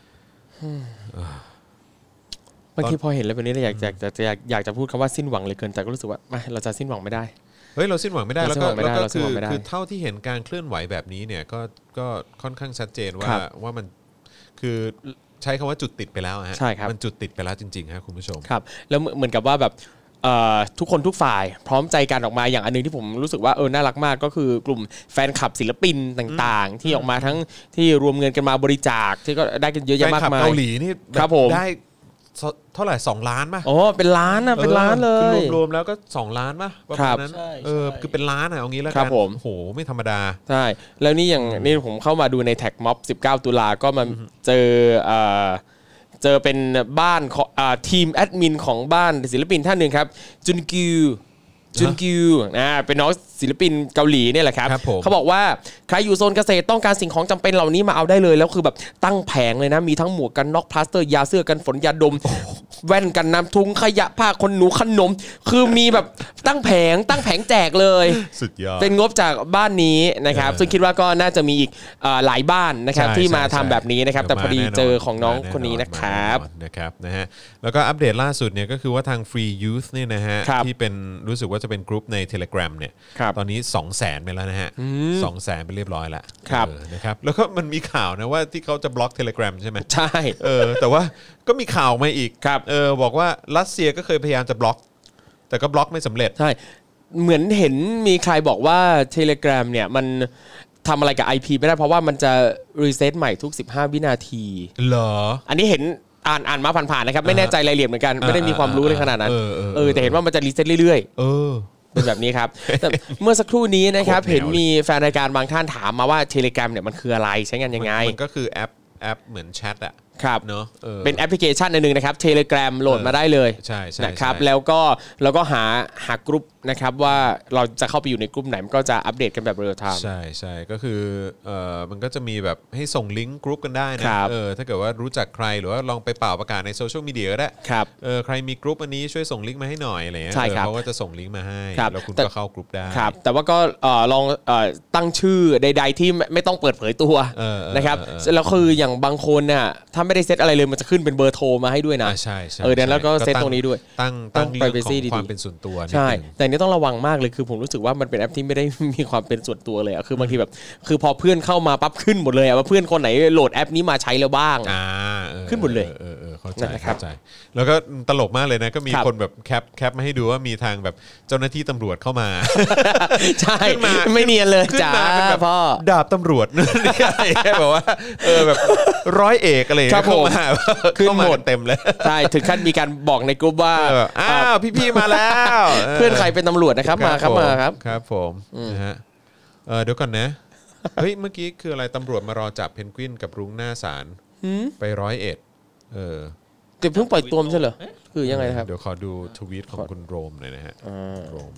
บางทีพอเห็นแล้วแบบนี้เราอยากอยากจะอยากอยากจะพูดคำว่าสิ้นหวังเลยเกินแต่ก็รู้สึกว่าไม่เราจะสิ้นหวังไม่ได้เฮ้ยเราสิ้นหวังไม่ได้แล้วก็แล้วก็คือคือเท่าที่เห็นการเคลื่อนไหวแบบนี้เนี่ยก็ก็ค่อนข้างชัดเจนว่าว่ามันคือใช้คำว่าจุดติดไปแล้วฮะมันจุดติดไปแล้วจริงๆครับคุณผู้ชมครับแล้วเหมือนกับว่าแบบทุกคนทุกฝ่ายพร้อมใจกันออกมาอย่างอันนึงที่ผมรู้สึกว่าเออน่ารักมากก็คือกลุ่มแฟนคลับศิลปินต่างๆที่ออกมาทั้งที่รวมเงินกันมาบริจาคที่ก็ได้กันเยอะแยะมากมายแฟนคลับเกาหลีนี่ได้เท่าไหร่สองล้านป่ะอ๋อเป็นล้านนะเป็นล้านเลยคือรวมๆแล้วก็สองล้านป่ะประมาณนั้นเออคือเป็นล้านอ่ะเอางี้แล้วกันโอ้โหไม่ธรรมดาใช่แล้วนี่อย่างนี่ผมเข้ามาดูในแท็กม็อบสิบเก้าตุลาก็มาเจอเอ่อเจอเป็นบ้านทีมแอดมินของบ้านศิลปินท่านหนึ่งครับจุนกิวจุนกิวนะเป็นน้องศิลปินเกาหลีเนี่ยแหละครับเขาบอกว่าใครอยู่โซนเกษตรต้องการสิ่งของจำเป็นเหล่านี้มาเอาได้เลยแล้วคือแบบตั้งแผงเลยนะมีทั้งหมวกกันน็อกพลาสเตอร์ยาเสื้อกันฝนยาดมแว่นกันน้ำทุงขยะผ้าคนหนูขนมคือมีแบบตั้งแผงตั้งแผงแจกเลยสุดยอดเป็นงบจากบ้านนี้นะครับซึ่งคิดว่าก็น่าจะมีอีกหลายบ้านนะครับที่มาทำแบบนี้นะครับแต่พอดีเจอของน้องคนนี้นะครับนะครับนะฮะแล้วก็อัปเดตล่าสุดเนี่ยก็คือว่าทาง Free Youth เนี่ยนะฮะที่เป็นรู้สึกว่าจะเป็นกลุ่มใน Telegram เนี่ยตอนนี้ สองแสน ไปแล้วนะฮะ สองแสน ไปเรียบร้อยแล้วนะครับแล้วก็มันมีข่าวนะว่าที่เขาจะบล็อก Telegram ใช่ไหมใช่เออแต่ว่าก็มีข่าวมาอีกเออบอกว่ารัสเซียก็เคยพยายามจะบล็อกแต่ก็บล็อกไม่สำเร็จใช่เหมือนเห็นมีใครบอกว่า Telegram เนี่ยมันทำอะไรกับ ไอ พี ไม่ได้เพราะว่ามันจะรีเซ็ตใหม่ทุกสิบห้าวินาทีเหรออันนี้เห็นอ่านอ่านมาผ่านๆนะครับไม่แน่ใจรายละเอียดเหมือนกันไม่ได้มีความรู้ในขนาดนั้นเออแต่เห็นว่ามันจะรีเซ็ตเรื่อยๆเออเป็นแบบนี้ครับแต่เมื่อสักครู่นี้นะครับเห็นมีแฟนรายการบางท่านถามมาว่า Telegram เนี่ยมันคืออะไรใช้งานยังไงมันก็คือแอปแอปเหมือนแชทอ่ะครับเนาะเออเป็นแอปพลิเคชันอันนึงนะครับ Telegram โหลดมาได้เลยใช่ใช่นะครับใช่แล้วก็เราก็หาหากรุ๊ปนะครับว่าเราจะเข้าไปอยู่ในกลุ่มไหนมันก็จะอัปเดตกันแบบเรียลไทม์ใช่ใช่ก็คือเอ่อมันก็จะมีแบบให้ส่งลิงก์กรุ๊ปกันได้นะครับ เออถ้าเกิดว่ารู้จักใครหรือว่าลองไปเป่าประกาศในโซเชียลมีเดียก็ได้ครับเออใครมีกรุ๊ปอันนี้ช่วยส่งลิงก์มาให้หน่อยอะไรเงี้ยใช่ครับเออเขาก็จะส่งลิงก์มาให้ครับแล้วคุณแต่ก็เข้ากรุ๊ปได้ครับแต่ว่าก็เอ่อลองเอ่อตั้งชื่อใดๆที่ไม่ไม่ต้องเปิดเผยตัวเออเออนะครับเออเออแล้วคืออย่างบางคนเนี่ยถ้าไม่ได้เซตอะไรเลยมันจะขึ้นเป็นเบอร์โทรมาให้ด้วยนะอ่าใช่ใช่เออเดี๋ยวแล้วก็ใช่เซตตรงนี้ด้วยตั้งต้ตั้อง งเรื่องข privacy องดีๆความเป็นส่วนตัวนิดใช่นึงแต่อันนี้ต้องระวังมากเลยคือผมรู้สึกว่ามันเป็นแอปที่ไม่ได้ มีความเป็นส่วนตัวเลยอะคือบางทีแบบคือพอเพื่อนเข้ามาปั๊บขึ้นหมดเลยอะว่าเพื่อนคนไหนโหลดแอปนี้มาใช้แล้วบ้างอ่าเออขึ้นหมดเลยเออเออเข้าใจนั่นแหละครับเข้าใจแล้วก็ตลกมากเลยนะก็มีครับคนแบบแคปแคปมาให้ดูว่ามีทางแบบเจ้าหน้าที่ตำรวจเข้ามาใช่ขึ้นมาไม่เนียนเลยขึ้นจ้ามาเป็นแบบพ่อดาบตำรวจ นู่นนี่อะไรแค่แบบว่าเออแบบร้อยเอกอะไรอย่างครัเงี้บยผมเข้ามาขึ้นเข้ามาหมดกันเต็มเลยใช่ถึงขั้นมีการบอกในกลุ่มว่าเอออ้าวพี่ๆมาแล้วเพื่อนใครเป็นตำรวจนะครับมาครับผมาครับครับผมนะฮะเออเดี๋ยวก่อนนะเฮ้ยเมื่อกี้คืออะไรตำรวจมารอจับเพนกวินกับรุ้งหน้าศาลไปร้อยเอ็ดเออแต่เพิ่งปล่อยตัวไม่ใช่เหรอคือยังไงนะครับเดี๋ยวขอดูทวีตของคุณโรมหน่อยนะฮะโรม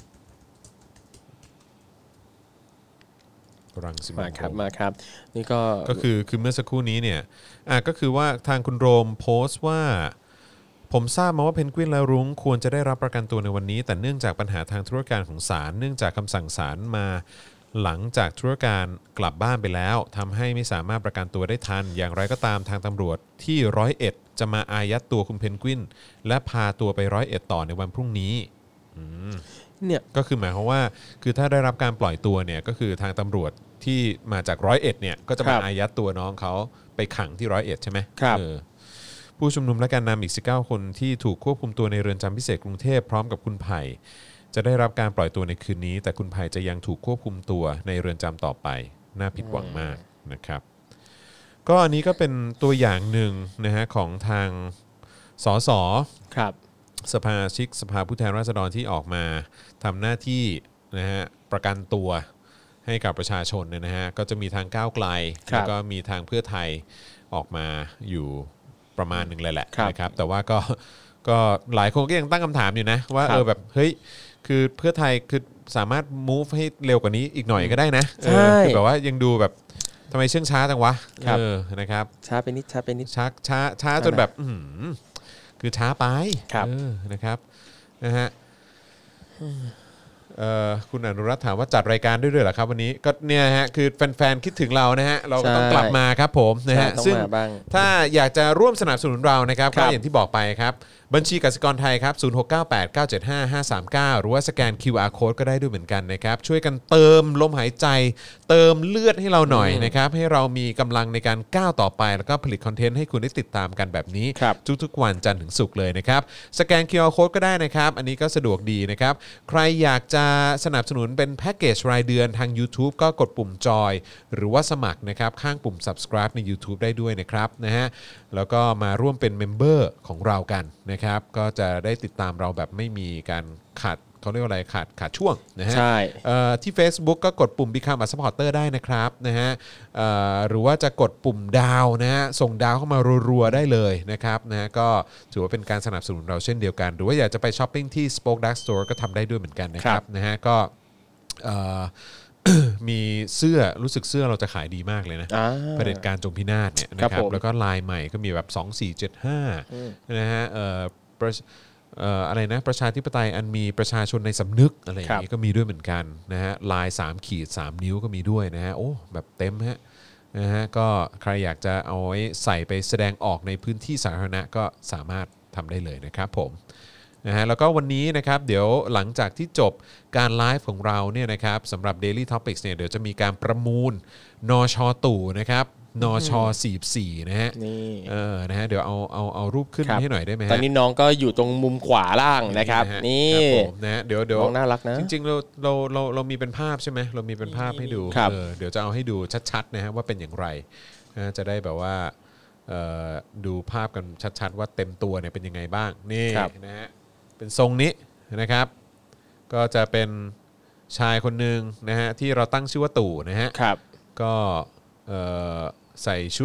รังสิมันมาครับโรมมาครับ นี่ก็ก็คือคือเมื่อสักครู่นี้เนี่ยอ่ะก็คือว่าทางคุณโรมโพสต์ว่าผมทราบมาว่าเพนกวินและรุ้งควรจะได้รับประกันตัวในวันนี้แต่เนื่องจากปัญหาทางธุรการของศาลเนื่องจากคำสั่งศาลมาหลังจากธุรการกลับบ้านไปแล้วทำให้ไม่สามารถประกันตัวได้ทันอย่างไรก็ตามทางตำรวจที่ร้อยเอ็ดจะมาอายัดตัวคุณเพนกวินและพาตัวไปร้อยเอ็ดต่อในวันพรุ่งนี้เนี่ยก็คือหมายความว่าคือถ้าได้รับการปล่อยตัวเนี่ยก็คือทางตำรวจที่มาจากร้อยเอ็ดเนี่ยก็จะมาอายัดตัวน้องเขาไปขังที่ร้อยเอ็ดใช่ไหมครับเออผู้ชุมนุมและการนำอีกสิบเก้าคนที่ถูกควบคุมตัวในเรือนจำพิเศษกรุงเทพพร้อมกับคุณไผ่จะได้รับการปล่อยตัวในคืนนี้แต่คุณไผ่จะยังถูกควบคุมตัวในเรือนจำต่อไปน่าผิดหวังมากนะครับก็อันนี้ก็เป็นตัวอย่างหนึ่งนะฮะของทางสสครับสภาชิกสภาผู้แทนราษฎรที่ออกมาทำหน้าที่นะฮะประกันตัวให้กับประชาชนเนี่ยนะฮะก็จะมีทางก้าวไกลครับแล้วก็มีทางเพื่อไทยออกมาอยู่ประมาณหนึ่งเลยแหละครับนะครับแต่ว่าก็ก็หลายคนก็ยังตั้งคำถามอยู่นะว่าครับเออแบบเฮ้ยคือเพื่อไทยคือสามารถ move ให้เร็วกว่านี้อีกหน่อยก็ได้นะเออใช่คือแบบว่ายังดูแบบทำไมเชื่องช้าจังวะครับเออนะครับช้าไปนิดช้าไปนิดช้าช้าช้าจนแบบอื้อหือคือช้าไปครับเออนะครับนะฮะเอ่อคุณอนุรัตน์ถามว่าจัดรายการด้วยด้วยเหรอครับวันนี้ก็เนี่ยฮะคือแฟนๆคิดถึงเรานะฮะเราก็ต้องใช่กลับมาครับผมนะฮะใช่ต้องซึ่งมาบ้างถ้าอยากจะร่วมสนับสนุนเรานะครับครัก็บอย่างที่บอกไปครับบัญชีกสิกรไทยครับศูนย์ หก เก้า แปด เก้า เจ็ด ห้า ห้า สาม เก้าหรือว่าสแกน คิว อาร์ Code ก็ได้ด้วยเหมือนกันนะครับช่วยกันเติมลมหายใจ เติมเลือดให้เราหน่อยนะครับให้เรามีกำลังในการก้าวต่อไปแล้วก็ผลิตคอนเทนต์ให้คุณได้ติดตามกันแบบนี้ครับทุกๆวันจันทร์ถึงศุกร์เลยนะครับสแกน คิว อาร์ Code ก็ได้นะครับอันนี้ก็สะดวกดีนะครับใครอยากจะสนับสนุนเป็นแพ็กเกจรายเดือนทาง YouTube ก็กดปุ่มจอยหรือว่าสมัครนะครับข้างปุ่ม subscribe ใน YouTube ได้ด้วยนะครับนะฮะแล้วก็มาร่วมเป็นเมมเบอร์ของเรากันนะครับก็จะได้ติดตามเราแบบไม่มีการขาดเขาเรียกว่าอะไรขาดขาดช่วงนะฮะใช่เอ่อที่ Facebook ก็กดปุ่ม Become a supporter ได้นะครับนะฮะเอ่อหรือว่าจะกดปุ่มดาวนะฮะส่งดาวเข้ามารัวๆได้เลยนะครับนะฮะก็ถือว่าเป็นการสนับสนุนเราเช่นเดียวกัน หรือว่าอยากจะไปช้อปปิ้งที่ Spoke Dark Store ก็ทำได้ด้วยเหมือนกันนะคครัรับบ นะฮะก็เอ่อ มีเสื้อรู้สึกเสื้อเราจะขายดีมากเลยนะอ่าเผด็จการจงพินาศเนี่ยครันะบครับผมแล้วก็ลายใหม่ก็มีแบบสอง สี่ เจ็ด ห้านะฮะเอ่อประเอ่ออะไรนะประชาธิปไตยอันมีประชาชนในสำนึกอะไรอย่างนี้ก็มีด้วยเหมือนกันนะฮะลายสามขีดสามนิ้วก็มีด้วยนะฮะโอ้แบบเต็มฮะนะฮะก็ใครอยากจะเอาไว้ใส่ไปแสดงออกในพื้นที่สาธารณะก็สามารถทำได้เลยนะครับผมนะฮะแล้วก็วันนี้นะครับเดี๋ยวหลังจากที่จบการไลฟ์ของเราเนี่ยนะครับสำหรับ Daily Topics เนี่ยเดี๋ยวจะมีการประมูลนช.ตู่นะครับนช.สี่สิบสี่นะฮะนี่เออนะฮะเดี๋ยวเอาเอาเอารูปขึ้นครับให้หน่อยได้ไหมฮะตอนนี้น้องก็อยู่ตรงมุมขวาล่างนะครับฮนี่ครับผมนะฮะเดี๋ยวเดี๋ยวน้องน่ารักนะจริงๆเราเราเราเรามีเป็นภาพใช่ไหมเรามีเป็นภาพให้ดูครับเออเดี๋ยวจะเอาให้ดูชัดๆนะฮะว่าเป็นอย่างไรนะจะได้แบบว่าเอ่อดูภาพกันชัดๆว่าเต็มตัวเนี่ยเป็นยังไงบ้างนี่นะฮะเป็นทรงนี้นะครับ ก็จะเป็นชายคนหนึ่งนะฮะที่เราตั้งชื่อว่าตู่นะฮะครับก็เอ่อใส่ชุด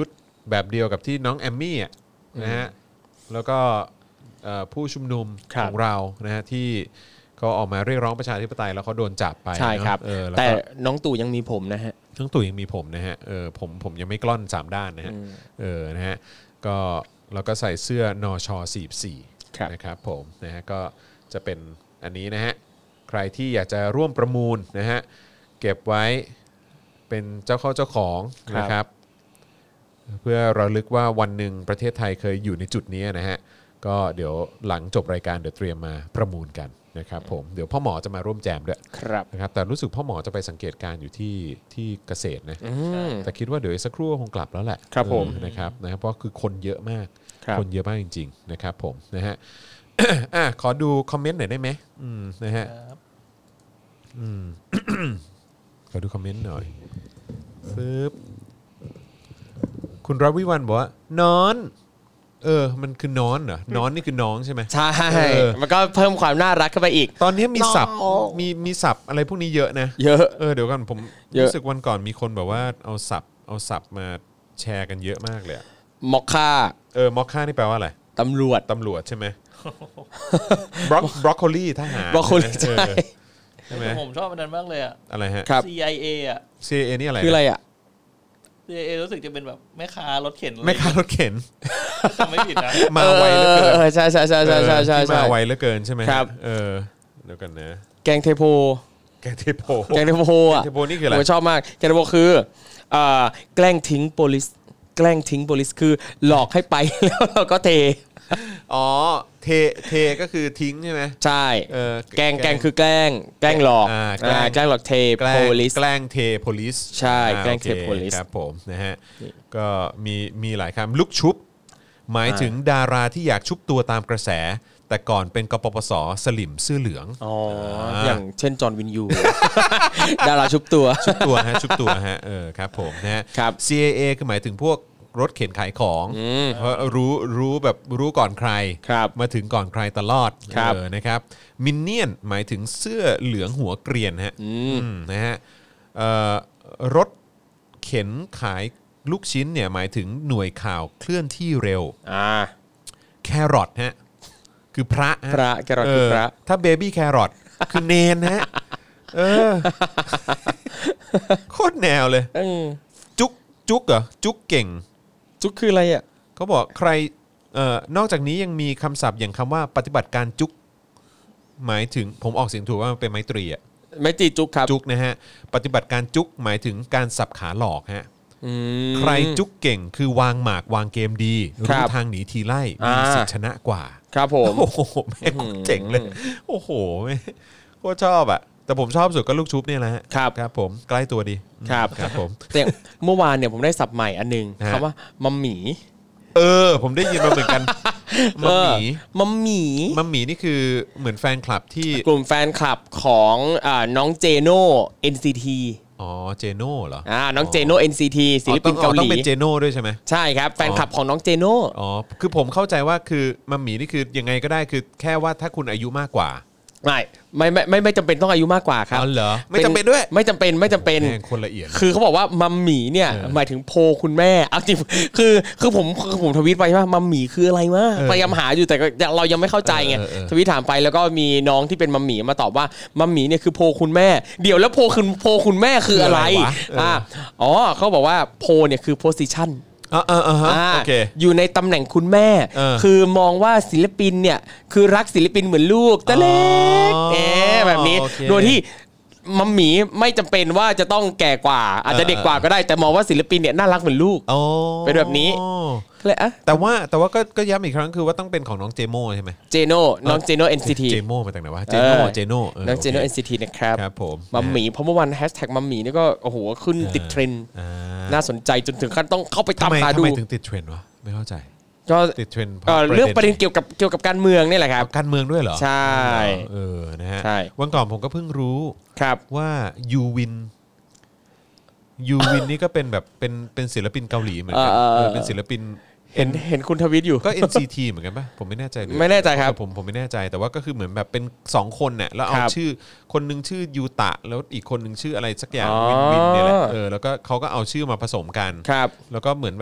แบบเดียวกับที่น้องแอมมี่อ่ะนะฮะแล้วก็เอ่อผู้ชุมนุมครับของเรานะฮะที่เขาออกมาเรียกร้องประชาธิปไตยแล้วเขาโดนจับไปใช่ครับเนอะเออล้วแต่ก็น้องตู่ยังมีผมนะฮะทั้งตู่ยังมีผมนะฮะเออผมผมยังไม่กล้อนสามด้านนะฮะเออนะฮะก็แล้วก็ใส่เสื้อนชสี่สิบสี่ครับนะครับผมนะฮะก็จะเป็นอันนี้นะฮะใครที่อยากจะร่วมประมูลนะฮะเก็บไว้เป็นเจ้าเข้าเจ้าของนะครับเพื่อระลึกว่าวันหนึ่งประเทศไทยเคยอยู่ในจุดนี้นะฮะก็เดี๋ยวหลังจบรายการเดี๋ยวเตรียมมาประมูลกันนะครับผมเดี๋ยวพ่อหมอจะมาร่วมแจมด้วยครับนะครับแต่รู้สึกพ่อหมอจะไปสังเกตการณ์อยู่ที่ที่เกษตรนะแต่คิดว่าเดี๋ยวอีกสักครู่คงกลับแล้วแหละครับผมเออนะครับนะเพราะคือคนเยอะมากครับคนเยอะมากจริงๆนะครับผมนะฮะ อ่ะขอดูคอมเมนต์หน่อยได้ไหมอืมนะฮะครับอืม ขอดูคอมเมนต์หน่อยปึ๊บคุณรวิวันบอกว่านอน เออมันคือนอนเหรอนอนนี่คือน้องใช่ไหมใช่เออมันก็เพิ่มความน่ารักเข้าไปอีกตอนนี้มีศัพท์น้องมีมีศัพท์อะไรพวกนี้เยอะนะเยอะเออเดี๋ยวกันผมเยอะรู้สึกวันก่อนมีคนแบบว่าเอาศัพท์เอาศัพท์มาแชร์กันเยอะมากเลยอะมอคค่าเออมอคค่านี่แปลว่าอะไรตำรวจตำรวจใช่ไหมบล็อกบล็อกโคลี่ทหารบรอกโคลีใช่ใช่ไหมใช่ไหมผมชอบมันนั้นมากเลยอ่ะอะไรฮะครับซี ไอ เอ อ่ะซี เอ นี่อะไรคืออะไรอ่ะซี ไอ เอ รู้สึกจะเป็นแบบแม่ค้ารถเข็นอะรไม่ค่ารถเข็นจำไม่ผิดนะมาไวเหลือเกินเออใช่ใช่ใช่ใช่ใช่ใช่เออที่ใช่มาไวเหลือเกินใช่ไหมครับเออเดี๋ยวกันนะแกงเทโพแกงเทโพแกงเทโพอ่ะแกงเทโพนี่คืออะไรผมชอบมากแกงเทโพคือเอ่อแกล้งทิ้งโพลิสแกล้งทิ้งโพลิสคือหลอกให้ไป แล้วเราก็เทอ๋อเทเทก็คือทิ้งใช่ไหมใช่เออแกล้งแกล้งคือแกล้ง แกล้งหลอกอ่าแกล้งอ่าแกล้งหลอกเทแกล้โพงลิสแกล้งเทโพลิสใช่อ่าแกล้งเทโอค police ครับผมนะฮะก็มีมีหลายคำลุกชุบ หมายถึงดาราที่อยากชุบตัวตามกระแส แต่ก่อนเป็นกปปสสลิมเสื้อเหลืองอ๋ออย่างเช่นจอห์นวินยู ดาราชุบตัวชุบตัวฮะชุบตัวฮะเออครับผมนะฮะครับซี เอ เอ คือหมายถึงพวกรถเข็นขายของเพราะรู้รู้แบบรู้ก่อนใครครับมาถึงก่อนใครตลอดครับเออนะครับมินเนี่ยนหมายถึงเสื้อเหลืองหัวเกรียนฮะอืมนะฮะเอ่อรถเข็นขายลูกชิ้นเนี่ยหมายถึงหน่วยข่าวเคลื่อนที่เร็วอ่าแครอทฮะคือพระฮพระแครอทคือพระเถ้าเบบี้แครอทคือเนนฮะเออโคตรแนวเลยเออจุกจุกเหรอจุกเก่งจุกคืออะไรอ่ะเขาบอกใครเอ่อนอกจากนี้ยังมีคำศัพท์อย่างคำว่าปฏิบัติการจุกหมายถึงผมออกเสียงถูกว่ามันเป็นไม้ตรีอะไม่จีจุกครับจุกนะฮะปฏิบัติการจุกหมายถึงการสับขาหลอกฮะอืมใครจุกเก่งคือวางหมากวางเกมดีครัรู้บทางหนีทีไล่อ่ามีมีสิทธิชนะกว่าครับผมโอ้โหแม่งโคตรเจ๋งเลยโอ้โหแม่งโคตรชอบอ่ะแต่ผมชอบสุดก็ลูกชุบเนี่ยแหละฮะครับครับผมใกล้ตัวดีครับครับผมแต่เมื่อวานเนี่ยผมได้ศัพท์ใหม่อันหนึงฮะคำว่ามัมหมีเออ ผมได้ยินมาเหมือนกันมัมหมีเออมัมหมีมัมหมีนี่คือเหมือนแฟนคลับที่กลุ่มแฟนคลับของอ่าน้องเจโน่ เอ็น ซี ทีอ๋อเจโน่เหรออ่าน้องเจโน่ เอ็น ซี ที ศิลปินเกาหต้องลีเป็นเจโน่ด้วยใช่ไหมใช่ครับ แฟนคลับของน้องเจโน่อ๋อคือผมเข้าใจว่าคือมัมหมีนี่คือยังไงก็ได้คือแค่ว่าถ้าคุณอายุมากกว่าไม่ไม่ไม่ไม่ไม่จำเป็นต้องอายุมากกว่าครับอ๋อเหรอไม่จำเป็นด้วยไม่จำเป็นไม่จำเป็นแม่งคนละเอียดคือเขาบอกว่ามัมหมีเนี่ยเออหมายถึงโพคุณแม่เอาจริงคือคือผมคือผมทวีตไปว่ามัมหมีคืออะไรวะเออพยายามหาอยู่แต่ก็เรายังไม่เข้าใจไงเออเออเออทวีตถามไปแล้วก็มีน้องที่เป็นมัมหมีมาตอบว่ามัมหมีเนี่ยคือโพคุณแม่ เดี๋ยวแล้วโพคุณโพคุณแม่คืออะไรคืออะไรวะเอออ่อ่าอ๋อเขาบอกว่าโพเนี่ยคือ position อ๋อเออเออฮะอ่าโอเคอยู่ในตำแหน่งคุณแม่เออคือมองว่าศิลปินเนี่ยคือรักศิลปินเหมือนลูกแต่เล็กอ๋อเอ๊ะแบบนี้โอเคโดยที่มัมหมีไม่จำเป็นว่าจะต้องแก่กว่า อาจจะเด็กกว่าก็ได้แต่มองว่าศิลปินเนี่ยน่ารักเหมือนลูกอ๋อเป็นแบบนี้ เลยอ่ะแต่ว่าแต่ว่าก็ก็ย้ำอีกครั้งคือว่าต้องเป็นของน้องเจโม่ใช่ไหมเจโน่น้องเจโน่ เอ็น ซี ทีเจโม่มาจากไหนวะเจโน่เออเจโน่ออน้องเจโน่โอเอ็นเคซีทีนะครับครับผมมัมหมีเพราะเมื่อวันแฮชแท็กมัมหมีนี่ก็โอ้โหขึ้นติดเทรนด์อ่าน่าสนใจจนถึงขั้นต้องเข้าไปทำตามไมหาทำดูไมถึงติดเทรนด์วะไม่เข้าใจก็ติดเทรนด์พเอ่อเรื่องประเด็นไหเกี่ยวกับเกี่ยวกับการเมืองนี่แหละครับการเมืองด้วยเหรอใช่เออนะฮะใช่วันก่อนผมก็เพิ่งรู้ครับว่ายูวินยูวินนี่ก็เป็นแบบเป็นเป็นศิลปินเกาหลีเหมือนกันเออเออเออเป็นศิลปินเห็นเห็นคุณทวิตอยู่ก็ เอ็น ซี ที เหมือนกันป่ะผมไม่แน่ใจเลยไม่แน่ใจครับผมผมไม่แน่ใจแต่ว่าก็คือเหมือนแบบเป็นสองคนเนี่ยแล้วเอาครับชื่อคนหนึงชื่อยูตะแล้วอีกคนหนึงชื่ออะไรสักอย่างอ๋อวินวินเนี่ยแหละเออแล้วก็เขาก็เอาชื่อมาผสมกันครับแล้วก็เหมือนแบบ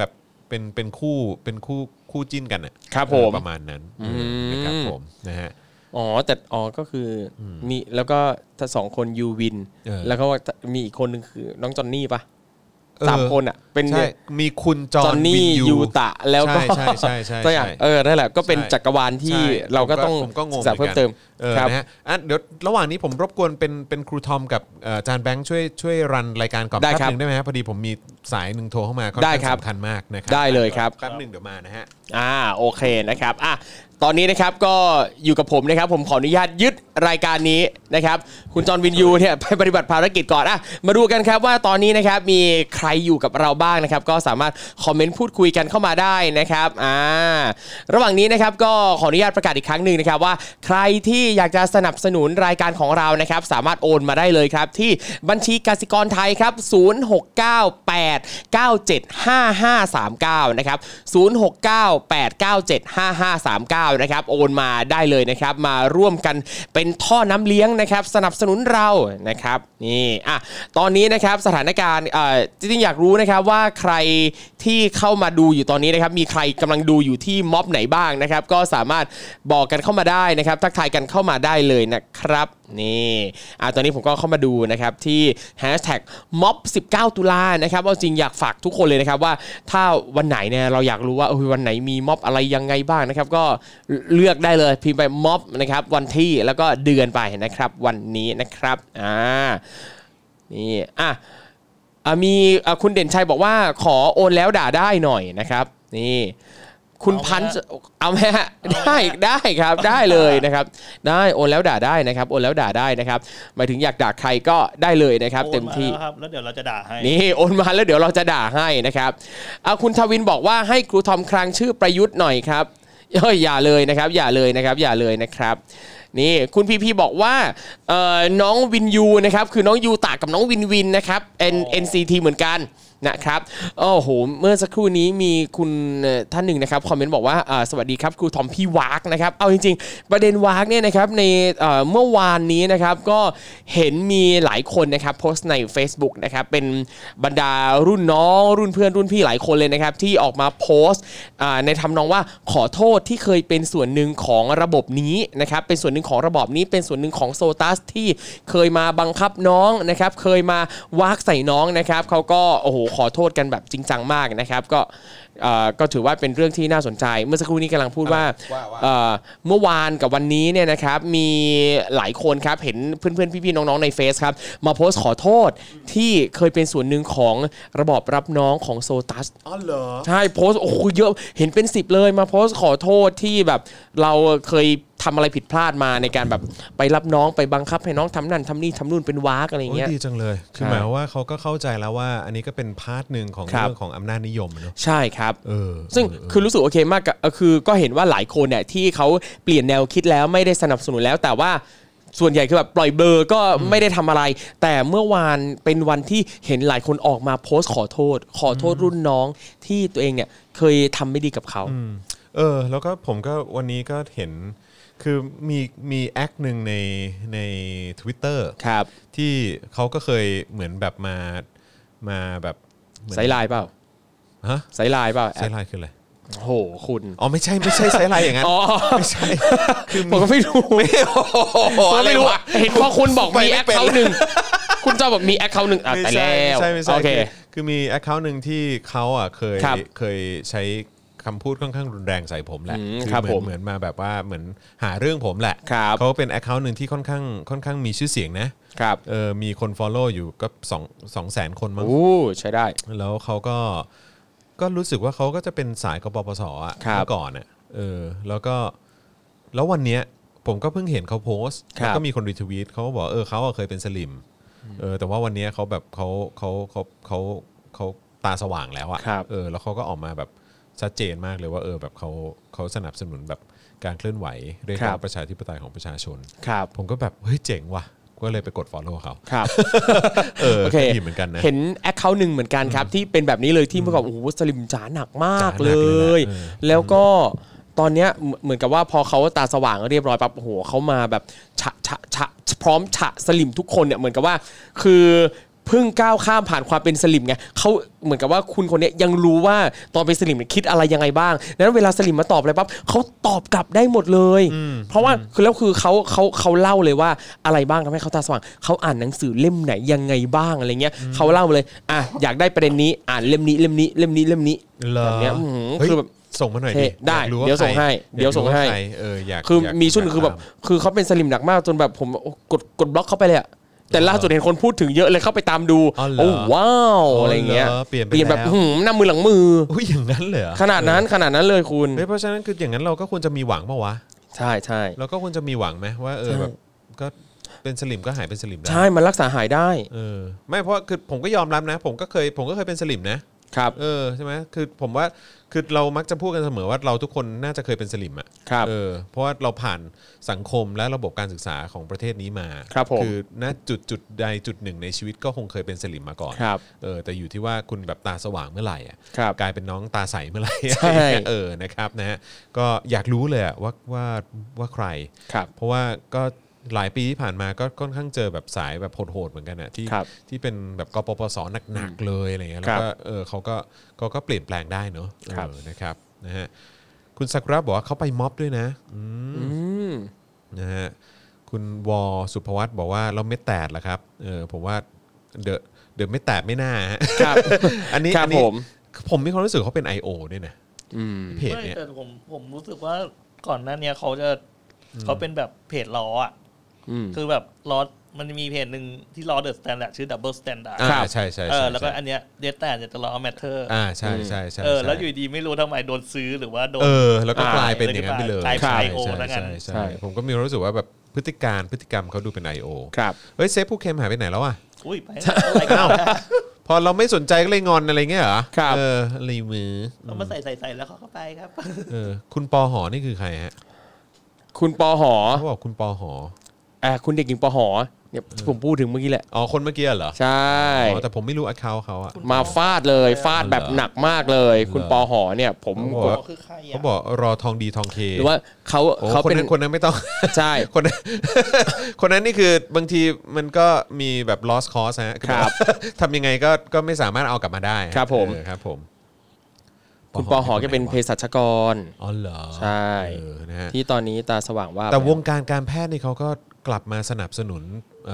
เป็นเป็นคู่เป็นคู่คู่จิ้นกันอ่ะครับผมประมาณนั้นนะครับผมนะฮะอ๋อแต่อ๋อก็คือมีแล้วก็ถ้าสองคนยูวินแล้วก็มีอีกคนนึงคือน้องจอนนี่ปะสามคนอ่ะเป็นมีคุณจอนนี่ยูตะแล้วก็ใช่ใช่ใช่ตัวอย่างเออนั่นแหละก็เป็นจักรวาลที่เราก็ต้องศึกษาเพิ่มเติมครับนะฮะอ่ะเดี๋ยวระหว่างนี้ผมรบกวนเป็นเป็นครูทอมกับอาจารย์แบงค์ช่วยช่วยรันรายการก่อนแป๊บนึงได้ไหมครับพอดีผมมีสายหนึ่งโทรเข้ามาค่อนข้างสำคัญมากนะครับได้เลยครับแป๊บนึงเดี๋ยวมานะฮะอ่าโอเคนะครับอ่ะตอนนี้นะครับก็อยู่กับผมนะครับผมขออนุญาตยึดรายการนี้นะครับคุณจอห์นวินยูเนี่ยไปปฏิบัติภารกิจก่อนอ่ะมาดูกันครับว่าตอนนี้นะครับมีใครอยู่กับเราบ้างนะครับก็สามารถคอมเมนต์พูดคุยกันเข้ามาได้นะครับอ่าระหว่างนี้นะครับก็ขออนุญาตประกาศอีกครั้งหนึ่งนะครับว่าใครที่อยากจะสนับสนุนรายการของเรานะครับสามารถโอนมาได้เลยครับที่บัญชีกสิกรไทยครับศูนย์ หก เก้า แปด เก้า เจ็ด ห้า ห้า สาม เก้านะครับศูนย์ หก เก้า แปด เก้า เจ็ด ห้า ห้า สาม เก้านะครับโอนมาได้เลยนะครับมาร่วมกันเป็นท่อน้ำเลี้ยงนะครับสนับสนุนเรานะครับนี่อ่ะตอนนี้นะครับสถานการณ์เอ่อจริงๆอยากรู้นะครับว่าใครที่เข้ามาดูอยู่ตอนนี้นะครับมีใครกำลังดูอยู่ที่ม็อบไหนบ้างนะครับก็สามารถบอกกันเข้ามาได้นะครับทักทายกันเข้ามาได้เลยนะครับนี่อ่ะตอนนี้ผมก็เข้ามาดูนะครับที่ แฮชแท็ก ม็อบ สิบเก้า ตุลานะครับเอาจริงอยากฝากทุกคนเลยนะครับว่าถ้าวันไหนเนี่ยเราอยากรู้ว่าเออวันไหนมีม็อบอะไรยังไงบ้างนะครับก็เลือกได้เลยพิมพ์ไปม็อบนะครับวันที่แล้วก็เดือนไปนะครับวันนี้นะครับอ่านี่อ่ะมีคุณเด่นชัยบอกว่าขอโอนแล้วด่าได้หน่อยนะครับนี่คุณพันธ์เอาไหมฮะได้ได้ครับได้เลยนะครับได้โอนแล้วด่าได้นะครับโอนแล้วด่าได้นะครับหมายถึงอยากด่าใครก็ได้เลยนะครับเต็มที่ครับแล้วเดี๋ยวเราจะด่าให้นี่โอนมาแล้วเดี๋ยวเราจะด่าให้นะครับเอาคุณทวินบอกว่าให้ครูทอมครั้งชื่อประยุทธ์หน่อยครับเฮ้ยอย่าเลยนะครับอย่าเลยนะครับอย่าเลยนะครับนี่คุณพีพีบอกว่าเอ่อน้องวินยูนะครับคือน้องยูตะกับน้องวินวินนะครับ N เอ็น ซี ที เหมือนกันนะครับโอ้โหเมื่อสักครู่นี้มีคุณท่านหนึ่งนะครับคอมเมนต์บอกว่าสวัสดีครับครูทอมพี่วากนะครับเอาจริงๆประเด็นวากเนี่ยนะครับในเมื่อวานนี้นะครับก็เห็นมีหลายคนนะครับโพสต์ใน Facebook นะครับเป็นบรรดารุ่นน้องรุ่นเพื่อนรุ่นพี่หลายคนเลยนะครับที่ออกมาโพสต์ในทำนองว่าขอโทษที่เคยเป็นส่วนหนึ่งของระบบนี้นะครับเป็นส่วนหนึ่งของระบบนี้เป็นส่วนหนึ่งของโซตัสที่เคยมาบังคับน้องนะครับเคยมาวากใส่น้องนะครับเขาก็โอ้โหขอโทษกันแบบจริงจังมากนะครับก็ก็ถือว่าเป็นเรื่องที่น่าสนใจเมื่อสักครู่นี้กำลังพูดว่าเมื่อวานกับวันนี้เนี่ยนะครับมีหลายคนครับเห็นเพื่อนๆพี่ๆน้องๆในเฟซครับมาโพสต์ขอโทษที่เคยเป็นส่วนหนึ่งของระบอบรับน้องของโซตัสอ๋อเหรอใช่โพสต์โอ้โหเยอะเห็นเป็นสิบเลยมาโพสต์ขอโทษที่แบบเราเคยทำอะไรผิดพลาดมาในการแบบไปรับน้องไปบังคับให้น้องทำนั่นทำนี่ทำนู่นเป็นวากอะไรเงี้ยดีจังเลยคือหมายว่าเขาก็เข้าใจแล้วว่าอันนี้ก็เป็นพาร์ทหนึ่งของเรื่องของอำนาจนิยมเนอะใช่ครับเออซึ่งคือรู้สึกโอเคมากคือก็เห็นว่าหลายคนเนี่ยที่เขาเปลี่ยนแนวคิดแล้วไม่ได้สนับสนุนแล้วแต่ว่าส่วนใหญ่คือแบบปล่อยเบลอก็ไม่ได้ทำอะไรแต่เมื่อวานเป็นวันที่เห็นหลายคนออกมาโพสต์ขอโทษขอโทษรุ่นน้องที่ตัวเองเนี่ยเคยทำไม่ดีกับเขาเออแล้วก็ผมก็วันนี้ก็เห็นคือมีมีแอคหนึ่งในใน Twitter ครับที่เขาก็เคยเหมือนแบบมามาแบบไซไลน์เปล่าฮะไซไลน์เปล่าไซไลน์คืออะไรโอ้โหคุณอ๋อไม่ใช่ไม่ใช่ไซไลน์อย่างนั้นไม่ใช่คือผมก็ไม่รู้ผมไม่รู้เห็นว่าคุณบอกมีแอคเคาท์หนึ่งคุณจะบอกมีแอคเคาท์หนึ่งอ่ะแต่แล้วโอเคคือมีแอคเคาท์หนึ่งที่เขาอ่ะเคยเคยใช้คำพูดค่อนข้างรุนแรงใส่ผมแหละคือเหมือนเหมือนมาแบบว่าเหมือนหาเรื่องผมแหละเขาเป็นแอคเคาท์หนึ่งที่ค่อนข้างค่อนข้างมีชื่อเสียงนะครับเออมีคน follow อยู่ก็สอง สองแสนคนมั้งโอ้ใช้ได้แล้วเขาก็ก็รู้สึกว่าเขาก็จะเป็นสายกปปสอ่ะเมื่อก่อนอ่ะเออแล้วก็แล้ววันเนี้ยผมก็เพิ่งเห็นเขาโพสต์แล้วก็มีคนรีทวีตเขาก็บอกเออเขาเคยเป็นสลิมเออแต่ว่าวันนี้เขาแบบเขาเขาเขาเขาเขาตาสว่างแล้วอ่ะเออแล้วเขาก็ออกมาแบบชัดเจนมากเลยว่าเออแบบเขาเขาสนับสนุนแบบการเคลื่อนไหวเรียกร้องประชาธิปไตยของประชาชนผมก็แบบเฮ้ยเจ๋งว่ะก็เลยไปกด follow เขาครับเออโอเคเหมือนกันนะเห็น account นึงเหมือนกันครับที่เป็นแบบนี้เลยที่เมื่อก่อนโอ้โหสลิมจ๋าหนักมากเลยแล้วก็ตอนเนี้ยเหมือนกับว่าพอเขาตาสว่างเรียบร้อยปั๊บโอ้โหเขามาแบบฉะฉะฉะพร้อมฉะสลิมทุกคนเนี่ยเหมือนกับว่าคือเพิ่งก้าวข้ามผ่านความเป็นสลิมไงเขาเหมือนกับว่าคุณคนนี้ยังรู้ว่าตอนเป็นสลิมคิดอะไรยังไงบ้างนั้นเวลาสลิมมาตอบอะไรปั๊บเขาตอบกลับได้หมดเลยเพราะว่าคือแล้วคือเขาเขาเขาเล่าเลยว่าอะไรบ้างทำให้เขาตาสว่างเขาอ่านหนังสือเล่มไหนยังไงบ้างอะไรเงี้ยเขาเล่าเลยอ่ะอยากได้ประเด็นนี้อ่านเล่มนี้เล่มนี้เล่มนี้เล่มนี้แบบเนี้ยคือแบบส่งมาหน่อยดิได้เดี๋ยวส่งให้เดี๋ยวส่งให้เอออยากคือมีชุดคือแบบคือเขาเป็นสลิมหนักมากจนแบบผมกดกดบล็อกเขาไปเลยอะแต่ล่าสุดเห็นคนพูดถึงเยอะเลยเข้าไปตามดูโอ้ว้าวอะไรเงี้ยเปลี่ยนเปลี่ยนแบบหน้ามือหลังมืออุ้ยอย่างนั้นเลยขนาดนั้นขนาดนั้นเลยคุณเพราะฉะนั้นคืออย่างนั้นเราก็ควรจะมีหวังป่าววะใช่ใช่เราก็ควรจะมีหวังไหมว่าเออแบบก็เป็นสลิมก็หายเป็นสลิมได้ใช่มันรักษาหายได้เออไม่เพราะคือผมก็ยอมรับนะผมก็เคยผมก็เคยเป็นสลิมนะครับเออใช่ไหมคือผมว่าคือเรามักจะพูดกันเสมอว่าเราทุกคนน่าจะเคยเป็นสลิมอ่ะเออเพราะว่าเราผ่านสังคมและระบบการศึกษาของประเทศนี้มาคือณจุดจุดใดจุดหนึ่งในชีวิตก็คงเคยเป็นสลิมมาก่อนเออแต่อยู่ที่ว่าคุณแบบตาสว่างเมื่อไหร่อ่ะกลายเป็นน้องตาใสเมื่อไหร่เออนะครับนะฮะก็อยากรู้เลยว่าว่าว่าใครเพราะว่าก็หลายปีที่ผ่านมาก็ค่อนข้างเจอแบบสายแบบโหดๆเหมือนกันนะที่ที่เป็นแบบกปปสหนักๆเลยอะไรเงี้ยแล้วก็เออเขาก็เขาก็เปลี่ยนแปลงได้เนอะเออนะครับนะฮะคุณซากุระบอกว่าเขาไปม็อบด้วยนะนะฮะคุณวอสุภวัตบอกว่าเราไม่แตกหรอครับเออผมว่าเดอะเดอะไม่แตกไม่น่าครับอันนี้อันนี้ผมผมมีความรู้สึกเขาเป็น ไอ โอ ด้วยนะเพจเนี่ยแต่ผมผมรู้สึกว่าก่อนหน้านี้เขาจะเขาเป็นแบบเพจล้ออ่ะคือแบบล้อมันมีเพจหนึ่งที่ล้อเดอะสแตนดาร์ดชื่อดับเบิลสแตนดาร์ดอ่าใช่ใช่เออแล้วก็อันเนี้ยเดสแตนจะล้อแมทเทอร์อ่าใช่ใช่ใช่เออแล้วอยู่ดีไม่รู้ทำไมโดนซื้อหรือว่าโดนเออแล้วก็กลายเป็นอย่างนั้นไปเลยกลายเป็น ไอ โอแล้วกันใช่ผมก็มีรู้สึกว่าแบบพฤติการพฤติกรรมเขาดูเป็น ไอ โอครับเฮ้ยเซฟผู้เคมหายไปไหนแล้วอ่ะอุ้ยไปอะไรกันพอเราไม่สนใจก็เลยงอนอะไรเงี้ยเหรอเออรีมือเรามาใส่ใส่ใส่แล้วเขาเข้าไปครับเออคุณปอหอนี่คือใครฮะคุณปอหอเขาบอกคุณปอหออ่าคุณเด็กหญิงปอหอเนี่ยผมพูดถึงเมื่อกี้แหละอ๋อคนเมื่อกี้เหรอใช่อ๋อแต่ผมไม่รู้อคเคาท์เขาอะมาฟาดเลยฟาดแบบหนักมากเลยคุณปอหอเนี่ยผมเขาบอกรอทองดีทองเคหรือว่าเขาเขาเป็นคนนั้นไม่ต้องใช่คนนั้นคนนั้นนี่คือบางทีมันก็มีแบบ lost cause ฮะครับทำยังไงก็ก็ไม่สามารถเอากลับมาได้ครับผมครับผมคุณปอหอก็เป็นเภสัชกรอ๋อเหรอใช่ที่ตอนนี้ตาสว่างว่าแต่วงการการแพทย์นี่เขาก็กลับมาสนับสนุน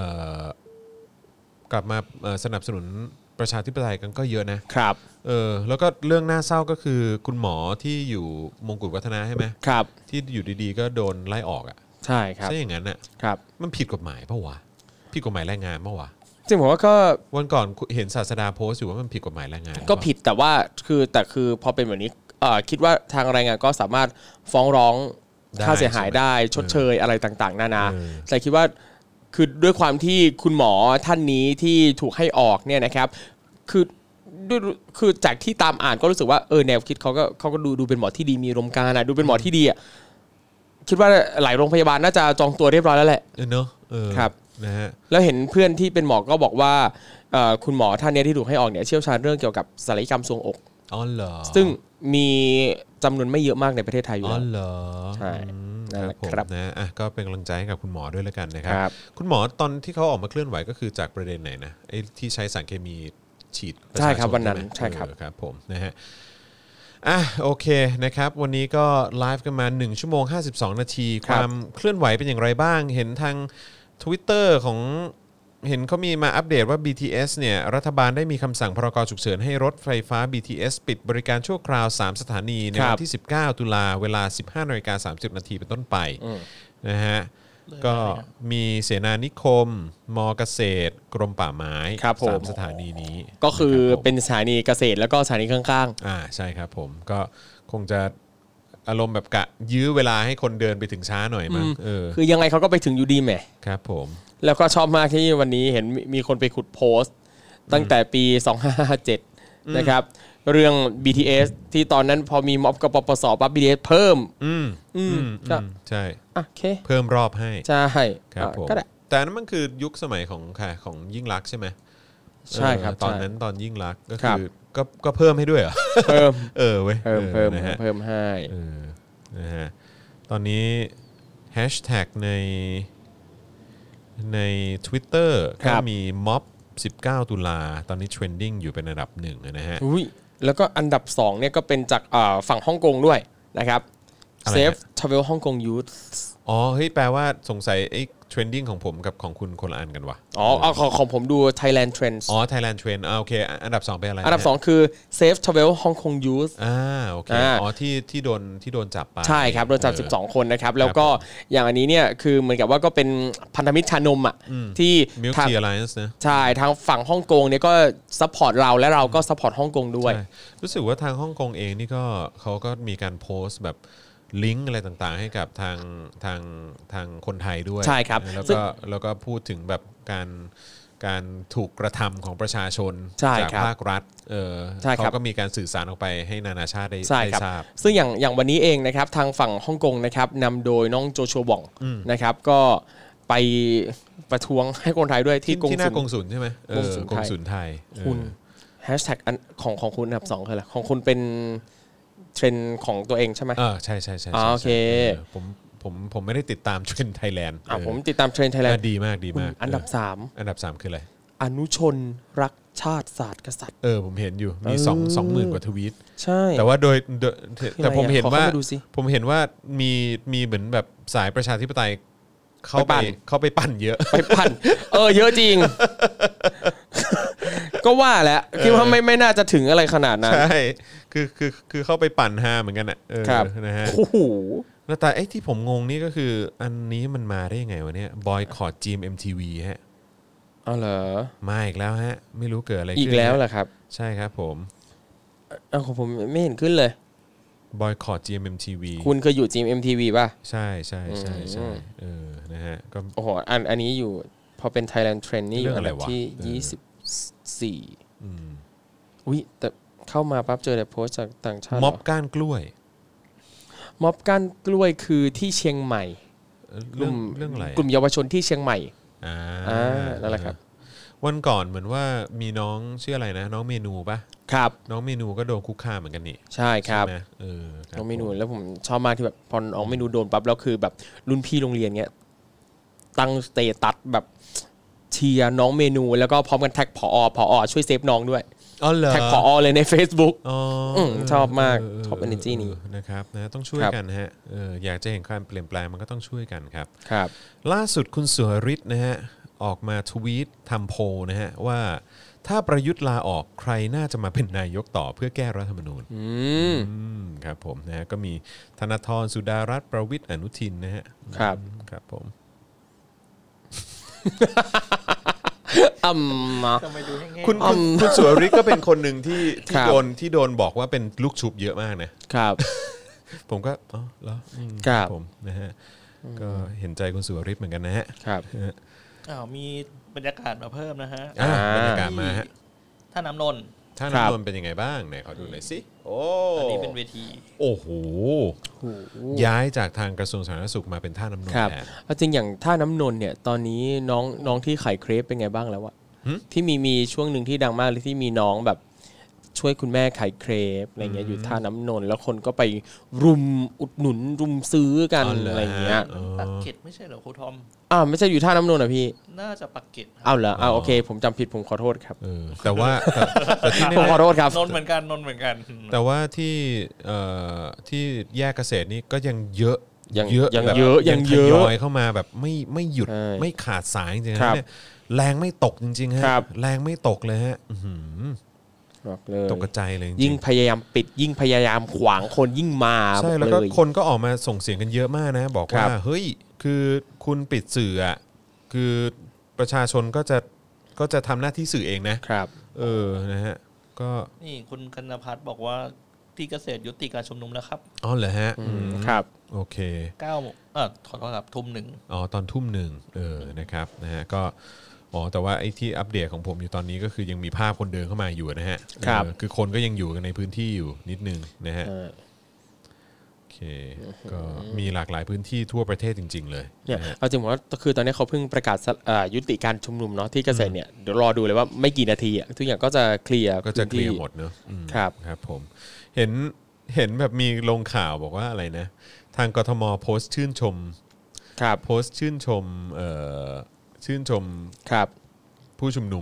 กลับมาสนับสนุนประชาธิปไตยกันก็เยอะนะครับเออแล้วก็เรื่องน่าเศร้าก็คือคุณหมอที่อยู่มงกุฎวัฒนะใช่ไหมครับที่อยู่ดีๆก็โดนไล่ออกอ่ะใช่ครับใช่อย่างนั้นอ่ะครับมันผิดกฎหมายป่ะวะผิดกฎหมายแรงงานป่ะวะจริงผมว่าก็วันก่อนเห็นศาสดาโพสต์อยู่ว่ามันผิดกฎหมายแรงงานก็ผิดแต่ว่าคือแต่คือพอเป็นแบบนี้คิดว่าทางแรงงานก็สามารถฟ้องร้องค่าเสียหายได้ชดเชยอะไรต่างๆนานาแต่คิดว่าคือด้วยความที่คุณหมอท่านนี้ที่ถูกให้ออกเนี่ยนะครับคือด้วยคือจากที่ตามอ่านก็รู้สึกว่าเออแนวคิดเขาก็เขาก็ดูดูเป็นหมอที่ดีมีรมการนะดูเป็นหมอที่ดีอ่ะคิดว่าหลายโรงพยาบาลน่าจะจองตัวเรียบร้อยแล้วแหละเนอะครับนะฮะแล้วเห็นเพื่อนที่เป็นหมอก็บอกว่าคุณหมอท่านนี้ที่ถูกให้ออกเนี่ยเชี่ยวชาญเรื่องเกี่ยวกับศัลยกรรมทรวงอกอ๋อเหรอซึ่งมีจำนวนไม่เยอะมากในประเทศไทยอยู่แล้วอ๋อเหรอใช่ครับนะอ่ะก็เป็นกำลังใจให้กับคุณหมอด้วยแล้วกันนะครับคุณหมอตอนที่เขาออกมาเคลื่อนไหวก็คือจากประเด็นไหนนะไอ้ที่ใช้สารเคมีฉีดใช่ครับวันนั้นใช่ครับครับผมนะฮะอ่ะโอเคนะครับวันนี้ก็ไลฟ์กันมาหนึ่งชั่วโมงห้าสิบสองนาทีความเคลื่อนไหวเป็นอย่างไรบ้างเห็นทาง Twitter ของเห็นเขามีมาอัปเดตว่า บี ที เอส เนี่ยรัฐบาลได้มีคำสั่งพรกฉุกเฉินให้รถไฟฟ้า บี ที เอส ปิดบริการชั่วคราวสามสถานีในวันที่สิบเก้าตุลาเวลา สิบห้านาฬิกาสามสิบนาทีเป็นต้นไปนะฮะก็มีเสนานิคมม.เกษตรกรมป่าไม้สามสถานีนี้ก็คือเป็นสถานีเกษตรแล้วก็สถานีข้างๆอ่าใช่ครับผมก็คงจะอารมณ์แบบกะยื้อเวลาให้คนเดินไปถึงช้าหน่อยมั้งเออคือยังไงเขาก็ไปถึงอยู่ดีแหมครับผมแล้วก็ชอบมากที่วันนี้เห็นมีคนไปขุดโพสต์ตั้งแต่ปีสองพันห้าร้อยห้าสิบเจ็ดนะครับเรื่อง บี ที เอส ที่ตอนนั้นพอมีม็อบกปปสปั๊บ บี ที เอส เพิ่มอืมอืมใช่โอเคเพิ่มรอบให้ใช่ครับผมแต่นั้นมันคือยุคสมัยของค่ะของยิ่งลักษณ์ใช่ไหมใช่ครับตอนนั้นตอนยิ่งลักษณ์ก็คือก็ก็เพิ่มให้ด้วยเหรอเพิ่มเออเว้ยเพิ่มเพิ่มเพิ่มให้เออนะฮะตอนนี้แฮชแท็กในใน Twitter ก็มีม็อบสิบเก้าตุลาตอนนี้เทรนดิ้งอยู่เป็นอันดับหนึ่งนะฮะอุ้ยแล้วก็อันดับสองเนี่ยก็เป็นจากฝั่งฮ่องกงด้วยนะครับ Safe Travel Hong Kong Youth อ๋อเฮ้ยแปลว่าสงสัยไอ้เทรนดิ้งของผมกับของคุณคนละอันกันวะอ๋อเอาของของผมดู Thailand Trends อ๋อ Thailand Trend อ่าโอเคอันดับสองเป็นอะไรอันดับสองคือ Safe Travel Hong Kong Youth อ่าโอเคอ๋อที่ที่โดนที่โดนจับไปใช่ครับโดนจับสิบสองคนนะครับแล้วก็อย่างอันนี้เนี่ยคือเหมือนกับว่าก็เป็นพันธมิตรชานมอ่ะที่ Milk Tea Alliance นะใช่ทางฝั่งฮ่องกงเนี่ยก็ซัพพอร์ตเราและเราก็ซัพพอร์ตฮ่องกงด้วยรู้สึกว่าทางฮ่องกงเองนี่ก็เขาก็มีการโพสต์แบบลิงก์อะไรต่างๆให้กับทางทางทางคนไทยด้วยใช่ครับแล้วก็แล้วก็พูดถึงแบบการการถูกกระทำของประชาชนจากภาครัฐเออเขาก็มีการสื่อสารออกไปให้นานาชาติได้ทราบซึ่งอย่างอย่างวันนี้เองนะครับทางฝั่งฮ่องกงนะครับนำโดยน้องโจชัวบ่องนะครับก็ไปประท้วงให้คนไทยด้วยที่ที่หน้ากงสุลใช่ไหมกงสุลไทยคุณแฮชแท็กของของคุณอันดับสองคืออะไรของคุณเป็นเทรนด์ของตัวเองใช่ไหมอ่าใช่ใช่ใช่โอเคผมผมผมไม่ได้ติดตามเทรนด์ไทยแลนด์อ่าผมติดตามเทรนด์ไทยแลนด์ดีมากดีมากอันดับสามอันดับสามคืออะไรอนุชนรักชาติศาสตร์กษัตริย์เออผมเห็นอยู่มีสองสองหมื่นกว่าทวีตใช่แต่ว่าโดยแต่ผมเห็นว่าผมเห็นว่ามีมีเหมือนแบบสายประชาธิปไตยเข้าไปเข้าไปปั่นเยอะไปปั่นเออเยอะจริงก็ว่าแหละคิดว่าไม่ไม่น่าจะถึงอะไรขนาดนั้นใช่คือคือคือเข้าไปปั่นฮาเหมือนกันอ่ะเออนะฮะโอ้โหแล้วแต่ไอ้ที่ผมงงนี่ก็คืออันนี้มันมาได้ยังไงวะเนี่ยบอยคอตจีม เอ็ม ที วี ฮะอ๋อเหรอมาอีกแล้วฮะไม่รู้เกิดอะไรขึ้นอีกแล้วเหรอครับใช่ครับผมอ้าวของผมไม่เห็นขึ้นเลยบอยคอต จี เอ็ม ที วีคุณเคยอยู่ จี เอ็ม ที วี ป่ะใช่ใช่ใช่ใช่เออนะฮะก็โอ้โหอันอันนี้อยู่พอเป็น Thailand Trend นี่อยู่อันดับที่ยี่สิบสี่อืมอุ๊ยแต่เข้ามาปั๊บเจอแต่โพสต์จากต่างชาติม็อบก้านกล้วยม็อบก้านกล้วยคือที่เชียงใหม่กลุ่มเรื่องอะไรกลุ่มเยาวชนที่เชียงใหม่อ่านั่นแหละครับวันก่อนเหมือนว่ามีน้องชื่ออะไรนะน้องเมนูป่ะครับน้องเมนูก็โดนคุกคามเหมือนกันนี่ใช่ครับเออน้องเมนูแล้วผมชอบมากที่แบบพอน้องเมนูโดนปั๊บแล้วคือแบบรุ่นพี่โรงเรียนเงี้ยตั้งสเตตัสแบบเชียร์น้องเมนูแล้วก็พร้อมกันแท็กผอผอช่วยเซฟน้องด้วยแท็กผอเลยใน Facebook อ๋อชอบมากชอบ energy นี้นะครับนะต้องช่วยกันฮะเอออยากจะเห็นการเปลี่ยนแปลงมันก็ต้องช่วยกันครับครับล่าสุดคุณสุหฤทธิ์นะฮะออกมาทวีตทำโพลนะฮะว่าถ้าประยุทธ์ลาออกใครน่าจะมาเป็นนายกต่อเพื่อแก้รัฐธรรมนูญอืมครับผมนะฮะก็มีธนาธรสุดารัตน์ประวิตรอนุทินนะฮะครับครับผมอืมคุณคุณสุหฤทธิ์ก็เป็นคนหนึ่งที่ที่โดนที่โดนบอกว่าเป็นลูกชุบเยอะมากนะครับผมก็อ๋อแล้วครับผมนะฮะก็เห็นใจคุณสุหฤทธิ์เหมือนกันนะฮะครับอ้าวมีบรรยากาศมาเพิ่มนะฮะบรรยากาศมาฮะท่าน้ำนนท์ท่าน้ำนนท์เป็นยังไงบ้างไหนขอดูหน่อยสิโอ้อันนี้เป็นเวทีโอ้โหย้ายจากทางกระทรวงสาธารณสุขมาเป็นท่าน้ำนนท์แทนจริงอย่างท่าน้ำนนท์เนี่ยตอนนี้น้องน้องที่ขายเครปเป็นไงบ้างแล้วอะที่มีมีช่วงหนึ่งที่ดังมากเลยที่มีน้องแบบช่วยคุณแม่ขายเครปอะไรเงี้ยอยู่ท่าน้ำนนท์แล้วคนก็ไปรุมอุดหนุนรุมซื้อกันอะไรเงี้ยปักเกร็ดไม่ใช่เหรอครูทอมอ้าวไม่ใช่อยู่ท่าน้ำนนท์อ่ะพี่น่าจะปักเกร็ดอ้าวเหรออ้าวโอเคผมจำผิดผมขอโทษครับเออแต่ว่าแต่ที่ผมขอโทษครับนนท์เหมือนกันนนท์เหมือนกันแต่ว่าที่เอ่อที่แยกเกษตรนี่ก็ยังเยอะยังเยอะยังเยอะยังเยอะทยอยเข้ามาแบบไม่ไม่หยุดไม่ขาดสายจริงๆนะเนี่ยแรงไม่ตกจริงๆฮะแรงไม่ตกเลยฮะตกกระจายเลยยิ่งพยายามปิดยิ่งพยายามขวางคนยิ่งมาใช่แล้วก็คนก็ออกมาส่งเสียงกันเยอะมากนะบอกว่าเฮ้ยคือคุณปิดสื่ออ่ะคือประชาชนก็จะก็จะทำหน้าที่สื่อเองนะครับเออนะฮะก็นี่คุณกนภัทรบอกว่าที่เกษตรยุติการชุมนุมแล้วครับอ๋อเหรอฮะครับโอเคเก้าเออขอโทษครับทุ่มหนึ่งอ๋อตอนทุ่มหนึ่งเออนะครับนะฮะก็อ๋อแต่ว่าไอ้ที่อัปเดตของผมอยู่ตอนนี้ก็คือยังมีภาพคนเดินเข้ามาอยู่นะฮะครับคือคนก็ยังอยู่กันในพื้นที่อยู่นิดนึงนะฮะโอเคก็มีหลากหลายพื้นที่ทั่วประเทศจริงๆเลยเนี่ยเอาจริงว่าคือตอนนี้เขาเพิ่งประกาศยุติการชุมนุมเนาะที่เกษตรเนี่ยเดี๋ยวรอดูเลยว่าไม่กี่นาทีอ่ะทุกอย่างก็จะเคลียร์ก็จะเคลียร์หมดเนอะครับครับผมเห็นเห็นแบบมีลงข่าวบอกว่าอะไรนะทางกทมโพสต์ชื่นชมครับโพสต์ชื่นชมเอ่อชื่นชมครับผู้ชุมนุมอ่ะ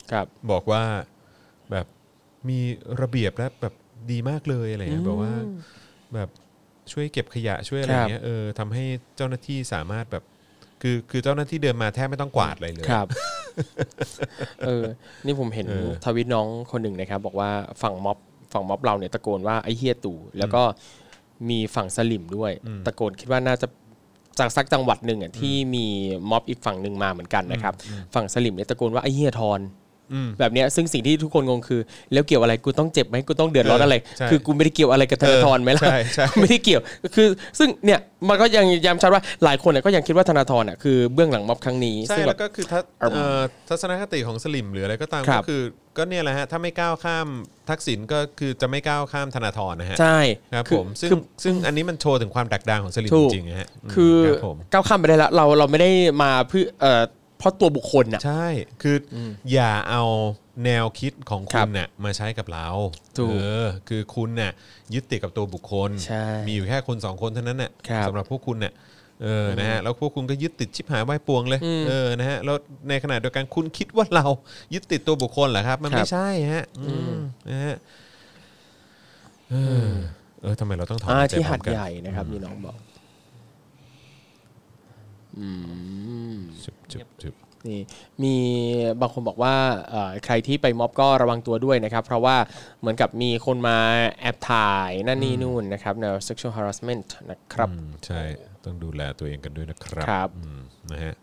ครับบอกว่าแบบมีระเบียบและแบบดีมากเลยอะไรเงี้ยแบบว่าแบบช่วยเก็บขยะช่วยอะไรเงี้ยเออทำให้เจ้าหน้าที่สามารถแบบคือคือเจ้าหน้าที่เดินมาแทบไม่ต้องกวาดอะไรเลยครับเออนี่ผมเห็นทวิตน้องคนหนึ่งนะครับบอกว่าฝั่งม็อบฝั่งม็อบเราเนี่ยตะโกนว่าไอ้เฮียตู่แล้วก็มีฝั่งสลิมด้วยตะโกนคิดว่าน่าจะจากสักจังหวัดหนึ่งอ่ะที่มีม็อบอีกฝั่งหนึ่งมาเหมือนกันนะครับฝั่งสลิมเนี่ยตะโกนว่าไอ้เฮียทอนแบบนี้ซึ่งสิ่งที่ทุกคนงงคือแล้วเกี่ยวอะไรกูต้องเจ็บไหมกูต้องเดือดร้อนอะไรคือกูไม่ได้เกี่ยวอะไรกับธนาธรไหมล่ะไม่ได้เกี่ยวคือซึ่งเนี่ยมันก็ยังย้ำชัดว่าหลายคนเนี่ยก็ยังคิดว่าธนาธรอ่ะคือเบื้องหลังม็อบครั้งนี้ใช่แล้วก็คือทัศนคติของสลิมหรืออะไรก็ตามก็คือก็เนี่ยแหละฮะถ้าไม่ก้าวข้ามทักษิณก็คือจะไม่ก้าวข้ามธนาธรนะฮะใช่ครับผมซึ่งซึ่งอันนี้มันโชว์ถึงความดักดานของสลิมจริงๆฮะคือก้าวข้ามไปได้แล้วเราเราไม่ได้มาเพื่อเอ่อเพราะตัวบุคคลน่ะใช่คืออย่าเอาแนวคิดของคุณน่ะมาใช้กับเราเออคือคุณน่ะยึดติดกับตัวบุคคลมีอยู่แค่คนสองคนเท่านั้นน่ะสำหรับพวกคุณน่ะเออนะฮะแล้วพวกคุณก็ยึดติดชิบหายไหว้ปวงเลยเออนะฮะแล้วในขณะเดียวกันคุณคิดว่าเรายึดติดตัวบุคคลเหรอครับมันไม่ใช่ฮะนะฮะเออเออทำไมเราต้องถอนที่หัดใหญ่นะครับมีน้องบอกอืมจุบๆนี่มีบางคนบอกว่าใครที่ไปม็อบก็ระวังตัวด้วยนะครับเพราะว่าเหมือนกับมีคนมาแอบถ่ายนั่นนี่นู่นนะครับแนว sexual harassment นะครับใช่ต้องดูแลตัวเองกันด้วยนะครับครับนะฮะ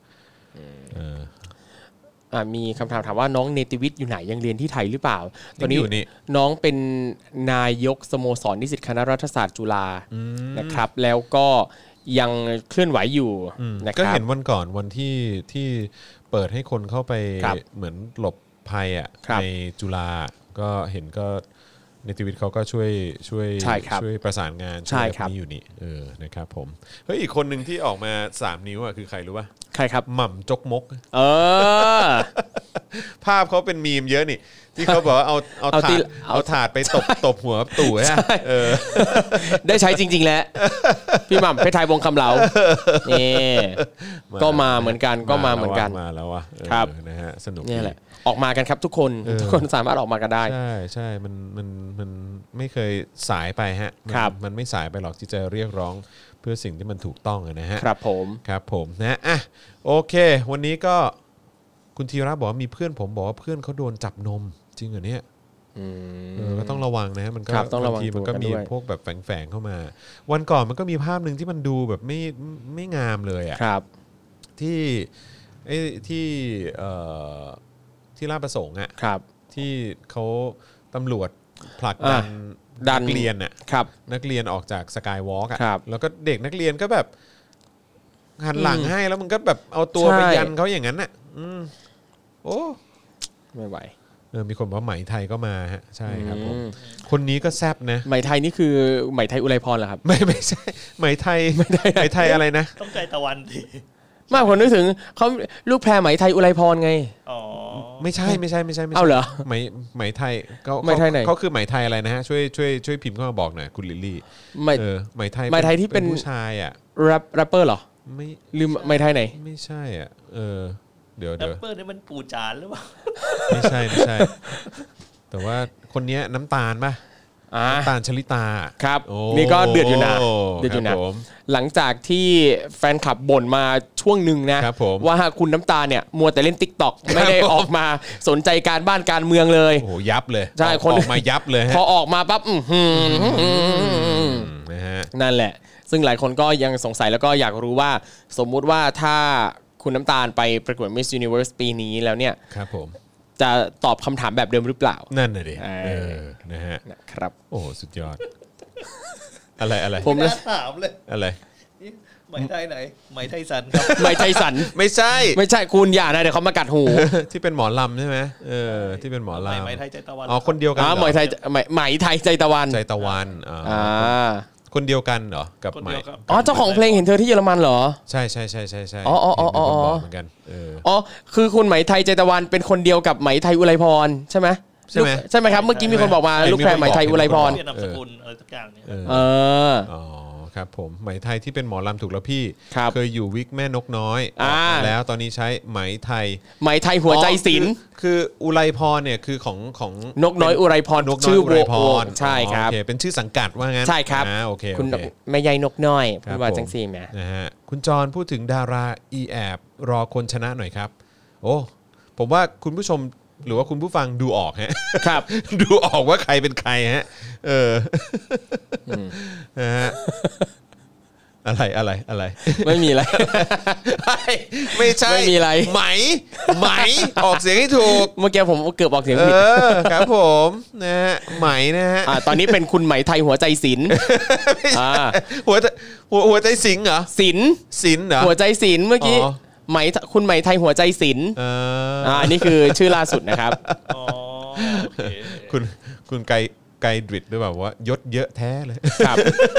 มีคำถามถามว่าน้องเนติวิทย์อยู่ไหนยังเรียนที่ไทยหรือเปล่าตอนนี้น้องเป็นนายกสโมสรนิสิตคณะรัฐศาสตร์จุฬานะครับแล้วก็ยังเคลื่อนไหวอยู่นะครับก็เห็นวันก่อนวันที่ที่เปิดให้คนเข้าไปเหมือนหลบภัยอ่ะในจุฬาก็เห็นก็เนติวิทย์เขาก็ช่วยช่วยช่วยประสานงานช่วยแบบนี้อยู่นี่เออนะครับผมเฮ้ยอีกคนหนึ่งที่ออกมาสามนิ้วอ่ะคือใครรู้ป่ะใครครับหม่ำจกมกเออภาพเขาเป็นมีมเยอะนี่ที่เขาบอกว่าเอาเอาถาดเอาถาดไปตบตบหัวตู่ฮะเออได้ใช้จริงๆแล้วพี่หม่ำเพชรไทยวงคำเหลานี่ก็มาเหมือนกันก็มาเหมือนกันมาแล้วอ่ะครับนะฮะสนุกนี่แหละออกมากันครับทุกคนทุกคนสามารถออกมากันได้ใช่ใช่มันมันมันไม่เคยสายไปฮะมันไม่สายไปหรอกที่จะเรียกร้องเพื่อสิ่งที่มันถูกต้องนะฮะครับผมครับผมนะอ่ะโอเควันนี้ก็คุณธีระบอกว่ามีเพื่อนผมบอกว่าเพื่อนเขาโดนจับนมจริงเหรอเนี่ยเออก็ต้องระวังนะมันก็บางทีมันก็มีพวกแบบแฝงๆเข้ามาวันก่อนมันก็มีภาพนึงที่มันดูแบบไม่ไม่งามเลยอ่ะที่ไอ้ที่เอ่อที่ราชประสงค์อ่ะที่เขาตำรวจผลักดันนักเรียนอ่ะนักเรียนออกจากสกายวอล์กอ่ะแล้วก็เด็กนักเรียนก็แบบหันหลังให้แล้วมันก็แบบเอาตัวไปยันเขาอย่างนั้นอ่ะโอ้ไม่ไหวเออมีคนบอกว่าไหมไทยก็มาฮะใช่ครับผมคนนี้ก็แซ่บนะไหมไทยนี่คือไหมไทยอุไรพรเหรอครับไม่ไม่ใช่ไหมไทยไม่ได้ไหมไทยอะไรนะต้องใจตะวันดิมากผมนึกถึงเขาลูกแพรไหมไทยอุไรพรไงอ๋อไม่ใช่ไม่ใช่ไม่ใช่เอาเหรอไหมไหมไทยเขาเขาคือไหมไทยอะไรนะฮะช่วยช่วยช่วยพิมพ์เข้ามาบอกหน่อยคุณลิลลี่เออไหมไทยไหมไทยที่เป็นผู้ชายอ่ะแรปแรปเปอร์เหรอไม่ลืมไหมไทยไหนไม่ใช่อ่ะเออเดี๋ยวเดี๋ยวแรปเปอร์นี่มันปู่จานหรือเปล่าไม่ใช่ไม่ใช่แต่ว่าคนนี้น้ำตาลป่ะน้ำตาลชลิตาครับนี่ก็เดือดอยู่นะเดือดอยู่นะหลังจากที่แฟนคลับบ่นมาช่วงหนึ่งนะว่าคุณน้ำตาลเนี่ยมัวแต่เล่น TikTok ไม่ได้ออกมาสนใจการบ้านการเมืองเลยโอ้โหยับเลยใช่คนออกมายับเลยพอออกมาปั๊บนะฮะนั่นแหละซึ่งหลายคนก็ยังสงสัยแล้วก็อยากรู้ว่าสมมุติว่าถ้าคุณน้ำตาลไปประกวด Miss Universe ปีนี้แล้วเนี่ยครับผมจะตอบคำถามแบบเดิมหรือเปล่านั่นน่ะดิเออนะฮะนะครับโอ้สุดยอดอะไรอะไรผมถามเลยอะไรไหมไทยไหนไหมไทยสันครับไหมไทยสันไม่ใช่ไม่ใช่คุณอย่านะเดี๋ยวเขามากัดหูที่เป็นหมอลำใช่ไหมเออที่เป็นหมอลำไหมไทยใจตะวันอ๋อคนเดียวกันอ๋อไหมไทยไหมไทยใจตะวันใจตะวันอ่าคนเดียวกันเหรอกับไหมอ๋อเจ้าของเพลงเห็นเธอที่เยอรมันเหรอใช่ใช่ใช่ใช่ใช่อ๋ออ๋ออ๋อเหมือนกันเอออ๋อคือคุณไหมไทยใจตะวันเป็นคนเดียวกับไหมไทยอุไรพรใช่ไหมใช่ไหมใช่ไหมครับเมื่อกี้มีคนบอกมาลูกแพรไหมไทยอุไรพรนามสกุลอะไรสักอย่างเนี่ยเอออ๋อคครับผมไหมไทยที่เป็นหมอลำถูกแล้วพี่ครับเคยอยู่วิกแม่นกน้อยอ่าออกมาแล้วตอนนี้ใช้ไหมไทยไหมไทยหัวใจศิลป์อ๋อคือคืออุไรพรเนี่ยคือของของนกน้อยอุไรพรนกน้อยชื่ออุไรพรใช่ครับโอเคเป็นชื่อสังกัดว่างั้นใช่ครับอ่าโอเคคุณโอเคแม่ใหญ่นกน้อยครัพูบดว่าผมจังซี่แหมนะฮะคุณจรพูดถึงดาราอีแอบรอคนชนะหน่อยครับโอ้ผมว่าคุณผู้ชมหรือว่าคุณผู้ฟังดูออกฮะครับดูออกว่าใครเป็นใครฮะเออนะฮะอะไรอะไรอะไรไม่มีอะไรไม่ใช่ไม่มีอะไรไหมไหมออกเสียงให้ถูกเมื่อกี้ผมเกือบออกเสียงเอผิดอครับผมนะฮะไหมนะฮะอ่าตอนนี้เป็นคุณไหมไทยหัวใจศิลป์อ่าหัวใจหัวหัวใจสิงเหรอศิลป์สินเหรอหัวใจศิลป์เมื่อกี้อ๋อไหมคุณไหมไทยหัวใจศิลป์เอออ่าอันนี้คือชื่อล่าสุดนะครับอ๋อโอเคคุณคุณไกไกดริดด้วยแบบว่ายศเยอะแท้เลยครับ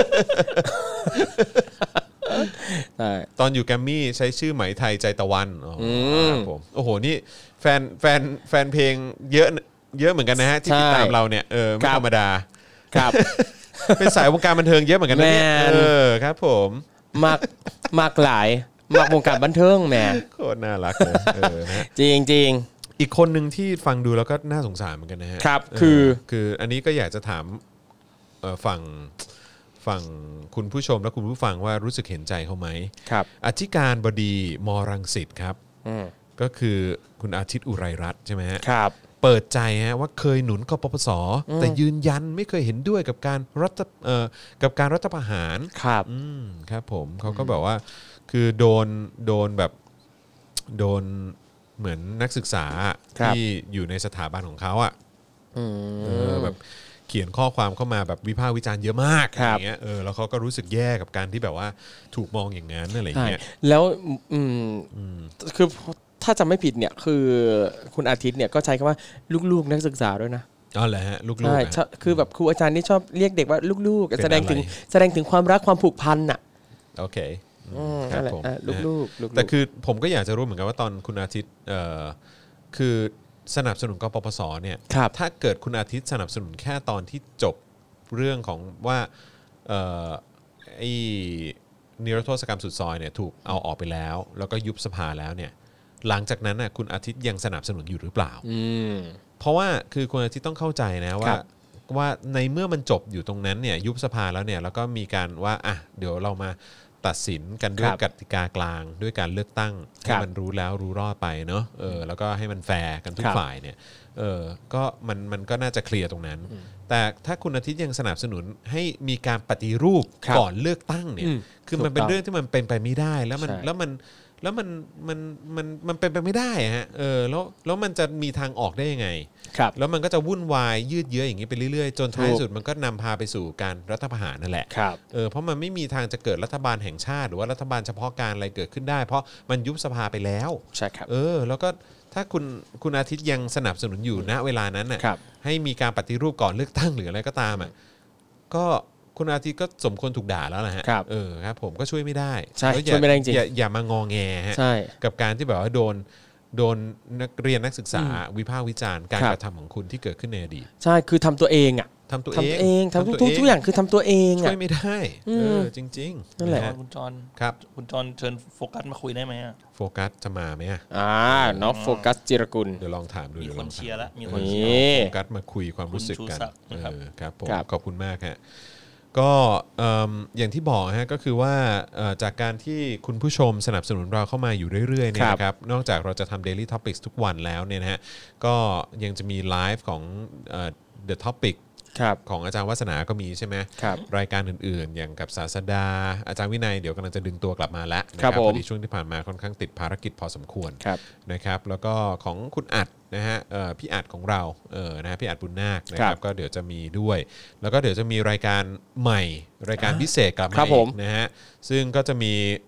ใช่ตอนอยู่แกรมมี่ใช้ชื่อไหมไทยใจตะวันอ๋ออมครับผมโอ้โหนี่แฟนแฟนแฟนเพลงเยอะเยอะเหมือนกันนะฮะที่ติดตามเราเนี่ยเออไม่ครับธรรมดาครับเป็นสายวงการบันเทิงเยอะเหมือนกันนะเนี่ยแมนเออครับผมมากมากหลายมากวงการบันเทิงแหมโคตรน่ารักเลยเออนะจริงจริงอีกคนหนึ่งที่ฟังดูแล้วก็น่าสงสารเหมือนกันนะฮะครับเคือคืออันนี้ก็อยากจะถามเอ่อฝั่งฝั่งคุณผู้ชมและคุณผู้ฟังว่ารู้สึกเห็นใจเขาไหมครับอธิการบดีมรังสิตครับอืมก็คือคุณอาทิตย์อุไรรัตน์ใช่ไหมฮะครับเปิดใจฮะว่าเคยหนุนกปปสแต่ยืนยันไม่เคยเห็นด้วยกับการรัฐเอ่อกับการรัฐประหารครับอืมครับผมเขาก็แบบว่าคือโดนโดนแบบโดนเหมือนนักศึกษาครับที่อยู่ในสถาบันของเขาอ่ะอืเออมแบบเขียนข้อความเข้ามาแบบวิพากษ์วิจารณ์เยอะมากคอะรัไรบเงี้ยเออแล้วเขาก็รู้สึกแย่กับการที่แบบว่าถูกมองอย่างนั้นอะไรใช่เงี้ยแล้วอืมคือถ้าจำไม่ผิดเนี่ยคือคุณอาทิตย์เนี่ยก็ใช้คำว่าลูกๆนักศึกษาด้วยนะอ๋อเหรอฮะลูกๆใช่อะชอบคือแบบครูอาจารย์นี่ชอบเรียกเด็กว่าลูกเป็นๆแสดงถึงอะไรแสดงถึงความรักความผูกพันน่ะโอเคอืมอืมครันั่บนแหละผมอ่ะนะลูกๆลูกๆแต่คือผมก็อยากจะรู้เหมือนกันว่าตอนคุณอาทิตย์เอ่อคือสนับสนุนกปปสเนี่ยครับถ้าเกิดคุณอาทิตย์สนับสนุนแค่ตอนที่จบเรื่องของว่าเอ่อไอ้นิรโทษกรรมสุดซอยเนี่ยถูกเอาออกไปแล้ว แล้วก็ยุบสภาแล้วเนี่ยหลังจากนั้นน่ะคุณอาทิตย์ยังสนับสนุนอยู่หรือเปล่าอืมเพราะว่าคือคุณอาทิตย์ต้องเข้าใจนะคว่ารับว่าในเมื่อมันจบอยู่ตรงนั้นเนี่ยยุบสภาแล้วเนี่ยแล้วก็มีการว่าอ่ะเดี๋ยวเรามาตัดสินกันด้วยครับกติกากลางด้วยการเลือกตั้งคให้รับมันรู้แล้วรู้รอดไปเนาะเออแล้วก็ให้มันแฟร์กันทุกครับฝ่ายเนี่ยเออก็มันมันก็น่าจะเคลียร์ตรงนั้น แต่ถ้าคุณอาทิตย์ยังสนับสนุนให้มีการปฏิรูปครับก่อนเลือกตั้งเนี่ยอืมคือมันเป็นถูกต้องเรื่องที่มันเป็นไปไม่ได้แล้วมันใช่แล้วมันแล้วมันมันมันมันเป็นไปไม่ได้อะฮะเออแล้วแล้วมันจะมีทางออกได้ยังไงครับแล้วมันก็จะวุ่นวายยืดเยื้ออย่างนี้ไปเรื่อยๆ จนท้ายถูกสุดมันก็นำพาไปสู่การรัฐประหารนั่นแหละครับเออเพราะมันไม่มีทางจะเกิดรัฐบาลแห่งชาติ หรือว่ารัฐบาลเฉพาะการอะไรเกิดขึ้นได้ เพราะมันยุบสภาไปแล้วใช่ครับเออแล้วก็ถ้าคุณคุณอาทิตย์ยังสนับสนุนอยู่ณเวลานั้นน่ะครับให้มีการปฏิรูปก่อนเลือกตั้งหรืออะไรก็ตามอ่ะก็คุณอาทิตย์ก็สมควรถูกด่าแล้วนะฮะครับเออครับผมก็ช่วยไม่ได้ใช่แล้วอาช่วยไม่ได้จริงอย่าอย่ามางอแงฮะใช่กับการที่แบบว่าโดนโดนนักเรียนนักศึกษาวิพากษ์วิจารณ์การครับกระทำของคุณที่เกิดขึ้นในอดีตใช่คือทำตัวเองอ่ะทำตัวทำเอตัวงเองทำทุกตัวทุกทุกอย่างคือทำตัวเองช่อ่ะวยไม่ได้อืมเออจริงๆนั่นแหละฮคุณจรครับคุณจรเชิญโฟกัสมาคุยได้ไหมอะโฟกัสจะมาไหมอะอ่าน้องโฟกัสจิรกุลเดี๋ยวลองถามดูมีดี๋วคลนองถาเชียร์แล้วมีเอคนอเชียร์นี่โฟกัสมาคุยความรู้สึกกันคุณชูศักดิ์นะครับเออครับผมครับขอบคุณมากฮะก็เอิ่มอย่างที่บอกฮะก็คือว่าเอ่อจากการที่คุณผู้ชมสนับสนุนเราเข้ามาอยู่เรื่อยๆเนี่ยนะครับนอกจากเราจะทำ Daily Topics ทุกวันแล้วเนี่ยนะฮะก็ยังจะมีไลฟ์ของเอ่อ The Topic ครับของอาจารย์วัฒนาก็มีใช่ไหมครับรายการอื่นๆ อย่างกับศาสดา อาจารย์วินัยเดี๋ยวกำลังจะดึงตัวกลับมาแล้วนะครับผมพอดีช่วงที่ผ่านมาค่อนข้างติดภารกิจพอสมควรครับนะครับแล้วก็ของคุณอัดนะฮะเอ่อพี่อัดของเราเออนะฮะพี่อัดบุญนาคนะคครัรับบ ก็เดี๋ยวจะมีด้วย แล้วก็เดี๋ยวจะมีรายการใหม่รายการพิเศษกลับครัมาบผอีมกนะฮะซึ่งก็จะมี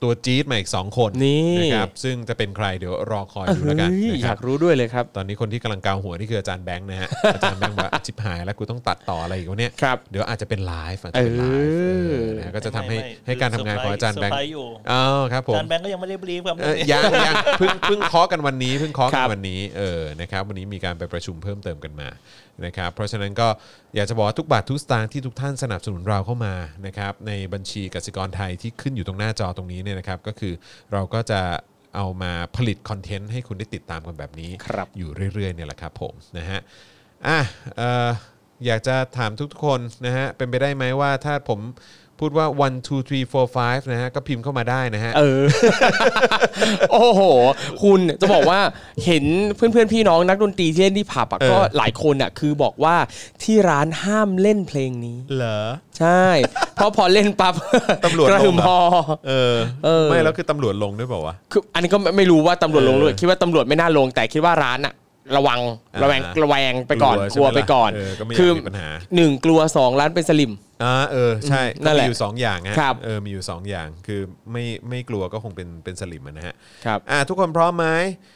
ตัวจี๊ดมาอีกสองคนนี่นะครับซึ่งจะเป็นใครเดี๋ยวรอคอยดูแล้วกันเฮ้ยนะอคยารับกรู้ด้วยเลยครับตอนนี้คนที่กำลังเกาหัวนี่คืออาจารย์แบงค์นะฮะ อาจารย์แบงค์ว่าชิบหายแล้วกูต้องตัดต่ออะไรอีกวะเนี่ยครับเดี๋ยวอาจจะเป็นไลฟ์อาจจะเป็นไลฟ์เออเออนะฮะก็จะทำให้ไม่ไม่ให้การทำงานของอาจารย์แบงค์เซอร์ไพรส์อยู่อ๋อครับผมอาจารย์แบงก์ก็ยังไม่ได้บรีฟครับเอ่อยังยังเพิ่งเพิ่งเคาะกันวันนี้เพิ่งเคาะคกัรันบวันนี้เออนะครับวันนี้มีการไปประชุมเพิ่มเติมกันมานะครับเพราะฉะนั้นก็อยากจะบอกว่าทุกบาททุกสตางค์ที่ทุกท่านสนับสนุนเราเข้ามานะครับในบัญชีกสิกรไทยที่ขึ้นอยู่ตรงหน้าจอตรงนี้เนี่ยนะครับก็คือเราก็จะเอามาผลิตคอนเทนต์ให้คุณได้ติดตามกันแบบนี้ครับอยู่เรื่อยๆเนี่ยแหละครับผมนะฮะอ่ะเอ่ออยากจะถามทุกๆคนนะฮะเป็นไปได้ไหมว่าถ้าผมพูดว่าone two three four fiveนะฮะก็พิมพ์เข้ามาได้นะฮะเออ โอ้โห คุณจะบอกว่าเห็นเพื่อนๆพี่น้องนักดนตรีที่เล่นที่ผับอะเออก็หลายคนอ่ะคือบอกว่าที่ร้านห้ามเล่นเพลงนี้เหรอใช่ เพราะพอเล่นปั๊บตำรวจกระหึ่มลงเหรพออเออเออไม่แล้วคือตำรวจลงด้วยเปล่าวะคืออันนี้ก็ไม่ไม่รู้ว่าตำรวจลงหรือเออคิดว่าตำรวจไม่น่าลง แต่คิดว่าร้านอะระวังอ่าระแวงระแวงไปก่อนกลัวใช่กลัวไหมล่ะไปก่อนเออก็ไม่อยากคือมีปัญหาหนึ่งกลัวสองร้านเป็นสลิมอ่าเออใช่นั่ก็นแหมีละอยู่สองอย่างฮะครับเออมีอยู่สองอย่างคือไม่ไม่กลัวก็คงเป็นเป็นสลิมอะนะฮะครับอ่ะทุกคนพร้อมไหม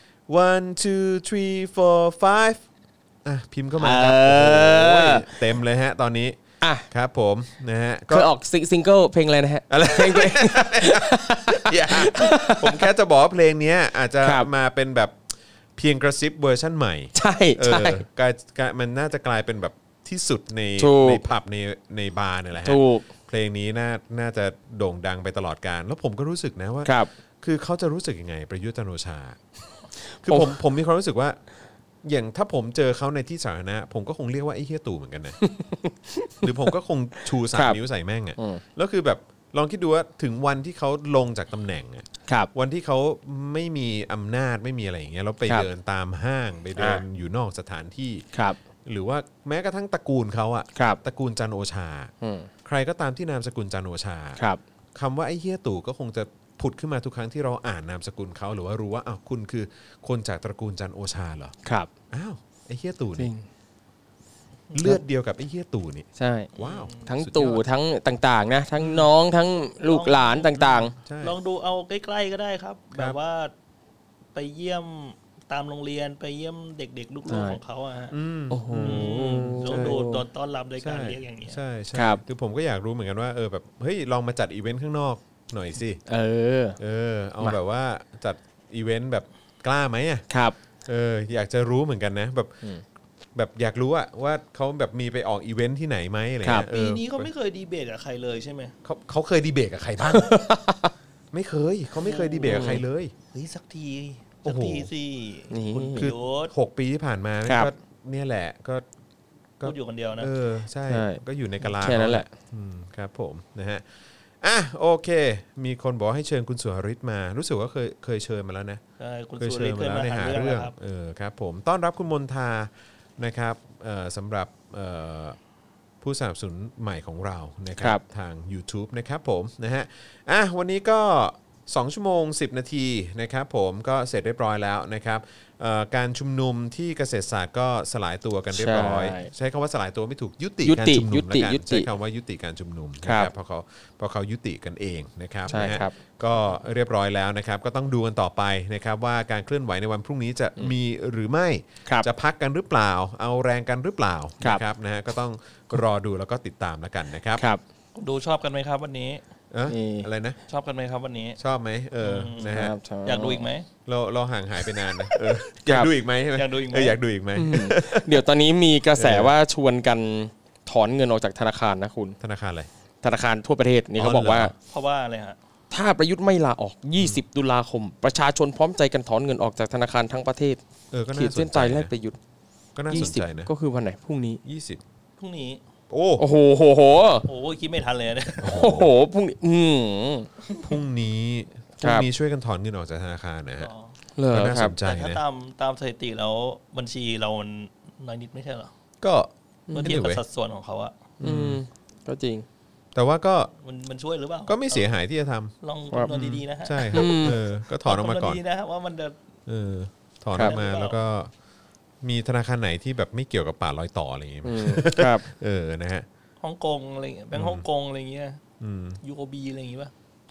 one two three four five อ่ะพิมพ์เข้ามาครับเออโอ้ยเต็มเลยฮะตอนนี้อ่ะครับผมนะฮะเคยออกซิซิงเกิลเพลงอะไรนะฮะอะไรเพลงตัวเองอย่าผมแค่จะบอกว่าเพลงเนี้ยอาจจะครับมาเป็นแบบเพียงกระซิบเวอร์ชั่นใหม่ใช่เอใช่อกลายกลายมันน่าจะกลายเป็นแบบที่สุดในถูกในผับในในบาร์เนี่ยแหละฮะถูกเพลงนี้น่าน่าจะโด่งดังไปตลอดกาลแล้วผมก็รู้สึกนะว่าครับคือเขาจะรู้สึกยังไงประยุทธ์จันทร์โอชา คือผมผมผมมีความรู้สึกว่า อย่างถ้าผมเจอเขาในที่สาธารณะผมก็คงเรียกว่าไอ้เฮียตู่เหมือนกันนะ หรือผมก็คงชูสามนิ้วใส่แม่งอ่ะอืมแล้วคือแบบลองคิดดูว่าถึงวันที่เขาลงจากตำแหน่งอ่ะครับวันที่เขาไม่มีอำนาจไม่มีอะไรอย่างเงี้ยแล้วไปครับเดินตามห้างไปเดินอ่าอยู่นอกสถานที่ครับหรือว่าแม้กระทั่งตระกูลเขาอะครับตระกูลจันทร์โอชาอืมใครก็ตามที่นามสกุลจันทร์โอชาครับคำว่าไอ้เฮียตู่ก็คงจะผุดขึ้นมาทุกครั้งที่เราอ่านนามสกุลเขาหรือว่ารู้ว่าอ้าวคุณคือคนจากตระกูลจันทร์โอชาเหรอครับอ้าวไอ้เฮียตู่จรินี่งเลือดเดียวกับไอ้เฮียตู่นี่ใช่ว้าวทั้งสุดยอดตู่ทั้งต่างๆนะทั้งน้องทั้งลูกหลานต่างใช่ลองดูเอาใกล้ๆก็ได้ครับคแบรับบว่าไปเยี่ยมตามโรงเรียนไปเยี่ยมเด็กๆลูกๆของเขาอะฮะอืมๆ โอ้โหลองดูโดนต้อนรับโดยการใช่เรียกอย่างเงี้ยใช่ใช่ครับคือผมก็อยากรู้เหมือนกันว่าเออแบบเฮ้ยลองมาจัดอีเวนต์ข้างนอกหน่อยสิเออเออเอามาแบบว่าจัดอีเวนต์แบบกล้าไหมอ่ะครับเอออยากจะรู้เหมือนกันนะแบบอืมแบบอยากรู้อะว่าเขาแบบมีไปออกอีเวนต์ที่ไหนไหมอะไรครัเงี้บยเอปีอนี้เขาไม่เคยดีเบตกับใครเลยใช่ไหมเขาเขาเคยดีเบตกับใครบ้าง ไม่เคยเขาไม่เคยดีเบตกับใครเลยเฮ้ยสักทีโอ้สักโหทีสินี่คุณคืพิอยศหกปีที่ผ่านมาครับก็เนี่ยแหละก็ ก็พูดอยู่คนเดียวนะเออใช่ใช่ก็อยู่ในกะลาแค่นั้นแหละอืมครับผมนะฮะอ่ะโอเค มีคนบอกให้เชิญคุณสุหฤทธิ์มา รู้สึกว่าเคยเคยเชิญมาแล้วนะใช่คุณเคยสุเชิริญยมาแล้วในเคยหามาหาเรื่เรื่ออง งนะครับเออครับผมต้อนรับคุณมนทานะครับเอ่อสำหรับเอ่อผู้สนับสนุนใหม่ของเรานะคครัรับบ ทาง YouTube นะครับผมนะฮะอ่ะวันนี้ก็สองชั่วโมงสิบนาทีนะครับผมก็เสร็จเรียบร้อยแล้วนะครับเอ่อการชุมนุมที่เกษตรศาสตร์ก็สลายตัวกันเรียบร้อยใช่ใช้คำว่าสลายตัวไม่ถูกยุติยุการติชุมนุยุมติแล้วกันยุติใช้คำว่ายุติการชุมนุมครันะบครับเพราะเขาเพราะเขายุติกันเองนะครับใช่นะฮะครับก็เรียบร้อยแล้วนะครับก็ต้องดูกันต่อไปนะครับว่าการเคลื่อนไหวในวันพรุ่งนี้จะมีหรือไม่ครับจะพักกันหรือเปล่า เอาแรงกันหรือเปล่าครับนะครับนะฮะก็ต้องรอดูแล้วก็ติดตามแล้วกันนะครับครับดูชอบกันไหมครับวันนี้เอ๊ะนี่อะไรนะชอบกันไหมครับวันนี้ชอบไหมเอออมนะฮะครับชบอยากดูอีกไหมเราเราห่างหายไปนานนะเอออยากดูอีกไหมใช่ไหมอยากดูอีกไหมเอออยากดูอีกไหมเดี๋ยวตอนนี้มีกระแสเออว่าชวนกันถอนเงินออกจากธนาคารนะคุณธนาคารอะไรธนาคารทั่วประเทศนี่เขาบอกว่าอ๋อเหรอเพราะว่าอะไรฮะถ้าประยุทธ์ไม่ลาออก ยี่สิบ ตุลาคม ประชาชนพร้อมใจกันถอนเงินออกจากธนาคารทั้งประเทศเออก็ขีน่าดสเส้นนใจตายแรกนะประยุทธ์ก็น่าสนใจนะก็คือวันไหนพรุ่งนี้ยี่สิบพรุ่งนี้โอ้โอ้โหโหโหโอ้ยคิดไม่ทันเลยนะโอ้โหพรุ่งนี้อืมพรุ่งนี้พครัรุ่งบนี้ช่วยกันถอนเงินออกจากธนาคารนะฮะอ๋อเหรอก็น่าคสรับนใจแต่ถ้านะตามตามสถิติแล้วบัญชีเรามันน้อยนิดไม่ใช่เหรอก็เมื่อเทียบกับ anyway สัดส่วนของเขาอะอืมก็จริงแต่ว่าก็มันมันช่วยหรือเปล่าก็ไม่เสียหายที่จะทำลองครับคำนวณดีๆนะฮะใช่ครับอืมเออก็ถอนออกมาก่อนลงคำวณดีๆนะฮะว่ามันจะเออถอนคอรัอบ กมาแล้วก็มีธนาคารไหนที่แบบไม่เกี่ยวกับป่าลอยต่ออะไรอย่างเงี้ยไหมอืมครับเออนะฮะฮ่องกงอะไรเงี้ยแบงก์ฮ่องกงอะไรเงี้ยอืมยูโอบีอะไรอย่างงี้ป่ะ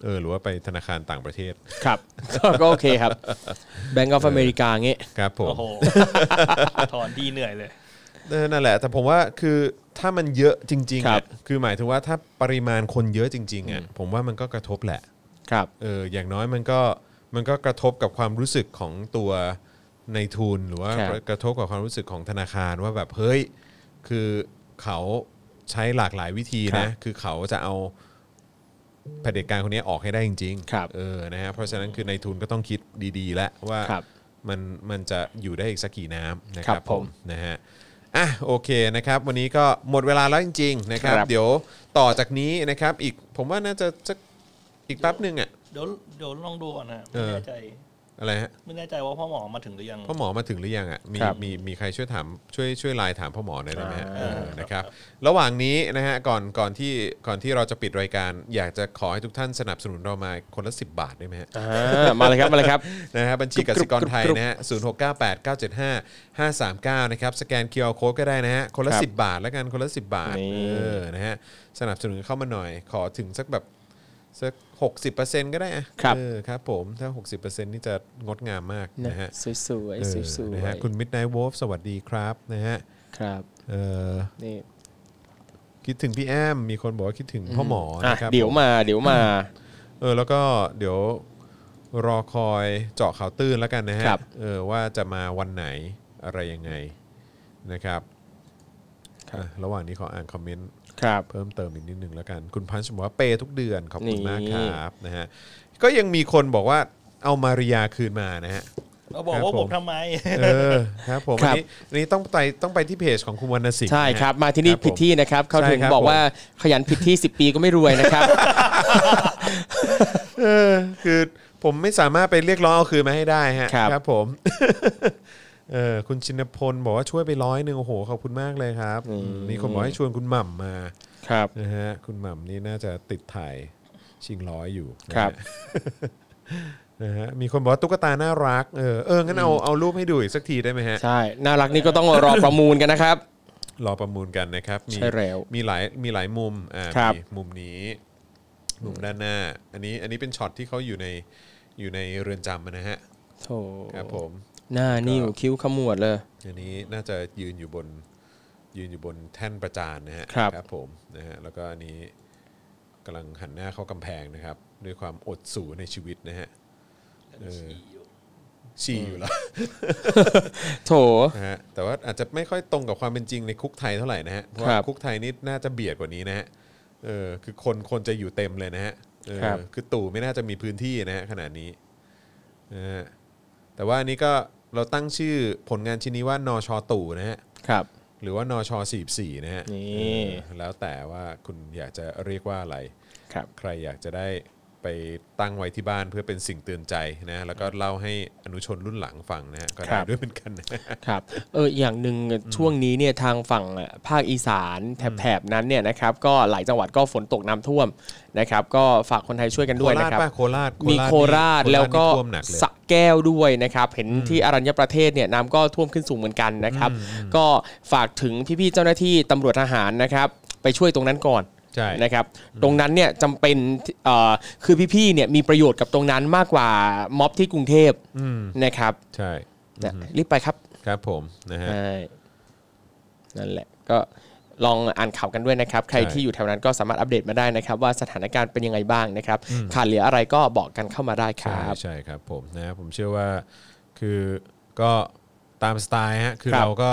เออหรือว่าไปธนาคารต่างประเทศครับ ก็โอเคครับ Bank of America เงี้ยครับผมโอ้โหถอนดีเหนื่อยเลยนั่นแหละแต่ผมว่าคือถ้ามันเยอะจริงๆอ่ะคือหมายถึงว่าถ้าปริมาณคนเยอะจริงๆอ่ะผมว่ามันก็กระทบแหละครับเอออย่างน้อยมันก็มันก็กระทบกับความรู้สึกของตัวในทุนหรือว่ากระทบกับความรู้สึกของธนาคารว่าแบบเฮ้ยคือเขาใช้หลากหลายวิธีนะคือเขาจะเอาเผด็จการคนนี้ออกให้ได้จริงๆเออนะฮะเพราะฉะนั้นคือในทุนก็ต้องคิดดีๆแล้วว่ามันมันจะอยู่ได้อีกสักกี่น้ำนะครับผมนะฮะอ่ะโอเคนะครับวันนี้ก็หมดเวลาแล้วจริงๆนะครับเดี๋ยวต่อจากนี้นะครับอีกผมว่าน่าจะจะอีกแป๊บนึงอ่ะเดี๋ยวเดี๋ยวลองดูก่อนนะไม่แน่ใจอะไรฮะไม่แน่ใจว่าพ่อหมอมาถึงหรือยังพ่อหมอมาถึงหรือยังอ่ะมีมีมีใครช่วยถามช่วยช่วยไลน์ถามพ่อหมอหน่อยได้ไหมฮะนะครับระหว่างนี้นะฮะก่อนก่อนที่ก่อนที่เราจะปิดรายการอยากจะขอให้ทุกท่านสนับสนุนเรามาคนละสิบบาทได้ไหมฮะมาเลยครับมาเลยครับนะฮะบัญชีกสิกรไทยนะฮะศูนย์ หก เก้า แปด เก้า เจ็ด ห้า ห้า สาม เก้านะครับสแกน คิว อาร์ Code ก็ได้นะฮะคนละสิบบาทแล้วกันคนละสิบบาทเออนะฮะสนับสนุนเข้ามาหน่อยขอถึงสักแบบสัก หกสิบเปอร์เซ็นต์ ก็ได้อ่ะเออครับผมถ้า หกสิบเปอร์เซ็นต์ นี่จะงดงามมากนะฮะสวยๆสวยๆนะฮะคุณ Midnight Wolf สวัสดีครับนะฮะครับเออนี่คิดถึงพี่แอมมีคนบอกว่าคิดถึงพ่อหมอนะครับเดี๋ยวมาเดี๋ยวมาเออแล้วก็เดี๋ยวรอคอยเจาะข่าวตื้นแล้วกันนะฮะเออว่าจะมาวันไหนอะไรยังไงนะครับระหว่างนี้ขออ่านคอมเมนต์เพิ่มเติมอีกนิดนึงแล้วกันคุณพันช์บอกว่าเปย์ทุกเดือนขอบคุณมากครับนะฮะก็ยังมีคนบอกว่าเอามาริยาคืนมานะฮะเราบอกว่าผมทำไมเออครับผมอันนี้อันนี้ต้องไปต้องไปที่เพจของคุณวรรณสิงห์ใช่ครับมาที่นี่ผิดที่นะครับเขาถึงบอกว่าขยันผิดที่สิบปีก็ไม่รวยนะครับเออคือผมไม่สามารถไปเรียกร้องเอาคืนมาให้ได้ฮะครับผมเออคุณชินพลบอกว่าช่วยไปร้อยหนึ่งโอ้โหขอบคุณมากเลยครับมีคนบอกให้ชวนคุณหม่ำมาครับนะฮะคุณหม่ำนี่น่าจะติดถ่ายชิงร้อยอยู่ครับนะฮะมีคนบอกว่าตุ๊กตาน่ารักเออเอองั้นเอาเอารูปให้ดูอีกสักทีได้ไหมฮะใช่น่ารักนี่ก็ต้องรอประมูลกันนะครับรอประมูลกันนะครับมีใช่แล้วมีหลายมีหลายมุมอ่ามีมุมนี้มุมด้านหน้าอันนี้อันนี้เป็นช็อตที่เขาอยู่ในอยู่ในเรือนจำนะฮะโธ่ครับผมหน้านิ่วคิ้วขมวดเลยอันนี้น่าจะยืนอยู่บนยืนอยู่บนแท่นประจานนะฮะครับผมนะฮะแล้วก็อันนี้กำลังหันหน้าเข้ากำแพงนะครับด้วยความอดสูในชีวิตนะฮะฉี่อยู่แล้วโถนะฮะแต่ว่าอาจจะไม่ค่อยตรงกับความเป็นจริงในคุกไทยเท่าไหร่นะฮะเพราะคุกไทยนี่น่าจะเบียดกว่านี้นะฮะเออคือคนคนจะอยู่เต็มเลยนะฮะเออคือตู่ไม่น่าจะมีพื้นที่นะฮะขนาดนี้นะฮะแต่ว่าอันนี้ก็เราตั้งชื่อผลงานชิ้นนี้ว่านช.ตู่นะฮะครับหรือว่านช.สี่สิบสี่นะฮะนี่แล้วแต่ว่าคุณอยากจะเรียกว่าอะไรครับใครอยากจะได้ไปตั้งไว้ที่บ้านเพื่อเป็นสิ่งเตือนใจนะแล้วก็เล่าให้อนุชนรุ่นหลังฟังนะฮะก็ได้ด้วยเหมือนกันครับเอออย่างนึงช่วงนี้เนี่ยทางฝั่งภาคอีสานแถบๆนั้นเนี่ยนะครับก็หลายจังหวัดก็ฝนตกน้ำท่วมนะครับก็ฝากคนไทยช่วยกันด้วยนะครับโคราชมีโคราชแล้วก็สระแก้วด้วยนะครับเห็นที่อรัญญประเทศเนี่ยน้ำก็ท่วมขึ้นสูงเหมือนกันนะครับก็ฝากถึงพี่ๆเจ้าหน้าที่ตำรวจทหารนะครับไปช่วยตรงนั้นก่อนนะครับตรงนั้นเนี่ยจำเป็นคือพี่ๆเนี่ยมีประโยชน์กับตรงนั้นมากกว่าม็อบที่กรุงเทพนะครับใช่รีบไปครับครับผมนะฮะนั่นแหละก็ลองอ่านข่าวกันด้วยนะครับใครที่อยู่แถวนั้นก็สามารถอัปเดตมาได้นะครับว่าสถานการณ์เป็นยังไงบ้างนะครับขาดเหลืออะไรก็บอกกันเข้ามาได้ครับใช่ครับผมนะผมเชื่อว่าคือก็ตามสไตล์ฮะคือเราก็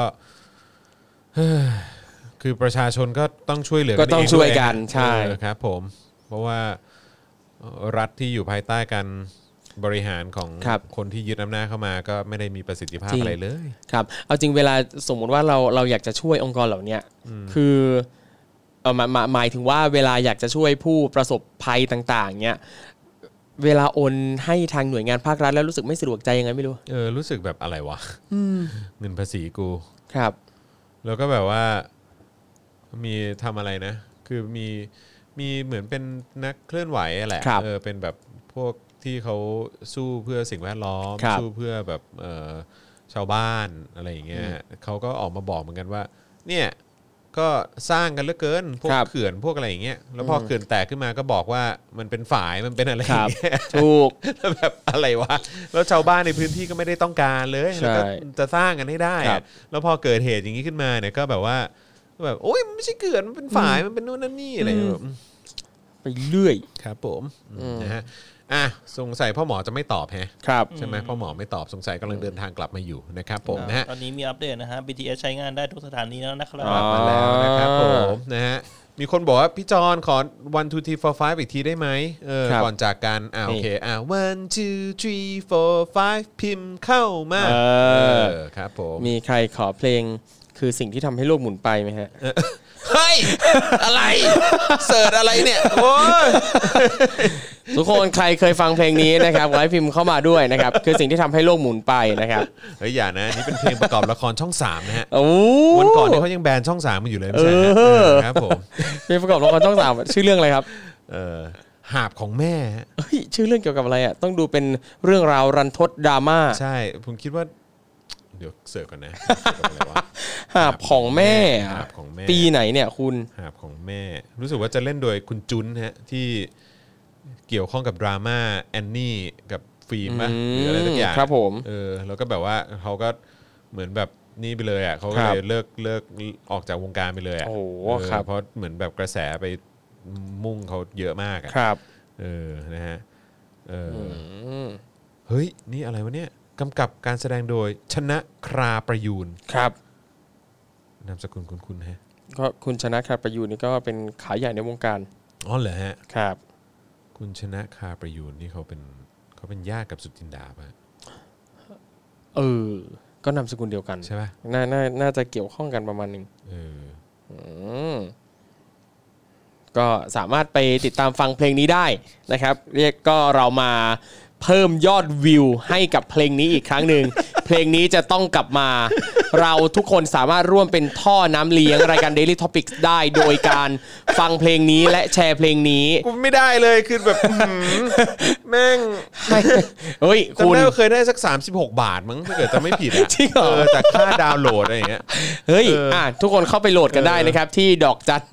คือประชาชนก็ต้องช่วยเหลือก็ต้องช่วยกันใช่ครับผมเพราะว่ารัฐที่อยู่ภายใต้การบริหารของคนที่ยึดอำนาจเข้ามาก็ไม่ได้มีประสิทธิภาพอะไรเลยครับเอาจริงเวลาสมมุติว่าเราเราอยากจะช่วยองค์กรเหล่านี้คือเออหมายถึงว่าเวลาอยากจะช่วยผู้ประสบภัยต่างๆเนี้ยเวลาโอนให้ทางหน่วยงานภาครัฐแล้วรู้สึกไม่สะดวกใจยังไงไม่รู้เออรู้สึกแบบอะไรวะเงินภาษีกูครับแล้วก็แบบว่ามีทำอะไรนะคือมีมีเหมือนเป็นนักเคลื่อนไหวแหละเออเป็นแบบพวกที่เขาสู้เพื่อสิ่งแวดล้อมสู้เพื่อแบบเออชาวบ้านอะไรอย่างเงี้ยเขาก็ออกมาบอกเหมือนกันว่าเนี่ยก็สร้างกันเหลือเกินพวกครับเขื่อนพวกอะไรอย่างเงี้ยแล้วพอเขื่อนแตกขึ้นมาก็บอกว่ามันเป็นฝายมันเป็นอะไรอครัย่าบงเงี้ยถูกแล้วแบบอะไรวะแล้วชาวบ้านในพื้นที่ก็ไม่ได้ต้องการเลยใช่แล้วก็จะสร้างกันให้ได้ครัอะบแล้วพอเกิดเหตุอย่างนี้ขึ้นมาเนี่ยก็แบบว่าแบบโอ๊ยมันไม่ใช่เขื่อนมันเป็นฝายมันเป็นนู่นนั่นนี่อะไรแบบไปเรื่อยครับผมนะฮะอ่ะสงสัยพ่อหมอจะไม่ตอบแฮะครับใช่ไหมพ่อหมอไม่ตอบสงสัยกำลังเดินทางกลับมาอยู่นะครับผมนะฮะตอนนี้มีอัปเดตนะฮะ บี ที เอส ใช้งานได้ทุกสถานีแล้วนะครับอ๋อมาแล้วนะครับผมนะฮะมีคนบอกว่าพี่จอนขอ one two three four five อีกทีได้ไหมเออครับก่อนจากกันอ่าโอเคนี่อ่า one two three four five พิมพ์เข้ามาเออเออครับผมมีใครขอเพลงคือสิ่งที่ทำให้โลกหมุนไปไหมฮะเฮ้ย อะไรเสิร์ชอะไรเนี่ยโอ้ยทุกคนใครเคยฟังเพลงนี้นะครับขอให้พิมพ์เข้ามาด้วยนะครับ คือสิ่งที่ทำให้โลกหมุนไปนะครับเฮ้ยอย่านะนี่เป็นเพลงประกอบละครช่องสามนะฮะโอ้วันก่อนนี่เขายังแบนช่องสามมาอยู่เลยไม่ใช่ฮะเออเออครับผมเพลงประกอบละครช่องสามชื่อเรื่องอะไรครับเออหาบของแม่ฮะเฮ้ยชื่อเรื่องเกี่ยวกับอะไรอ่ะต้องดูเป็นเรื่องราวรันทดดราม่าใช่ผมคิดว่าเดี๋ยวเสิร์ชก่อนนะเสิร์ชก่อนอะไรวะหาบของแม่อะหาบของแม่ปีไหนเนี่ยคุณหาบของแม่ รู้สึกว่าจะเล่นโดยคุณจุนฮะที่เกี่ยวข้องกับดราม่าแอนนี่กับฟิล์มป่ะอืมหรืออะไรสักอย่างครับผมเออแล้วก็แบบว่าเขาก็เหมือนแบบนี่ไปเลยอ่ะเขาก็ครัเลบยเลิกเลิกออกจากวงการไปเลยอ่ะโอ้โหเออครับเพราะเหมือนแบบกระแสไปมุ่งเขาเยอะมากอ่ะครับเออนะฮะเออออืมเฮ้ยนี่อะไรวะเนี่ยกำกับการแสดงโดยชนะคราประยูนครับนามสกุลคุณคุณฮะก็คุณชนะครับประยูนนี่ก็เป็นขาใหญ่ในวงการอ๋อเหรอฮะครับคุณชนะคาประยูนนี่เขาเป็นเขาเป็นญาติกับสุจินดาป่ะเออ ก็นามสกุลเดียวกันใช่ป่ะน่าน่าน่าจะเกี่ยวข้องกันประมาณหนึ่งเอออืมก็สามารถไปติดตามฟังเพลงนี้ได้นะครับ เรียกก็เรามาเพิ่มยอดวิวให้กับเพลงนี้อีกครั้งหนึ่ง เพลงนี้จะต้องกลับมา เราทุกคนสามารถร่วมเป็นท่อน้ำเลี้ยงรายการ Daily Topics ได้โดยการฟังเพลงนี้และแชร์เพลงนี้กูไม่ได้เลยคือแบบ อื้อหือแม่งเฮ้ยจำคุณได้ว่าเคยได้สักสามสิบหกบาทมั้งถ้าเกิดจะไม่ผิดอ่ะจริงเหรอเออจากค่าดาวน์โหลดอะไรอย่างเงี้ยเฮ้ยเอออ่อ่ะทุกคนเข้าไปโหลดกันได้นะครับ ที่ดอกจัน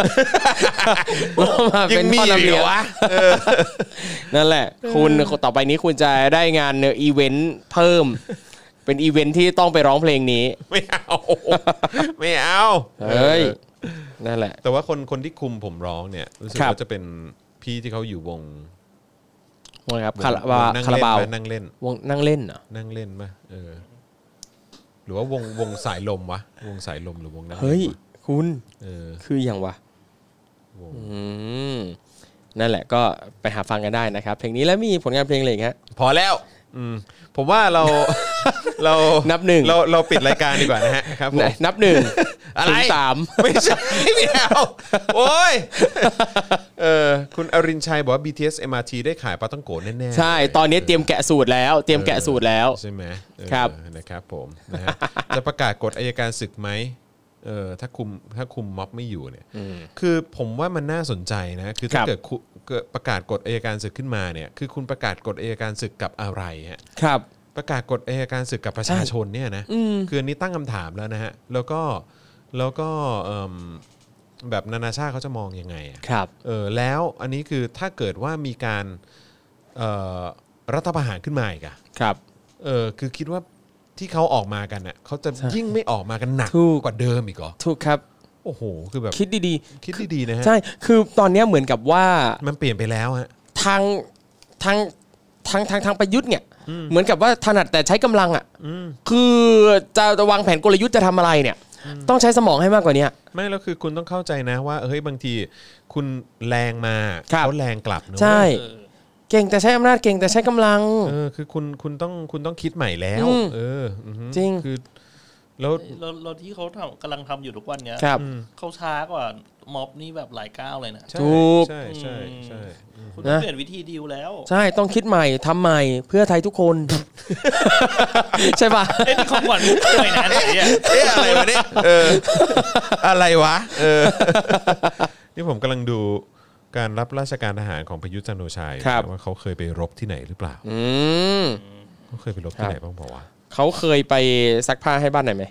แล้วมาเป็นท่อน้ำเลี้ยง นั่นแหละ คุณต่อไปนี้คุณจะได้งานอีเวนต์เพิ่ม เป็นอีเวนต์ที่ต้องไปร้องเพลงนี้ไม่เอา ไม่เอาเฮ้ย นั่นแหละแต่ว่าคนคนที่คุมผมร้องเนี่ยรู้สึกครับว่าจะเป็นพี่ที่เขาอยู่วงว่าไงครับวงคาราบาวนั่งคาราเล่นบาวปะนั่งเล่นวงนั่งเล่นเหรอนั่งเล่นป่ะเออ หรือว่าวงวงสายลมวะวงสายลมหรือวงนั่งเล่นเฮ้ยวะคุณเออคืออย่างวะวงอืมนั่นแหละก็ไปหาฟังกันได้นะครับ เพลงนี้แล้วมีผลงานเพลงอะไรอีกฮะพอแล้วอืมผมว่าเรา เรานับหนึ่งเราเราปิดรายการดีกว่านะฮะครับผไหนมนับหนึ่งอะไรถึงสามไม่ใช่ไม่เอาโอ้ยเออคุณอรินทร์ชัยบอกว่า บี ที เอส เอ็ม อาร์ ที ได้ขายปาต้องโกะแน่ๆใช่ ตอนนี้เตรียมแกะสูตรแล้ว เตรียมแกะสูตรแล้วใช่ไหมเออครับนะครับผมนะฮะจะประกาศกฎอัยการศึกไหมเออถ้าคุมถ้าคุมม็อบไม่อยู่เนี่ยคือผมว่ามันน่าสนใจนะคือถ้าครับเกิดคุเกิดประกาศกฎอัยการศึกขึ้นมาเนี่ยคือคุณประกาศกฎอัยการศึกกับอะไรฮะครับประกาศกฎอัยการศึกกับประชาชนเนี่ยนะคืออันนี้ตั้งคำถามแล้วนะฮะแล้วก็แล้วก็เอิ่มแบบนานาชาติเขาจะมองยังไงอะครับเออแล้วอันนี้คือถ้าเกิดว่ามีการเอ่อรัฐประหารขึ้นมาอีกอะครับเออคือคิดว่าที่เขาออกมากันน่ะเขาจะยิ่งไม่ออกมากันหนักถูกกว่าเดิมอีกเหรอถูกครับโอ้โหคือแบบคิดดีคิดดีๆนะๆฮะใช่ คือตอนนี้เหมือนกับว่ามันเปลี่ยนไปแล้วฮะทางทางทางทางทางประยุทธ์เนี่ย เหมือนกับว่าถนัดแต่ใช้กำลังอ่ะคือจะจะวางแผนกลยุทธ์จะทำอะไรเนี่ย ต้องใช้สมองให้มากกว่านี้ไม่แล้วคือคุณต้องเข้าใจนะว่าเฮ้ยบางทีคุณแรงมาครับเขาแรงกลับเนอะใช่เออเก่งแต่ใช้อำนาจเก่งแต่ใช้กำลังเออคือคุณคุณต้องคุณต้องคิดใหม่แล้วอืมเอออือฮึจริงคือแล้วเราเราที่เขาทำกำลังทำอยู่ทุกวันเนี้ยครับเขาช้ากว่าม็อบนี่แบบหลายก้าวเลยนะใช่ถูกใช่ใช่ใช่คุณนะต้องเปลี่ยนวิธีดีลแล้วใช่ต้องคิดใหม่ทำใหม่เพื่อไทยทุกคน ใช่ป่ะเอ้ยนี่ของขวัญหน่วยนะไหนอ่ะเอ๊ะอะไรวะเนี่ยเอออะไรวะเออนี่ผมกำลังดูการรับราชการทหารของประยุทธ์จันทร์โอชาอยู่ครับว่าเขาเคยไปรบที่ไหนหรือเปล่าอืมเขาเคยไปรบที่ไหนบ้างเปล่าวะเขาเคยไปซักผ้าให้บ้านไหนไหมอ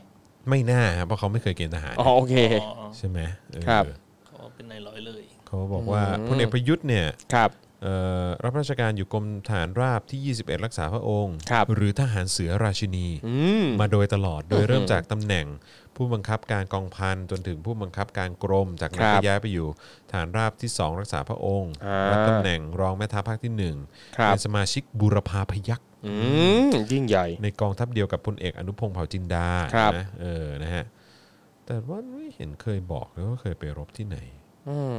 ไม่น่าครับเพราะเขาไม่เคยเกณฑ์ทหารอ๋อโอเคใช่ไหมเออครับเขาเป็นนายร้อยเลยเขาบอกว่าพลเอกประยุทธ์เนี่ยครับเอ่อรับราชการอยู่กรมทหารราบที่ยี่สิบเอ็ดรักษาพระองค์ครับหรือทหารเสือราชินีอืมมาโดยตลอดโดยเริ่มจากตำแหน่งผู้บังคับการกองพันจนถึงผู้บังคับการกรมจากนั้นครัก็บย้ายไปอยู่ฐานราบที่สองรักษาพระองค์อ่ารับตำแหน่งรองแม่ทัพภาคที่หนึ่งครับเป็นสมาชิกบูรพาพยัคฆ์อืมยิ่งใหญ่ในกองทัพเดียวกับพลเอกอนุพงษ์เผ่าจินดาครับนะเออนะฮะแต่ว่าไม่เห็นเคยบอกเลยว่าเคยไปรบที่ไหนอืม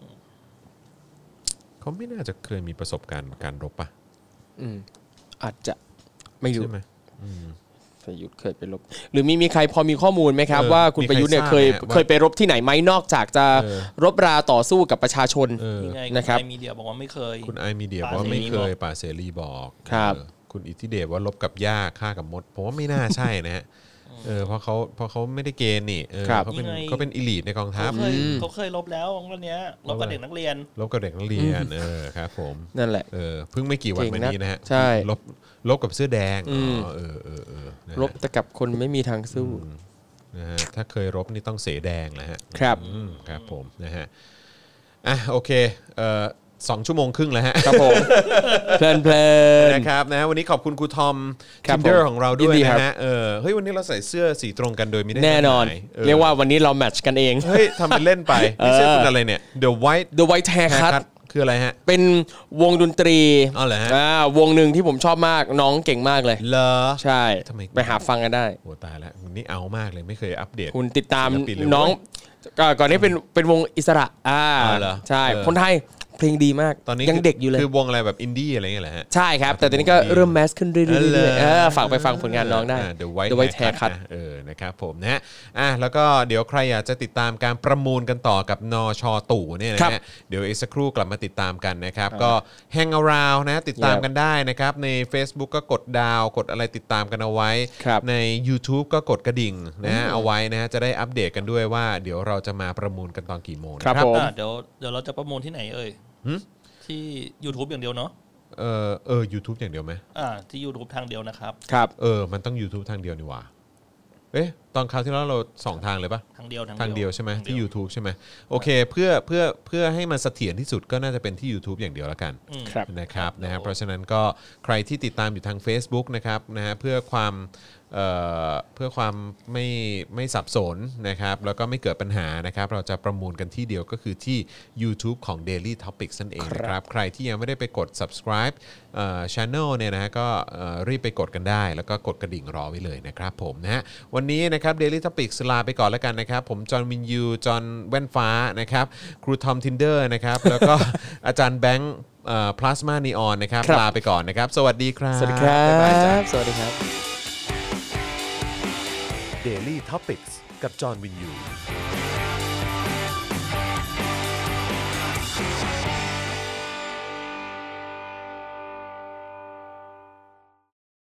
เขาไม่น่าจะเคยมีประสบการณ์การรบปะอืมอาจจะไม่รู้ใช่ไหมประยุทธ์เคยไปรบหรือมีมีใครพอมีข้อมูลไหมครับเออว่าคุณประยุทธ์เนี่ยเคยมีใครทราบไหมว่าเคยไปรบที่ไหนไหมนอกจากจะเออรบราต่อสู้กับประชาชนเออยังไงนะครับไอมีเดียบอกว่าไม่เคยคุณไอมีเดียบอกว่าไม่เคยป่าเสรีบอกครับเออคุณอิทธิเดชว่าลบกับหญ้าฆ่ากับมดผมว่าไม่น่าใช่นะฮะเออเพราะเขาเพราะเขาไม่ได้เกณฑ์นี่เออครับเขาเป็นยังไงเขาเป็นอีลีทในกองทัพเขาเคยเขาเคยลบแล้ววันเนี้ยลบกับเด็กนักเรียนลบกับเด็กนักเรียนเออครับผมนั่นแหละเออเพิ่งไม่กี่วันเก่งมานะนี้นะฮะใช่ลบลบกับเสื้อแดงอืมอ๋อเออเออเออนะฮะรบแต่กับคนไม่มีทางสู้นะฮะถ้าเคยรบนี่ต้องเสแดงแหละฮะครับอืมครับผมนะฮะอ่ะโอเคเอ่อสองชั่วโมงครึ่งแล้วฮะครับผม เพลินเพลินนะครับนะฮะวันนี้ขอบคุณครูทอมครัทิบนเดอผร์มของเราด้วยยินดีครับนะฮะเออเฮ้ยวันนี้เราใส่เสื้อสีตรงกันโดยไม่ได้แน่นอนดหมออเรียกว่าวันนี้เราแมทช์กันเองเฮ้ยทำเป็นเล่นไปนี่เสื้อคุณอะไรเนี่ย The White The White Haircut Haircut คืออะไรฮะเป็นวงดนตรีอ๋อเหรอฮะอ่าวงหนึ่งที่ผมชอบมากน้องเก่งมากเลยเลอใช่ทำไมไปหาฟังกันได้โอ้ตายแล้วนี่เอามากเลยไม่เคยอัปเดตคุณติดตามศิลปินเลยน้องเว้ยก่อนก่อนนี้เป็นเป็นวงอิสระอ่าอ๋อเหรอใช่เออคนไทยเพลงดีมากตอนนี้ยังเด็กอยู่เลยคือวงอะไรแบบอินดี้อะไรเงี้ยแหละฮะใช่ครับ แต่ตอนนี้ก็เริ่มแมสขึ้นเรื่อยๆเออเรื่อยๆเออฝากไปฟังผลงานน้องได้า The White The White Haircut Haircut นะเออนะครับผมนะฮะอ่ะแล้วก็เดี๋ยวใครอยากจะติดตามการประมูลกันต่อกับนชตู่เนี่ยนะครัฮะบเดี๋ยวอีกสักครู่กลับมาติดตามกันนะครับก็ hang around นะติดตามกันได้นะครับใน Facebook ก็กดดาวกดอะไรติดตามกันเอาไว้ครับใน YouTube ก็กดกระดิ่งนะฮะเอาไว้นะฮะจะได้อัปเดตกันด้วยว่าเดี๋ยวเราจะมาประมูลกันตอนกี่โมงนะครับผมอ่ะเดี๋ยวเดี๋ยวเราจะประมูลที่ไหนเอ่ยที่ YouTube อย่างเดียวเนาะเออเออ YouTube อย่างเดียวไหมอ่าที่ YouTube ทางเดียวนะครับครับเออมันต้อง YouTube ทางเดียวนี่หว่าเอ๊ะตอนคราวที่แล้วเราสองทางเลยปะทางเดียวทางเดียวใช่ไหมทางเดีที่ยว YouTube ใช่ไหมโอเคเพื่อเพื่อเพื่อให้มันเสถียรที่สุดก็น่าจะเป็นที่ YouTube อย่างเดียวแล้วกันอืมครับนะครับนะฮะเพราะฉะนั้นก็ใครที่ติดตามอยู่ทาง Facebook นะครับนะฮะเพื่อความเอ่อเพื่อความไม่ไม่สับสนนะครับแล้วก็ไม่เกิดปัญหานะครับเราจะประมูลกันที่เดียวก็คือที่ YouTube ของ Daily Topics นั่นเองนะครับใครที่ยังไม่ได้ไปกด subscribe เอ่อ channel เนี่ยนะฮะก็เอ่อรีบไปกดกันได้ แล้วก็กดกระดิ่งรอไว้เลยนะครับผมนะฮะวันนี้นะครับ Daily Topics ลาไปก่อนแล้วกันนะครับผมจอห์นวินยูจอห์นแว่นฟ้านะครับครูทอมทินเดอร์นะครับแล้วก็ อาจารย์แบงค์พลาสมานีออนนะครับครับลาไปก่อนนะครับสวัสดีครับสวัสดีครับ๊ายบายจ้าบ สวัสดีครับ Daily Topics กับจอห์นวินยู